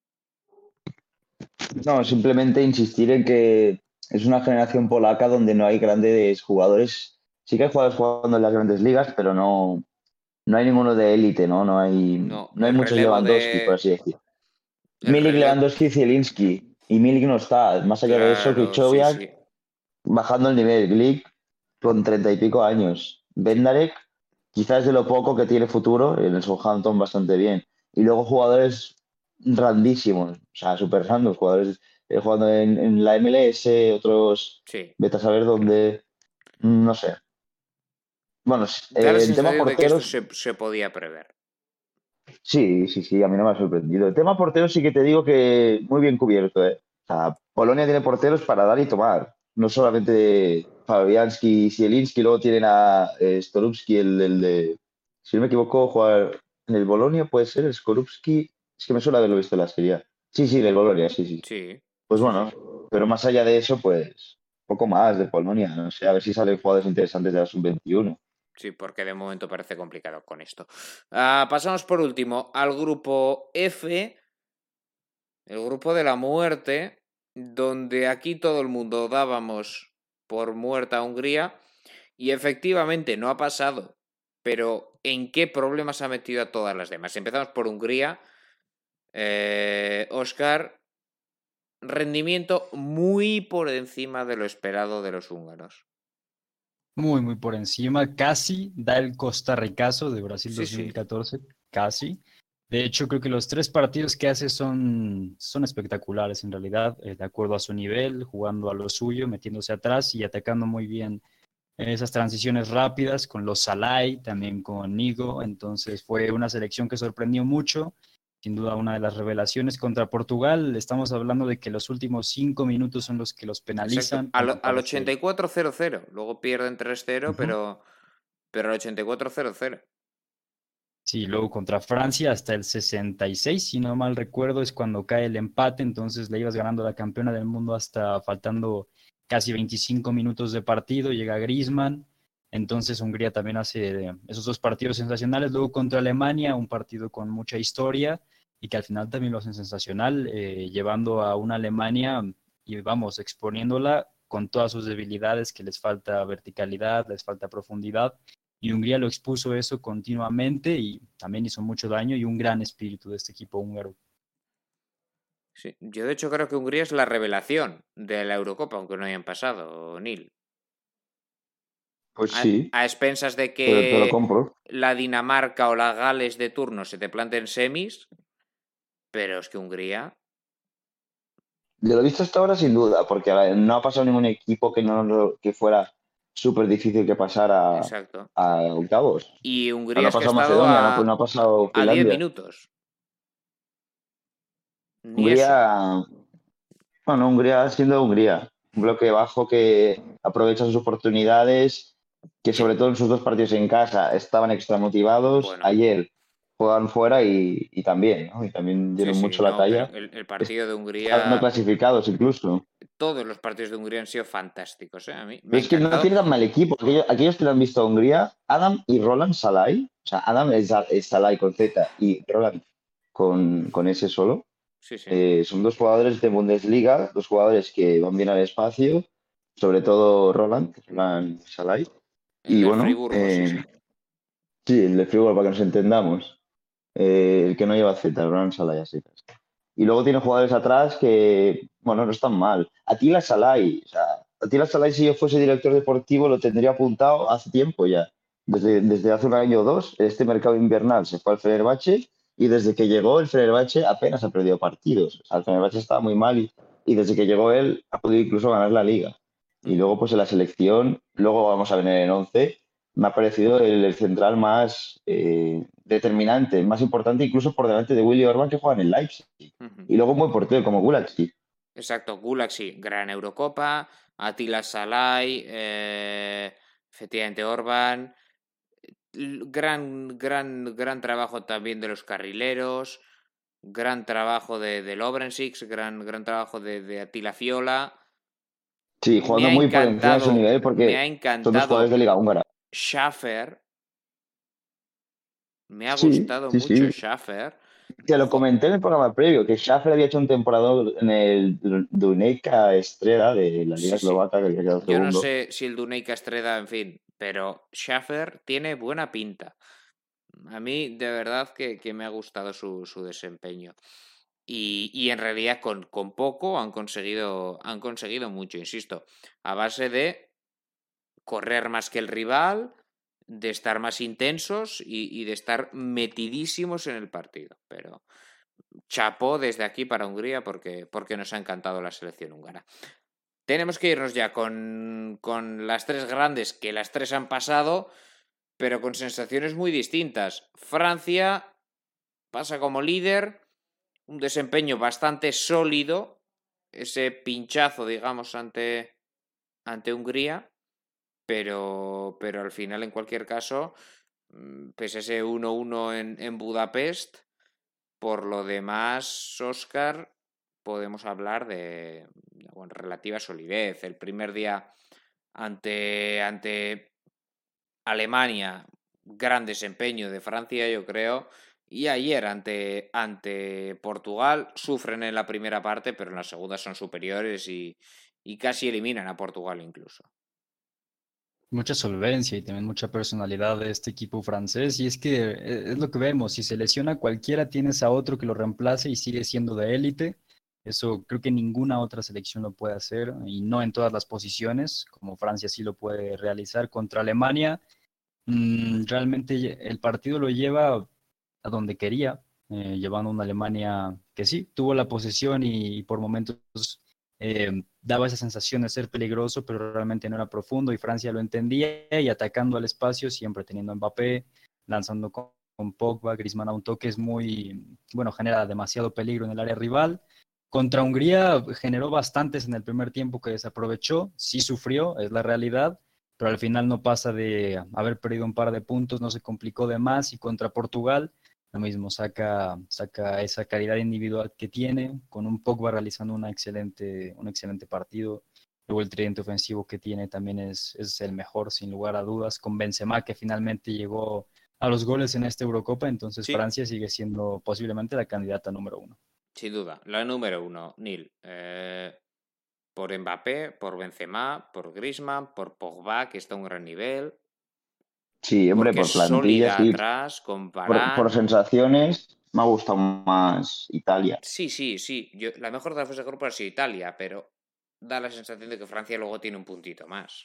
No, simplemente insistir en que es una generación polaca donde no hay grandes jugadores. Sí que hay jugadores jugando en las grandes ligas, pero no, no hay ninguno de élite, ¿no? No hay, No, no hay el muchos relevo Lewandowski, por de... así decir. El Milik, relevo... Lewandowski y Zielinski. Y Milik no está. Más allá de eso, Claro, sí, Krychowiak sí. bajando el nivel. Glick con treinta y pico años. Sí, Bendarek, quizás de lo poco que tiene futuro, en el Southampton bastante bien. Y luego jugadores grandísimos, o sea, super randos, jugadores eh, jugando en, en la M L S, otros, sí. vete a saber dónde, no sé. Bueno, Da la eh, en tema sensación de que esto porteros, se, se podía prever. sí, sí, sí, a mí no me ha sorprendido. El tema porteros sí que te digo que muy bien cubierto, ¿eh? O sea, Polonia tiene porteros para dar y tomar. No solamente Fabianski y Zielinski, luego tienen a eh, Storubski, el, el de, si no me equivoco, jugar en el Bolonia, puede ser, el Skorupski. Es que me suele haberlo visto en la serie A. Sí, sí, del Bolonia, sí, sí. Sí, Pues sí, bueno, sí. pero más allá de eso, pues poco más de Polonia. No sé, a ver si salen jugadores interesantes de la sub veintiuno. Sí, porque de momento parece complicado con esto. Uh, pasamos por último al grupo F, el grupo de la muerte, donde aquí todo el mundo dábamos por muerta a Hungría y efectivamente no ha pasado. Pero ¿en qué problemas ha metido a todas las demás? Empezamos por Hungría. Eh, Oscar, rendimiento muy por encima de lo esperado de los húngaros. Muy, muy por encima, casi da el costarricazo de Brasil Sí, sí. dos mil catorce, casi. De hecho, creo que los tres partidos que hace son, son espectaculares en realidad, eh, de acuerdo a su nivel, jugando a lo suyo, metiéndose atrás y atacando muy bien esas transiciones rápidas con los Salai, también con Nigo. Entonces fue una selección que sorprendió mucho sin duda una de las revelaciones. Contra Portugal, estamos hablando de que los últimos cinco minutos son los que los penalizan. Exacto. Al, al ochenta y cuatro cero cero. Luego pierden tres cero, uh-huh. pero, pero al ochenta y cuatro cero cero. Sí, luego contra Francia hasta el sesenta y seis, si no mal recuerdo, es cuando cae el empate, entonces le ibas ganando a la campeona del mundo hasta faltando casi veinticinco minutos de partido, llega Griezmann, entonces Hungría también hace esos dos partidos sensacionales, luego contra Alemania, un partido con mucha historia y que al final también lo hacen sensacional, eh, llevando a una Alemania y vamos, exponiéndola con todas sus debilidades, que les falta verticalidad, les falta profundidad. Y Hungría lo expuso eso continuamente y también hizo mucho daño y un gran espíritu de este equipo húngaro. Sí, yo de hecho creo que Hungría es la revelación de la Eurocopa, aunque no hayan pasado, Neil. Pues sí. A, a expensas de que te, te lo compro. La Dinamarca o la Gales de turno se te planten semis, pero es que Hungría... De lo visto hasta ahora sin duda, porque no ha pasado ningún equipo que, no, que fuera súper difícil que pasara Exacto. a octavos. Y Hungría o sea, no es ha pasado que Macedonia, a, no, no ha pasado a diez Finlandia. minutos. Ni Hungría, eso. bueno, Hungría siendo Hungría, un bloque bajo que aprovecha sus oportunidades, que sobre todo en sus dos partidos en casa estaban extra motivados. Bueno. Ayer juegan fuera y, y también, ¿no? Y también dieron sí, sí, mucho la no, talla. pero el, el partido de Hungría... No clasificados incluso. Todos los partidos de Hungría han sido fantásticos, ¿eh? A mí me Pero ha es que encantado. no tiene tan mal equipo. Aquellos, aquellos que lo han visto a Hungría, Adam y Roland Salai, o sea, Adam es, es Salai con Z y Roland con, con S solo. Sí, sí. Eh, son dos jugadores de Bundesliga, dos jugadores que van bien al espacio, sobre todo Roland, Roland Salai. El y del bueno, Friburgo, eh, sí, sí. Sí, el de Friburgo, para que nos entendamos. Eh, el que no lleva Z, Roland Salai, así. Y luego tiene jugadores atrás que, bueno, no están mal. Attila Salai, o sea, Attila Salai, si yo fuese director deportivo, lo tendría apuntado hace tiempo ya. Desde, desde hace un año o dos, este mercado invernal se fue al Fenerbahce y desde que llegó el Fenerbahce apenas ha perdido partidos. O sea, el Fenerbahce estaba muy mal y, y desde que llegó él ha podido incluso ganar la liga. Y luego, pues en la selección, luego vamos a ver en el once, me ha parecido el, el central más eh, determinante, más importante, incluso por delante de Willy Orban, que juega en el Leipzig. Uh-huh. Y luego un buen portero como Gulaxi. Exacto, Gulaxi, gran Eurocopa, Attila Salai, eh, efectivamente Orban, gran, gran, gran trabajo también de los carrileros, gran trabajo de, de Lovrensic, gran, gran trabajo de, de Attila Fiola. Sí, jugando muy por encima de su nivel porque me ha encantado son dos jugadores de Liga Húngara. Schaffer, me ha sí, gustado sí, mucho sí. Schaffer. Te lo comenté en el programa previo, que Schaffer había hecho un temporada en el Dunajská Streda de la Liga Sí, sí. Eslovaca, que había quedado Yo segundo. no sé si el Dunajská Streda, en fin, pero Schaffer tiene buena pinta. A mí, de verdad, que, que me ha gustado su, su desempeño. Y, y en realidad, con, con poco han conseguido, han conseguido mucho, insisto, a base de correr más que el rival, de estar más intensos y, y de estar metidísimos en el partido. Pero chapó desde aquí para Hungría porque, porque nos ha encantado la selección húngara. Tenemos que irnos ya con, con las tres grandes, que las tres han pasado, pero con sensaciones muy distintas. Francia pasa como líder, un desempeño bastante sólido, ese pinchazo, digamos, ante, ante Hungría, pero, pero al final, en cualquier caso, pese a ese uno uno en, en Budapest, por lo demás, Óscar, podemos hablar de, de bueno, relativa solidez. El primer día ante, ante Alemania, gran desempeño de Francia, yo creo. Y ayer ante, ante Portugal sufren en la primera parte, pero en la segunda son superiores y, y casi eliminan a Portugal incluso. Mucha solvencia y también mucha personalidad de este equipo francés. Y es que es lo que vemos, si se lesiona cualquiera, tienes a otro que lo reemplace y sigue siendo de élite. Eso creo que ninguna otra selección lo puede hacer y no en todas las posiciones, como Francia sí lo puede realizar contra Alemania. Mmm, realmente el partido lo lleva a donde quería, eh, llevando una Alemania que sí, tuvo la posesión y, y por momentos eh, daba esa sensación de ser peligroso, pero realmente no era profundo y Francia lo entendía y atacando al espacio, siempre teniendo a Mbappé, lanzando con, con Pogba, Griezmann a un toque es muy, bueno, genera demasiado peligro en el área rival. Contra Hungría generó bastantes en el primer tiempo que desaprovechó, sí sufrió, es la realidad, pero al final no pasa de haber perdido un par de puntos, no se complicó de más, y contra Portugal lo mismo, saca, saca esa calidad individual que tiene, con un Pogba realizando una excelente, un excelente partido. Luego el tridente ofensivo que tiene también es, es el mejor, sin lugar a dudas, con Benzema, que finalmente llegó a los goles en esta Eurocopa, entonces Sí, Francia sigue siendo posiblemente la candidata número uno. sin duda. La número uno, Nil. Eh, por Mbappé, por Benzema, por Griezmann, por Pogba, que está a un gran nivel. Sí, hombre, Porque por es plantilla, sólida sí. atrás, con Por, por Varane. sensaciones, me ha gustado más Italia. Sí, sí, sí. Yo, la mejor de la fase de grupo ha sido Italia, pero da la sensación de que Francia luego tiene un puntito más.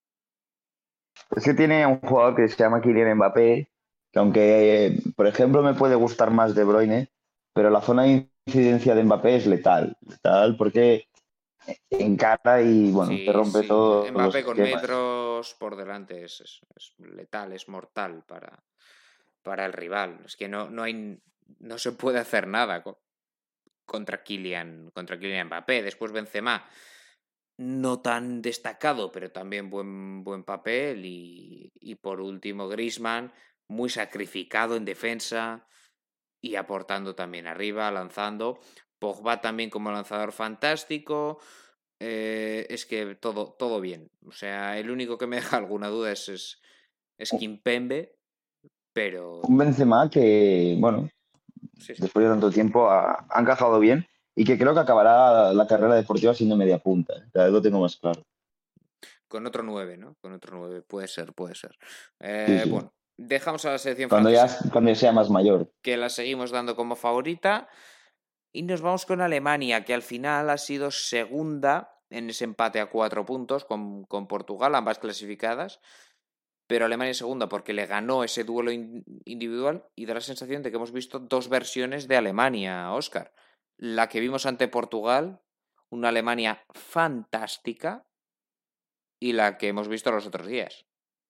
Es que tiene un jugador que se llama Kylian Mbappé, que aunque, eh, por ejemplo, me puede gustar más De Bruyne, pero la zona de incidencia de Mbappé es letal. Letal porque encara y, bueno, te Sí, rompe sí. todos los Mbappé con esquemas. metros por delante es, es- es letal, es mortal para, para el rival. Es que no, no hay, no se puede hacer nada co- contra Kylian, contra Kylian Mbappé. Después Benzema, no tan destacado, pero también buen, buen papel. Y, y por último, Griezmann, muy sacrificado en defensa y aportando también arriba, lanzando. Pogba también como lanzador fantástico. Eh, es que todo, todo bien. O sea, el único que me deja alguna duda es, es, es Kimpembe, Un pero Benzema que, bueno, sí, sí. después de tanto tiempo ha, ha encajado bien y que creo que acabará la carrera deportiva siendo media punta. ¿Eh? Cada vez lo tengo más claro. Con otro nueve, ¿no? Con otro nueve, puede ser, puede ser. Sí, Eh, sí. bueno, dejamos a la selección Cuando ya, francesa, cuando ya sea más mayor. que la seguimos dando como favorita. Y nos vamos con Alemania, que al final ha sido segunda en ese empate a cuatro puntos con, con Portugal, ambas clasificadas. Pero Alemania es segunda porque le ganó ese duelo in- individual y da la sensación de que hemos visto dos versiones de Alemania, Oscar. La que vimos ante Portugal, una Alemania fantástica, y la que hemos visto los otros días.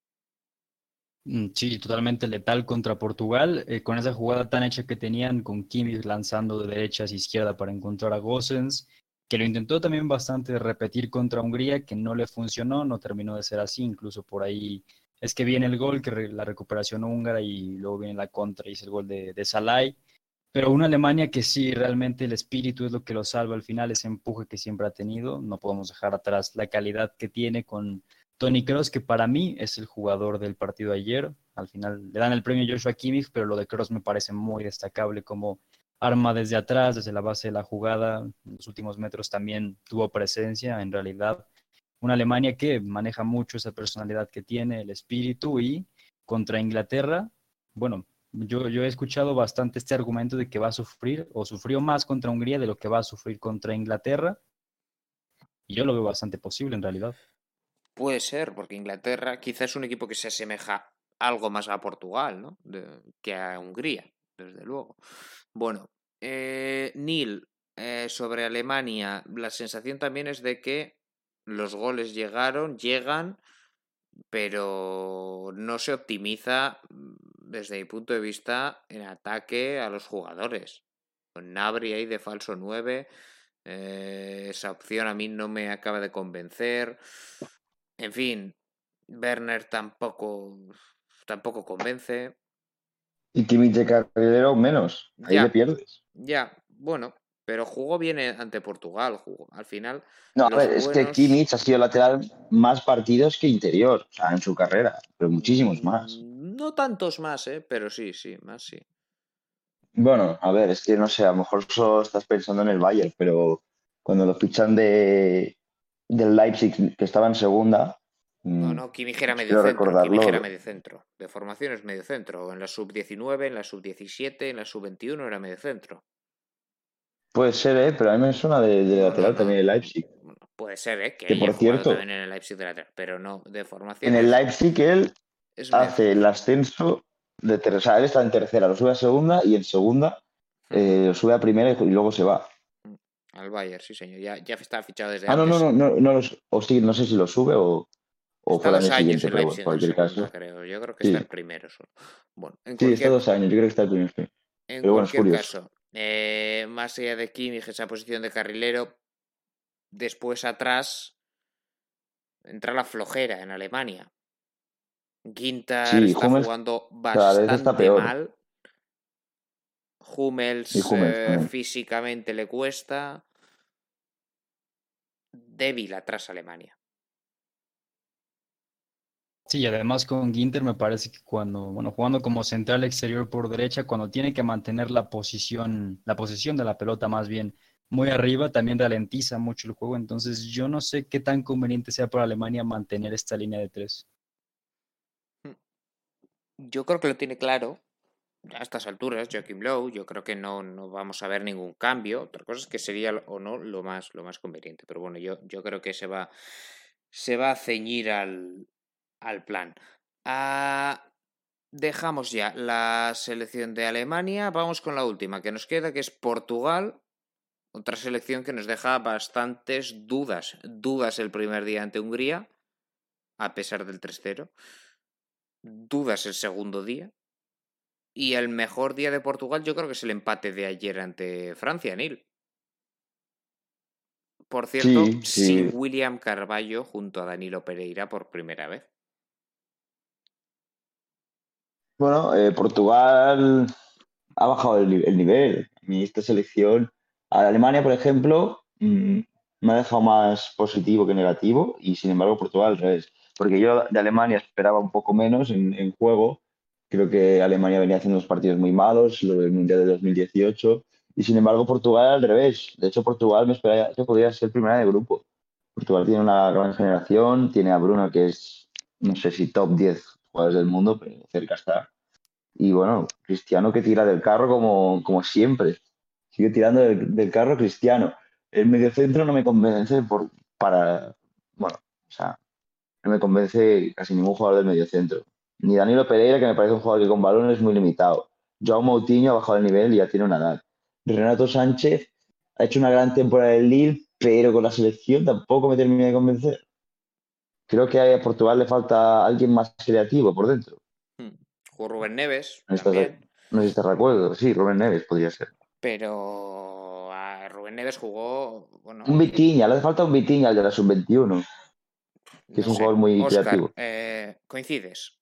Mm, Sí, totalmente letal contra Portugal, eh, con esa jugada tan hecha que tenían, con Kimmich lanzando de derecha hacia izquierda para encontrar a Gosens, que lo intentó también bastante repetir contra Hungría, que no le funcionó, no terminó de ser así, incluso por ahí es que viene el gol, que re- la recuperación húngara, y luego viene la contra y es el gol de, de Salai, pero una Alemania que sí, realmente el espíritu es lo que lo salva al final, ese empuje que siempre ha tenido. No podemos dejar atrás la calidad que tiene con Toni Kroos, que para mí es el jugador del partido de ayer. Al final le dan el premio a Joshua Kimmich, pero lo de Kroos me parece muy destacable como arma desde atrás, desde la base de la jugada. En los últimos metros también tuvo presencia. En realidad, una Alemania que maneja mucho esa personalidad que tiene, el espíritu, y contra Inglaterra, bueno, yo, yo he escuchado bastante este argumento de que va a sufrir o sufrió más contra Hungría de lo que va a sufrir contra Inglaterra, y yo lo veo bastante posible en realidad. Puede ser, porque Inglaterra quizás es un equipo que se asemeja algo más a Portugal, ¿no? De- que a Hungría, desde luego. Bueno, eh, Neil, eh, sobre Alemania, la sensación también es de que los goles llegaron, llegan, pero no se optimiza mm, desde mi punto de vista en ataque a los jugadores. Con Nabri ahí de falso nueve, eh, esa opción a mí no me acaba de convencer. En fin, Werner tampoco, tampoco convence. Y Kimmich de carrilero menos. Ahí le Ya, pierdes. ya, bueno, pero jugó bien ante Portugal. Jugó. Al final, No, a los ver, es que buenos. Kimmich ha sido lateral más partidos que interior, o sea, en su carrera, pero muchísimos más. mm, No tantos más, ¿eh? Pero sí, sí, más sí. Bueno, a ver, es que no sé, a lo mejor solo estás pensando en el Bayern, pero cuando lo fichan de, del Leipzig, que estaba en segunda, No, mm, no, Kimmich era medio quiero centro, Kimmich era recordarlo. medio centro. De formación es medio centro. En la sub diecinueve, en la sub diecisiete, en la sub veintiuno era medio centro. Puede ser, ¿eh? Pero a mí me suena de, de No, no, lateral no. también el Leipzig. Bueno, puede ser, ¿eh? Que Que haya por jugado también cierto, en el Leipzig de lateral, pero no, de en formación el es, Leipzig él es medio hace el centro. ascenso de tercera, o sea, él está en tercera, lo sube a segunda y en segunda Ujú. eh, lo sube a primera y, y luego se va. Al Bayern, sí, señor. Ya, ya está fichado desde Ah, no, no, antes. no, no, no, los- o sí, no sé si lo sube o, o Está fue el dos año años siguiente, el pero bueno, en Leipzig en cualquier segunda, caso. creo. Yo creo que está Sí, el primero solo. Bueno, en sí, está cualquier, dos años, yo creo que está el primero. Sí. en Pero bueno, es cualquier curioso. caso, eh, más allá de Kimmich, esa posición de carrilero, después atrás entra la flojera en Alemania. Ginter Sí, está Hummels jugando cada vez está bastante peor. mal. Y Hummels Hummels eh, también. físicamente le cuesta. Débil atrás Alemania. Sí, y además con Ginter me parece que cuando, bueno, jugando como central exterior por derecha, cuando tiene que mantener la posición, la posesión de la pelota más bien muy arriba, también ralentiza mucho el juego. Entonces yo no sé qué tan conveniente sea para Alemania mantener esta línea de tres. Yo creo que lo tiene claro. A estas alturas, Joachim Low, yo creo que no, no vamos a ver ningún cambio. Otra cosa es que sería o no lo más, lo más conveniente. Pero bueno, yo, yo creo que se va, se va a ceñir al, al plan. Ah, dejamos ya la selección de Alemania. Vamos con la última que nos queda, que es Portugal. Otra selección que nos deja bastantes dudas. Dudas el primer día ante Hungría, a pesar del tres cero. Dudas el segundo día. Y el mejor día de Portugal yo creo que es el empate de ayer ante Francia, Neil. Por cierto, Sí, sí. sin William Carvalho junto a Danilo Pereira por primera vez. Bueno, eh, Portugal ha bajado el, ni- el nivel. A mí esta selección, a Alemania, por ejemplo, mm, me ha dejado más positivo que negativo y sin embargo Portugal al revés. Porque yo de Alemania esperaba un poco menos en, en juego. Creo que Alemania venía haciendo unos partidos muy malos, lo del Mundial de dos mil dieciocho y sin embargo Portugal al revés. De hecho, Portugal me esperaba que podía ser primera de grupo. Portugal tiene una gran generación, tiene a Bruno que es, no sé si top diez jugadores del mundo, pero cerca está. Y bueno, Cristiano que tira del carro como, como siempre. Sigue tirando del, del carro Cristiano. El mediocentro no me convence por, para... Bueno, o sea, no me convence casi ningún jugador del mediocentro. Ni Danilo Pereira, que me parece un jugador que con balón es muy limitado. Joao Moutinho ha bajado el nivel y ya tiene una edad. Renato Sánchez ha hecho una gran temporada en Lille, pero con la selección tampoco me termina de convencer. Creo que a Portugal le falta alguien más creativo por dentro. Hmm. Jugó Rubén Neves No estás de, también. no sé si estás de acuerdo. Sí, Rubén Neves podría ser. Pero a Rubén Neves jugó, Un bueno, eh, Vitinha, le hace falta un Vitinha al de la sub veintiuno, que es no un sé. jugador muy Óscar, creativo. eh, ¿coincides?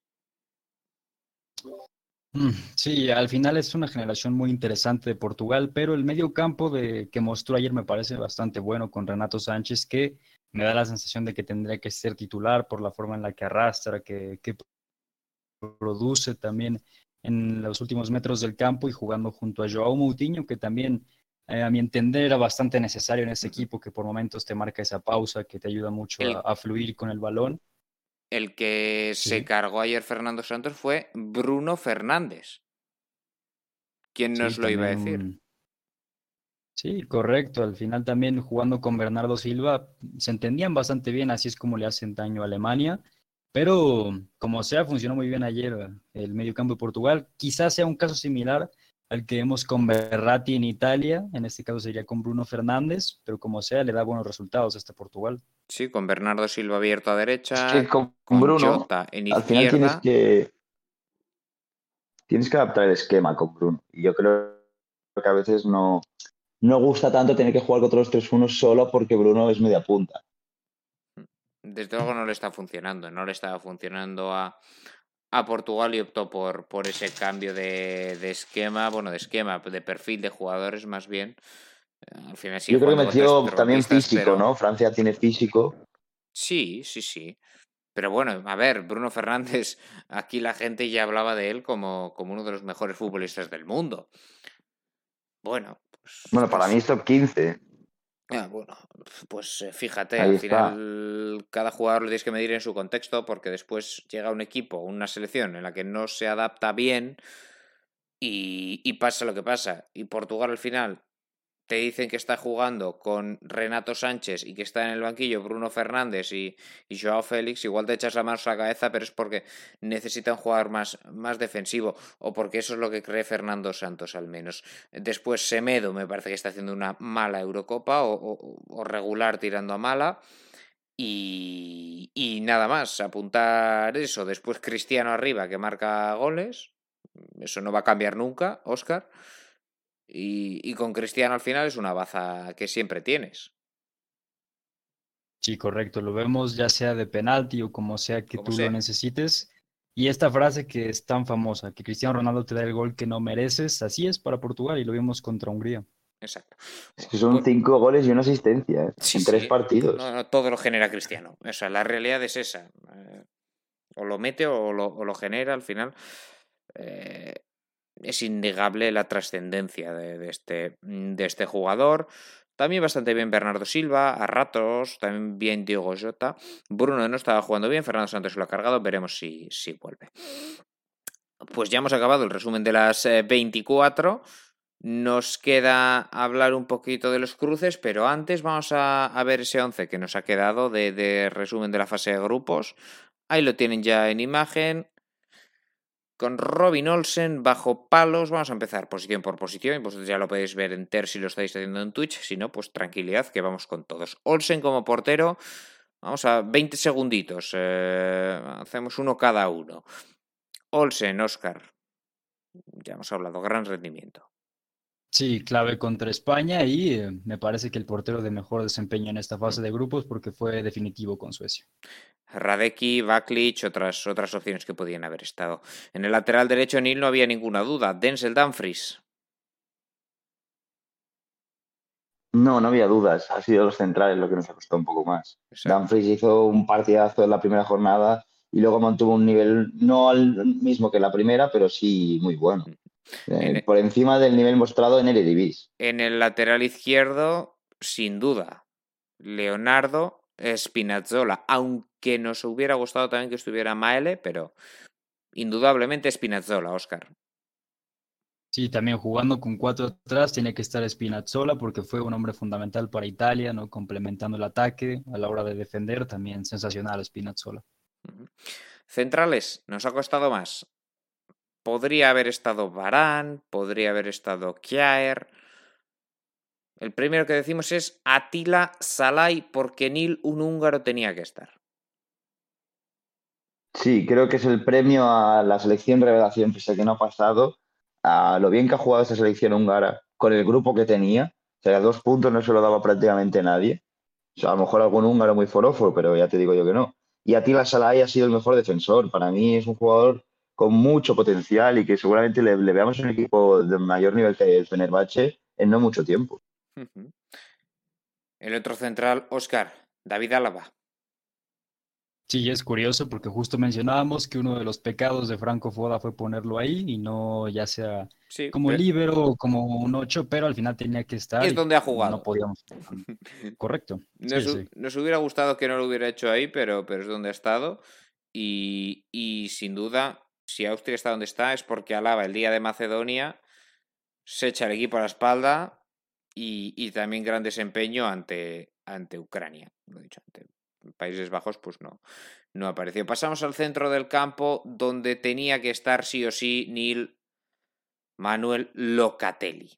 Mm, Sí, al final es una generación muy interesante de Portugal, pero el medio campo de, que mostró ayer me parece bastante bueno con Renato Sánchez, que me da la sensación de que tendría que ser titular por la forma en la que arrastra, que, que produce también en los últimos metros del campo y jugando junto a Joao Moutinho, que también eh, a mi entender era bastante necesario en ese equipo, que por momentos te marca esa pausa, que te ayuda mucho a, El, a fluir con el balón. el que se Sí, cargó ayer Fernando Santos fue Bruno Fernández. ¿Quién sí, nos lo iba a también decir? un... Sí, correcto. Al final también jugando con Bernardo Silva se entendían bastante bien, así es como le hacen daño a Alemania. Pero como sea, funcionó muy bien ayer eh, el mediocampo de Portugal. Quizás sea un caso similar al que vemos con Berratti en Italia. En este caso sería con Bruno Fernández, pero como sea, le da buenos resultados a este Portugal. Sí, con Bernardo Silva abierto a Es que derecha, con con Bruno, Jota en al final tienes izquierda. que, tienes que adaptar el esquema con Bruno. Y yo creo que a veces no, no gusta tanto tener que jugar contra los tres uno solo porque Bruno es media punta. Desde luego no le está funcionando, no le estaba funcionando a, a Portugal y optó por, por ese cambio de, de esquema, bueno, de esquema, de perfil de jugadores más bien. Eh, Al final sigue Yo creo que jugando con tres metió también centrocampistas, físico, pero ¿no? Francia tiene físico. sí, sí, sí. Pero bueno, a ver, Bruno Fernández, aquí la gente ya hablaba de él como, como uno de los mejores futbolistas del mundo. Bueno, pues, Bueno, para mí pues es top quince. Ah, bueno, pues eh, fíjate, Ahí al está. final cada jugador lo tienes que medir en su contexto porque después llega un equipo, una selección en la que no se adapta bien y, y pasa lo que pasa. Y Portugal al final te dicen que está jugando con Renato Sánchez y que está en el banquillo Bruno Fernández y, y Joao Félix, igual te echas la mano a la cabeza, pero es porque necesita un jugador más, más defensivo o porque eso es lo que cree Fernando Santos al menos. Después Semedo me parece que está haciendo una mala Eurocopa o, o, o regular tirando a mala. Y, y nada más, apuntar eso. Después Cristiano arriba, que marca goles. Eso no va a cambiar nunca, Óscar. Y, y con Cristiano al final es una baza que siempre tienes. Sí, correcto. Lo vemos ya sea de penalti o como sea que Como tú lo sea. necesites. Y esta frase que es tan famosa, que Cristiano Ronaldo te da el gol que no mereces, así es para Portugal y lo vimos contra Hungría. Exacto. Es que son Pues, cinco goles y una asistencia, ¿eh? sí, En tres sí. No, partidos. no, todo lo genera Cristiano. O sea, la realidad es esa. Eh, o lo mete o lo, o lo genera al final. Eh, es innegable la trascendencia de, de, este, de este jugador. También bastante bien Bernardo Silva, a ratos, también bien Diogo Jota. Bruno no estaba jugando bien, Fernando Santos lo ha cargado, veremos si, si vuelve. Pues ya hemos acabado el resumen de las eh, veinticuatro. Nos queda hablar un poquito de los cruces, pero antes vamos a, a ver ese once que nos ha quedado de, de resumen de la fase de grupos. Ahí lo tienen ya en imagen. Con Robin Olsen bajo palos. Vamos a empezar posición por posición. Vosotros ya lo podéis ver entero si lo estáis haciendo en Twitch. Si no, pues tranquilidad, que vamos con todos. Olsen como portero. Vamos a veinte segunditos. Eh, hacemos uno cada uno. Olsen, Óscar. Ya hemos hablado, gran rendimiento. Sí, clave contra España y eh, me parece que el portero de mejor desempeño en esta fase de grupos porque fue definitivo con Suecia. Radecki, Baklic, otras, otras opciones que podían haber estado. En el lateral derecho, Neil, no había ninguna duda. Denzel Dumfries. No, no había dudas. Ha sido los centrales lo que nos ha costado un poco más. Exacto. Dumfries hizo un partidazo en la primera jornada y luego mantuvo un nivel no al mismo que la primera, pero sí muy bueno. En, Eh, por encima del nivel mostrado en Eredivisie. en el lateral izquierdo, sin duda, Leonardo Spinazzola. Aunque nos hubiera gustado también que estuviera Maele, pero indudablemente Spinazzola, Óscar. Sí, también jugando con cuatro atrás tiene que estar Spinazzola porque fue un hombre fundamental para Italia, ¿no? Complementando el ataque a la hora de defender, también sensacional Spinazzola. Uh-huh. Centrales, nos ha costado más. Podría haber estado Varane, podría haber estado Kjaer. El primero que decimos es Attila Szalai, porque Nil, un húngaro, tenía que estar. Sí, creo que es el premio a la selección revelación, pese a que no ha pasado, a lo bien que ha jugado esta selección húngara con el grupo que tenía. O sea, dos puntos no se lo daba prácticamente nadie. O sea, a lo mejor algún húngaro muy forofo, pero ya te digo yo que no. Y Attila Szalai ha sido el mejor defensor. Para mí es un jugador con mucho potencial y que seguramente le, le veamos en un equipo de mayor nivel que el Fenerbahce en no mucho tiempo. Uh-huh. El otro central, Óscar, David Álava. Sí, es curioso porque justo mencionábamos que uno de los pecados de Franco Foda fue ponerlo ahí y no ya sea Sí, como líbero o como un ocho, pero al final tenía que estar es y donde ha no jugado. podíamos. Correcto. Nos, Sí, sí. nos hubiera gustado que no lo hubiera hecho ahí, pero, pero es donde ha estado. Y, y sin duda, si Austria está donde está, es porque Álava el día de Macedonia se echa el equipo a la espalda y, y también gran desempeño ante, ante Ucrania. Lo he dicho, ante Países Bajos, pues no, no apareció. Pasamos al centro del campo, donde tenía que estar sí o sí Neil Manuel Locatelli.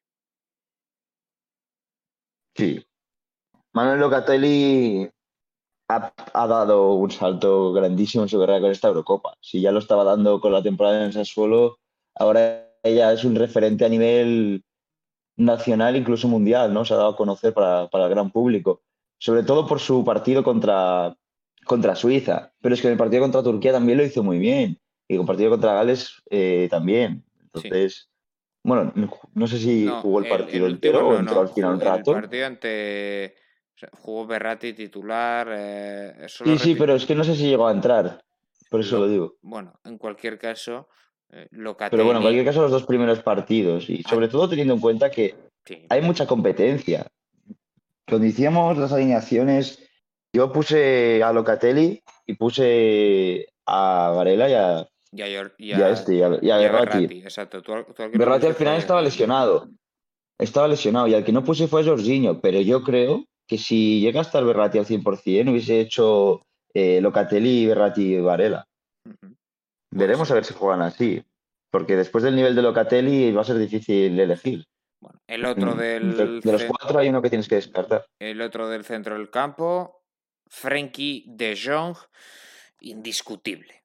Sí. Manuel Locatelli ha, ha dado un salto grandísimo en su carrera con esta Eurocopa. Si ya lo estaba dando con la temporada en el Sassuolo, ahora ella es un referente a nivel nacional, incluso mundial, ¿no? Se ha dado a conocer para, para el gran público, sobre todo por su partido contra, contra Suiza, pero es que en el partido contra Turquía también lo hizo muy bien, y en el partido contra Gales eh, también. Sí. Entonces, bueno, no sé si No, jugó el el, partido el último entero o no, entró no. al final un Jugó, el rato. partido ante. O sea, jugó Berratti titular. Eh, solo Sí, sí, repite. pero es que no sé si llegó a entrar, por eso lo Lo, digo. bueno, en cualquier caso, eh, Pero bueno, en Locatelli. cualquier caso, los dos primeros partidos, y Ah, sobre todo teniendo en cuenta que sí, hay mucha competencia. Cuando hicimos las alineaciones, yo puse a Locatelli y puse a Varela y a, y a, y a y este, y a, y a y a Berratti. Berratti, exacto. Tú, tú al que no Berratti al pusiste final estaba fue. lesionado, estaba lesionado, y al que no puse fue Jorginho, pero yo creo que si llega a estar Berratti al cien por ciento, hubiese hecho eh, Locatelli, Berratti y Varela. Uh-huh. Puede Veremos a ser. ver si juegan así, porque después del nivel de Locatelli va a ser difícil elegir. Bueno, el otro Mm, De del, de los cuatro hay uno que tienes que descartar. el otro del centro del campo, Frenkie de Jong, indiscutible.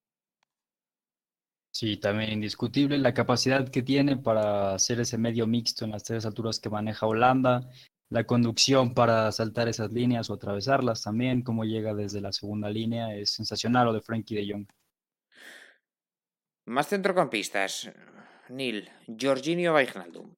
Sí, también indiscutible la capacidad que tiene para hacer ese medio mixto en las tres alturas que maneja Holanda, la conducción para saltar esas líneas o atravesarlas también, cómo llega desde la segunda línea, es sensacional lo de Frenkie de Jong. Más centrocampistas. Neil, Jorginho Wijnaldum.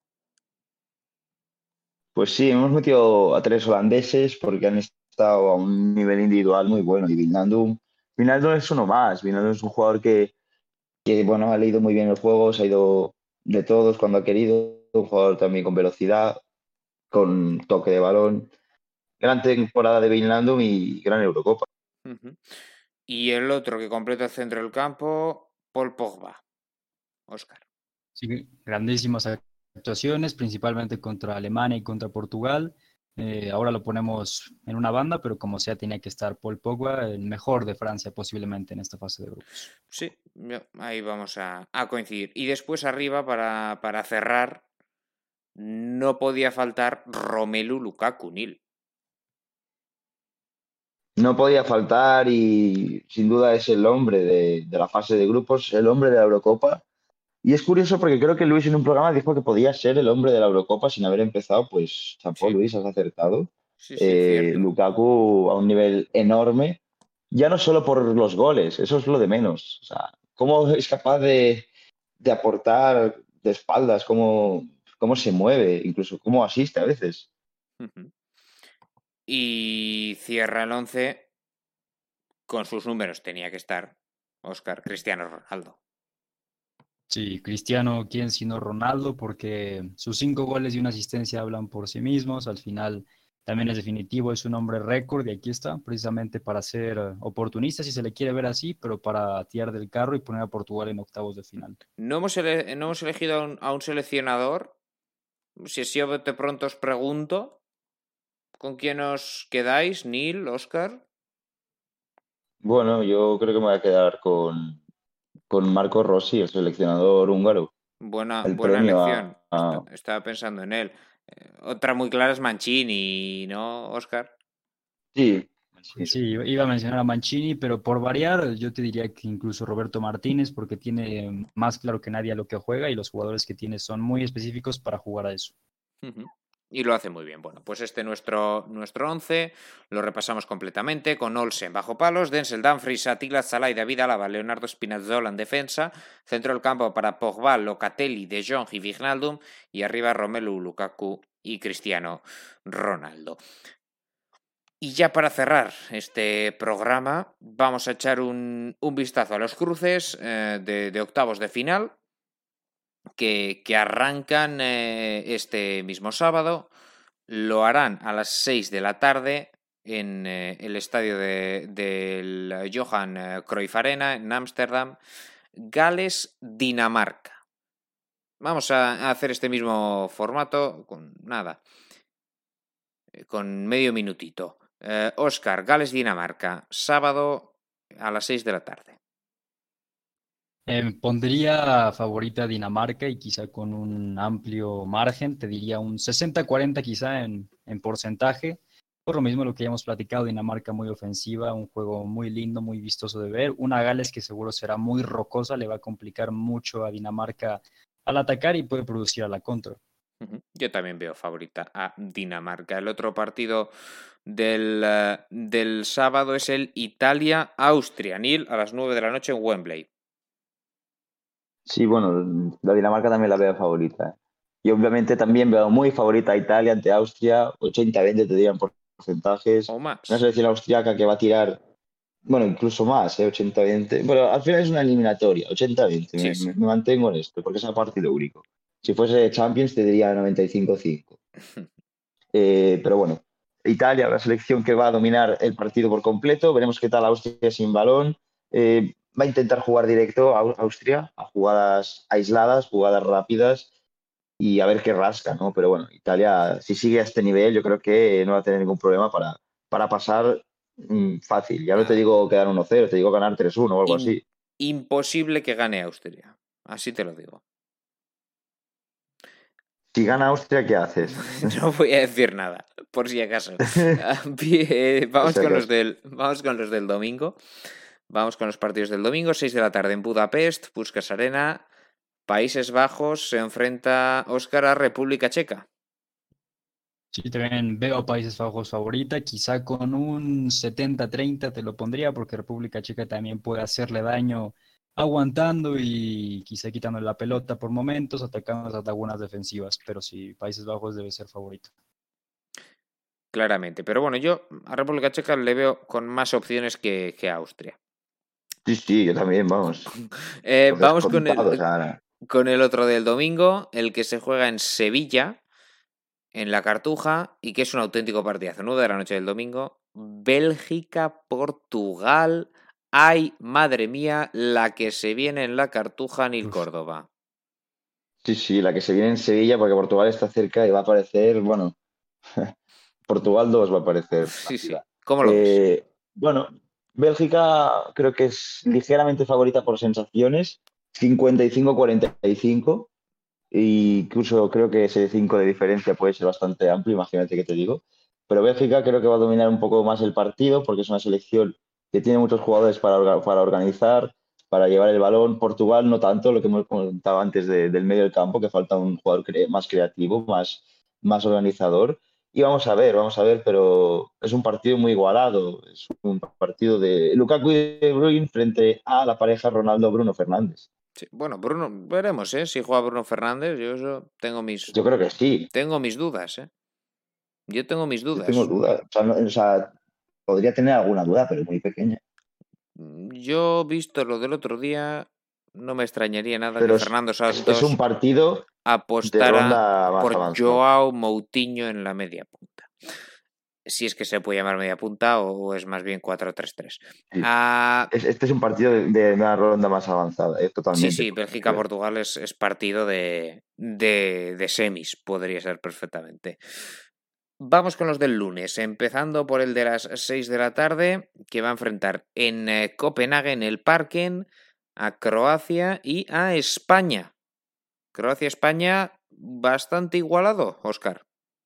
Pues sí, hemos metido a tres holandeses porque han estado a un nivel individual muy bueno. Y Wijnaldum, Wijnaldum es uno más. Wijnaldum es un jugador que, que, bueno, ha leído muy bien el juego, se ha ido de todos cuando ha querido. Un jugador también con velocidad, con toque de balón. Gran temporada de Wijnaldum y gran Eurocopa. Uh-huh. Y el otro que completa el centro del campo, Paul Pogba. Óscar. Sí, grandísimas actuaciones, principalmente contra Alemania y contra Portugal. Eh, ahora lo ponemos en una banda, pero como sea, tenía que estar Paul Pogba, el mejor de Francia posiblemente en esta fase de grupos. Sí, ahí vamos a, a coincidir. Y después arriba, para, para cerrar, no podía faltar Romelu Lukaku, Nil. No podía faltar y sin duda es el hombre de, de la fase de grupos, el hombre de la Eurocopa. Y es curioso porque creo que Luis en un programa dijo que podía ser el hombre de la Eurocopa sin haber empezado, pues chapó Sí, Luis, has acertado. sí, sí, Eh, cierto. Lukaku a un nivel enorme, ya no solo por los goles, eso es lo de menos. O sea, cómo es capaz de, de aportar de espaldas, cómo, cómo se mueve, incluso cómo asiste a veces. Uh-huh. Y cierra el once con sus números, tenía que estar Óscar, Cristiano Ronaldo. Sí, Cristiano, ¿quién sino Ronaldo? Porque sus cinco goles y una asistencia hablan por sí mismos. Al final también es definitivo, es un hombre récord y aquí está, precisamente para ser eh, oportunista, si se le quiere ver así, pero para tirar del carro y poner a Portugal en octavos de final. No hemos, ele- no hemos elegido a un, a un seleccionador. Si así de pronto os pregunto, ¿con quién os quedáis, Neil, Óscar? Bueno, yo creo que me voy a quedar con, con Marco Rossi, el seleccionador húngaro. Buena, El buena premio elección. a, Está- a- estaba pensando en él. Eh, otra muy clara es Mancini, ¿no, Óscar? Sí, Sí, sí, iba a mencionar a Mancini, pero por variar, yo te diría que incluso Roberto Martínez, porque tiene más claro que nadie a lo que juega y los jugadores que tiene son muy específicos para jugar a eso. Uh-huh. Y lo hace muy bien. Bueno, pues este nuestro nuestro once lo repasamos completamente con Olsen bajo palos, Denzel Dumfries, Attila Szalai, David Alaba, Leonardo Spinazzola en defensa, centro del campo para Pogba, Locatelli, De Jong y Wijnaldum y arriba Romelu Lukaku y Cristiano Ronaldo. Y ya para cerrar este programa, vamos a echar un, un vistazo a los cruces eh, de, de octavos de final que, que arrancan eh, este mismo sábado. Lo harán a las seis de la tarde en eh, el estadio del de, Johan Cruyff Arena en Ámsterdam. Gales-Dinamarca. Vamos a, a hacer este mismo formato con nada, eh, con medio minutito. Eh, Óscar, Gales-Dinamarca, sábado a las seis de la tarde. Eh, pondría favorita a Dinamarca y quizá con un amplio margen, te diría un sesenta cuarenta quizá en, en porcentaje. Por lo mismo lo que ya hemos platicado, Dinamarca muy ofensiva, un juego muy lindo, muy vistoso de ver. Una Gales que seguro será muy rocosa, le va a complicar mucho a Dinamarca al atacar y puede producir a la contra. Yo también veo favorita a Dinamarca. El otro partido del, uh, del sábado es el Italia-Austria, Nil, a las nueve de la noche en Wembley. sí, bueno, la Dinamarca también la veo favorita. ¿eh? Y obviamente también veo muy favorita a Italia ante Austria, ochenta veinte te dirían por porcentajes. O Una más. selección austriaca que va a tirar, bueno, incluso más, ¿eh? ochenta veinte. Bueno, al final es una eliminatoria, ochenta veinte, Sí, me, sí. me- me mantengo en esto, porque es a partido único. Si fuese Champions te diría noventa y cinco cinco. Eh, pero bueno, Italia, la selección que va a dominar el partido por completo. Veremos qué tal Austria sin balón. Eh, va a intentar jugar directo a Austria, a jugadas aisladas, jugadas rápidas y a ver qué rasca, ¿no? Pero bueno, Italia, si sigue a este nivel, yo creo que no va a tener ningún problema para, para pasar mm, fácil. Ya no te Ah, digo quedar uno cero, te digo ganar tres uno o algo in- así. imposible que gane Austria. Así te lo digo. Si gana Austria, ¿qué haces? No voy a decir nada, por si acaso. Vamos con los del, vamos con los del domingo. Vamos con los partidos del domingo, seis de la tarde en Budapest, Puskás Arena, Países Bajos, se enfrenta Óscar a República Checa. Sí, también veo a Países Bajos favorita, quizá con un setenta treinta te lo pondría, porque República Checa también puede hacerle daño aguantando y quizá quitando la pelota por momentos, atacando las lagunas defensivas, pero sí, Países Bajos debe ser favorito. Claramente, pero bueno, yo a República Checa le veo con más opciones que, que a Austria. Sí, sí, yo también, vamos. eh, vamos con el, o sea, con el otro del domingo, el que se juega en Sevilla, en la Cartuja, y que es un auténtico partidazo. nueve de la noche del domingo, Bélgica-Portugal. Ay, madre mía, la que se viene en la Cartuja, Nil Uf. Córdoba. Sí, sí, la que se viene en Sevilla, porque Portugal está cerca y va a aparecer, bueno, Portugal dos va a aparecer. Sí, sí. ¿Cómo lo ves? Eh, bueno, Bélgica creo que es ligeramente favorita por sensaciones, cincuenta y cinco cuarenta y cinco, y incluso creo que ese cinco de diferencia puede ser bastante amplio, imagínate que te digo. Pero Bélgica creo que va a dominar un poco más el partido porque es una selección que tiene muchos jugadores para, orga- para organizar, para llevar el balón. Portugal no tanto, lo que hemos comentado antes de- del medio del campo, que falta un jugador cre- más creativo, más, más organizador. Y vamos a ver, vamos a ver, pero es un partido muy igualado. Es un partido de Lukaku y De Bruyne frente a la pareja Ronaldo-Bruno Fernández. Sí, bueno, Bruno, veremos, ¿eh? Si juega Bruno Fernández, yo eso tengo mis, Yo creo que sí. tengo mis dudas, ¿eh? Yo tengo mis Yo tengo dudas. dudas. O sea, no- o sea, podría tener alguna duda, pero muy pequeña. Yo, visto lo del otro día, no me extrañaría nada que Pero es, Fernando es- es un Santos partido de apostara ronda más por avanzada. Joao Moutinho en la media punta. Si es que se puede llamar media punta o es más bien cuatro tres tres. Sí. Ah, Es- este es un partido de, de una ronda más avanzada, eh, sí, totalmente. sí, Bélgica-Portugal es, es partido de, de, de semis, podría ser perfectamente. Vamos con los del lunes, empezando por el de las seis de la tarde, que va a enfrentar en eh, Copenhague, en el Parken, a Croacia y a España. Croacia-España bastante igualado, Óscar.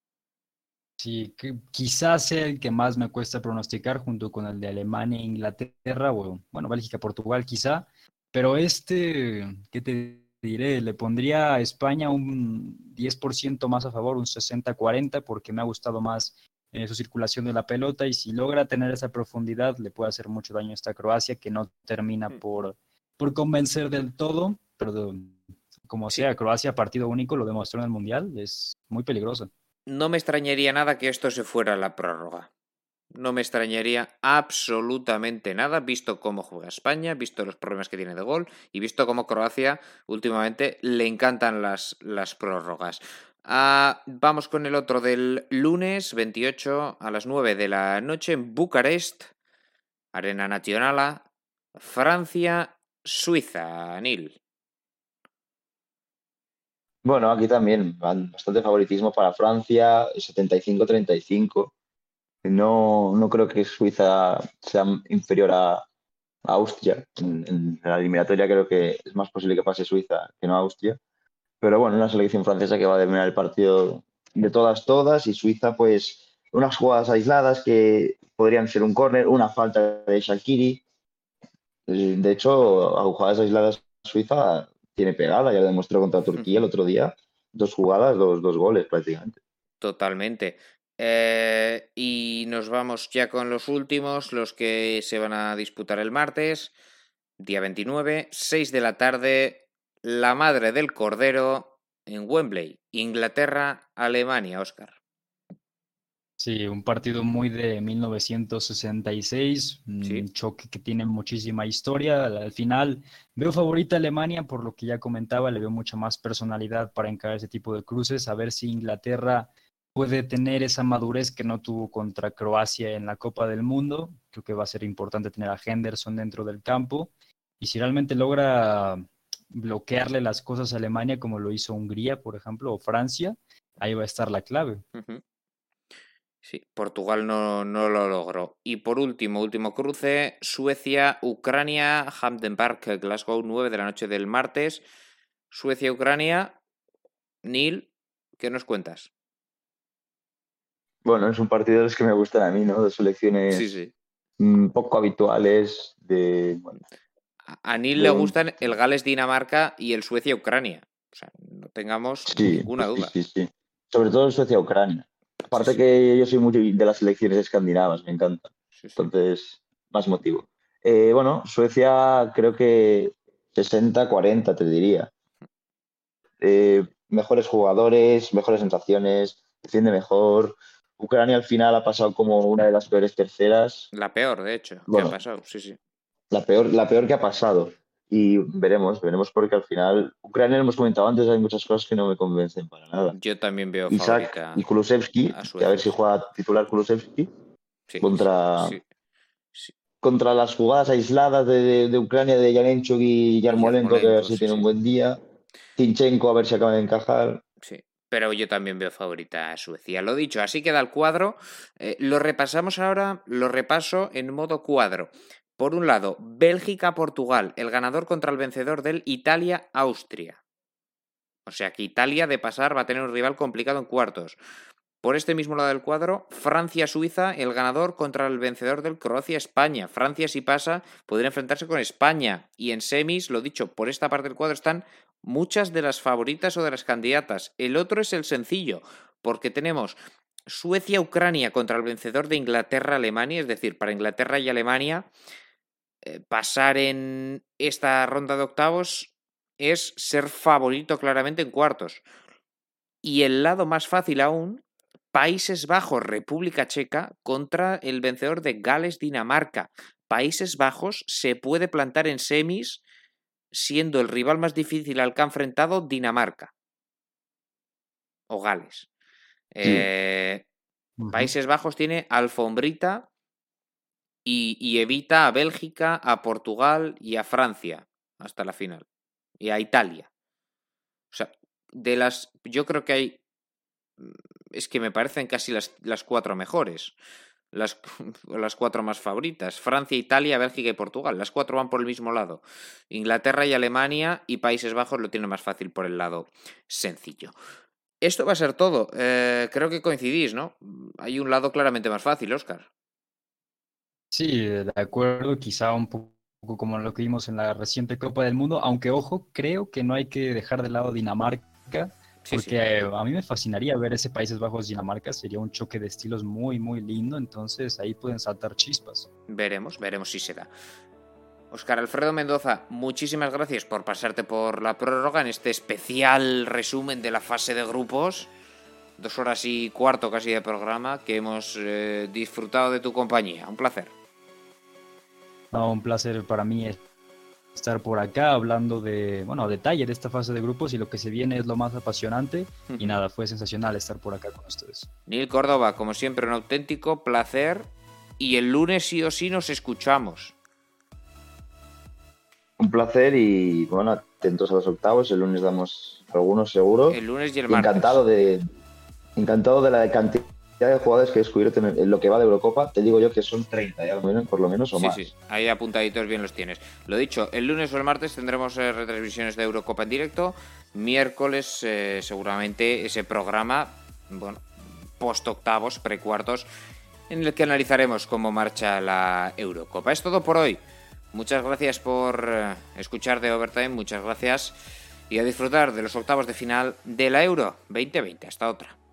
Sí, que quizás sea el que más me cuesta pronosticar junto con el de Alemania e Inglaterra, o bueno, Bélgica, Portugal quizá, pero este, ¿qué te diré? Le pondría a España un diez por ciento más a favor, un sesenta cuarenta, porque me ha gustado más eh, su circulación de la pelota y si logra tener esa profundidad le puede hacer mucho daño a esta Croacia que no termina por, por convencer del todo, pero de- como Sí, sea, Croacia partido único lo demostró en el Mundial, es muy peligroso. no me extrañaría nada que esto se fuera a la prórroga. No me extrañaría absolutamente nada, visto cómo juega España, visto los problemas que tiene de gol y visto cómo Croacia últimamente le encantan las, las prórrogas. Ah, vamos con el otro del lunes veintiocho a las nueve de la noche en Bucarest, Arena Nacional, Francia, Suiza, Nil. Bueno, aquí también van bastante favoritismo para Francia, setenta y cinco treinta y cinco. No, no creo que Suiza sea inferior a, a Austria. En, en la eliminatoria creo que es más posible que pase Suiza que no Austria. Pero bueno, una selección francesa que va a dominar el partido de todas, todas, y Suiza, pues, unas jugadas aisladas que podrían ser un córner, una falta de Shaqiri. Eh, De hecho, a jugadas aisladas Suiza tiene pegada, ya lo demostró contra Turquía el otro día. Dos jugadas, dos, dos goles prácticamente. Totalmente. Eh, y nos vamos ya con los últimos, los que se van a disputar el martes, día veintinueve, seis de la tarde, la madre del Cordero en Wembley, Inglaterra, Alemania, Óscar. Sí, un partido muy de mil novecientos sesenta y seis, un Sí. choque que tiene muchísima historia. Al al final veo favorita a Alemania, por lo que ya comentaba, le veo mucha más personalidad para encarar ese tipo de cruces, a ver si Inglaterra puede tener esa madurez que no tuvo contra Croacia en la Copa del Mundo. Creo que va a ser importante tener a Henderson dentro del campo. Y si realmente logra bloquearle las cosas a Alemania, como lo hizo Hungría, por ejemplo, o Francia, ahí va a estar la clave. Uh-huh. Sí, Portugal no, no lo logró. Y por último, último cruce, Suecia, Ucrania, Hampden Park, Glasgow, nueve de la noche del martes. Suecia, Ucrania, Nil, ¿Qué nos cuentas? Bueno, es un partido de los que me gustan a mí, ¿no? De selecciones Sí, sí. mm, poco habituales, de, bueno, A, a Neil le de un... gustan el Gales-Dinamarca y el Suecia-Ucrania. O sea, no tengamos Sí, ninguna sí, duda. sí, sí. Sobre todo Suecia-Ucrania. Sí, Aparte sí, que yo soy muy de las selecciones escandinavas, me encantan. sí, sí. Entonces, más motivo. Eh, bueno, Suecia creo que sesenta cuarenta te diría. Eh, mejores jugadores, mejores sensaciones, defiende mejor. Ucrania al final ha pasado como una de las peores terceras. La peor, de hecho, que ha Bueno, pasado. Sí, sí. la peor, la peor que ha pasado. Y veremos, veremos porque al final, Ucrania, lo hemos comentado antes, hay muchas cosas que no me convencen para nada. Yo también veo Isaac y favorita Kulusevski, a que a ver Suecia, si sí. juega titular Kulusevski, Sí, sí, contra, sí, sí. contra las jugadas aisladas de, de- de Ucrania de Yarenchuk y Y Yarmolenko, que a ver Yarmolenko, si sí, tiene un sí. buen día. Zinchenko, a ver si acaba de encajar. Sí. Pero yo también veo favorita a Suecia. Lo dicho, así queda el cuadro. Eh, lo repasamos ahora, lo repaso en modo cuadro. Por un lado, Bélgica-Portugal, el ganador contra el vencedor del Italia-Austria. O sea que Italia, de pasar, va a tener un rival complicado en cuartos. Por este mismo lado del cuadro, Francia-Suiza, el ganador contra el vencedor del Croacia-España. Francia, si pasa, podría enfrentarse con España. Y en semis, lo dicho, por esta parte del cuadro están muchas de las favoritas o de las candidatas. El otro es el sencillo, porque tenemos Suecia-Ucrania contra el vencedor de Inglaterra-Alemania, es decir, para Inglaterra y Alemania, eh, pasar en esta ronda de octavos es ser favorito claramente en cuartos. Y el lado más fácil aún, Países Bajos, República Checa contra el vencedor de Gales, Dinamarca. Países Bajos se puede plantar en semis siendo el rival más difícil al que ha enfrentado Dinamarca o Gales. Sí, Eh, Ujú. Países Bajos tiene alfombrita y, y evita a Bélgica, a Portugal y a Francia hasta la final. Y a Italia. O sea, de las. Yo creo que hay. Es que me parecen casi las, las cuatro mejores. Las, las cuatro más favoritas. Francia, Italia, Bélgica y Portugal. Las cuatro van por el mismo lado. Inglaterra y Alemania y Países Bajos lo tienen más fácil por el lado sencillo. Esto va a ser todo. Eh, creo que coincidís, ¿no? Hay un lado claramente más fácil, Óscar. Sí, de acuerdo, quizá un poco como lo que vimos en la reciente Copa del Mundo, aunque ojo, creo que no hay que dejar de lado Dinamarca, Sí, sí. porque a mí me fascinaría ver ese Países Bajos-Dinamarca, sería un choque de estilos muy, muy lindo, entonces ahí pueden saltar chispas. Veremos, veremos si se da. Óscar Alfredo Mendoza, muchísimas gracias por pasarte por la prórroga en este especial resumen de la fase de grupos. Dos horas y cuarto casi de programa que hemos eh, disfrutado de tu compañía. Un placer. No, un placer para mí estar por acá hablando de, bueno, a detalle de esta fase de grupos y lo que se viene es lo más apasionante y nada, fue sensacional estar por acá con ustedes. Neil Córdoba, como siempre, un auténtico placer y el lunes sí o sí nos escuchamos. un placer y bueno, atentos a los octavos. El lunes damos algunos seguro. El lunes y el Y martes. encantado de, encantado de la cantidad de jugadores que he descubierto en lo que va de Eurocopa. Te digo yo que son treinta, ya, por lo menos, o Sí, más. sí, ahí apuntaditos bien los tienes. Lo dicho, el lunes o el martes tendremos eh, retransmisiones de Eurocopa en directo. Miércoles eh, seguramente ese programa, bueno, post octavos, precuartos, en el que analizaremos cómo marcha la Eurocopa. Es todo por hoy. Muchas gracias por eh, escuchar de Overtime, muchas gracias y a disfrutar de los octavos de final de la Euro veinte veinte. Hasta otra.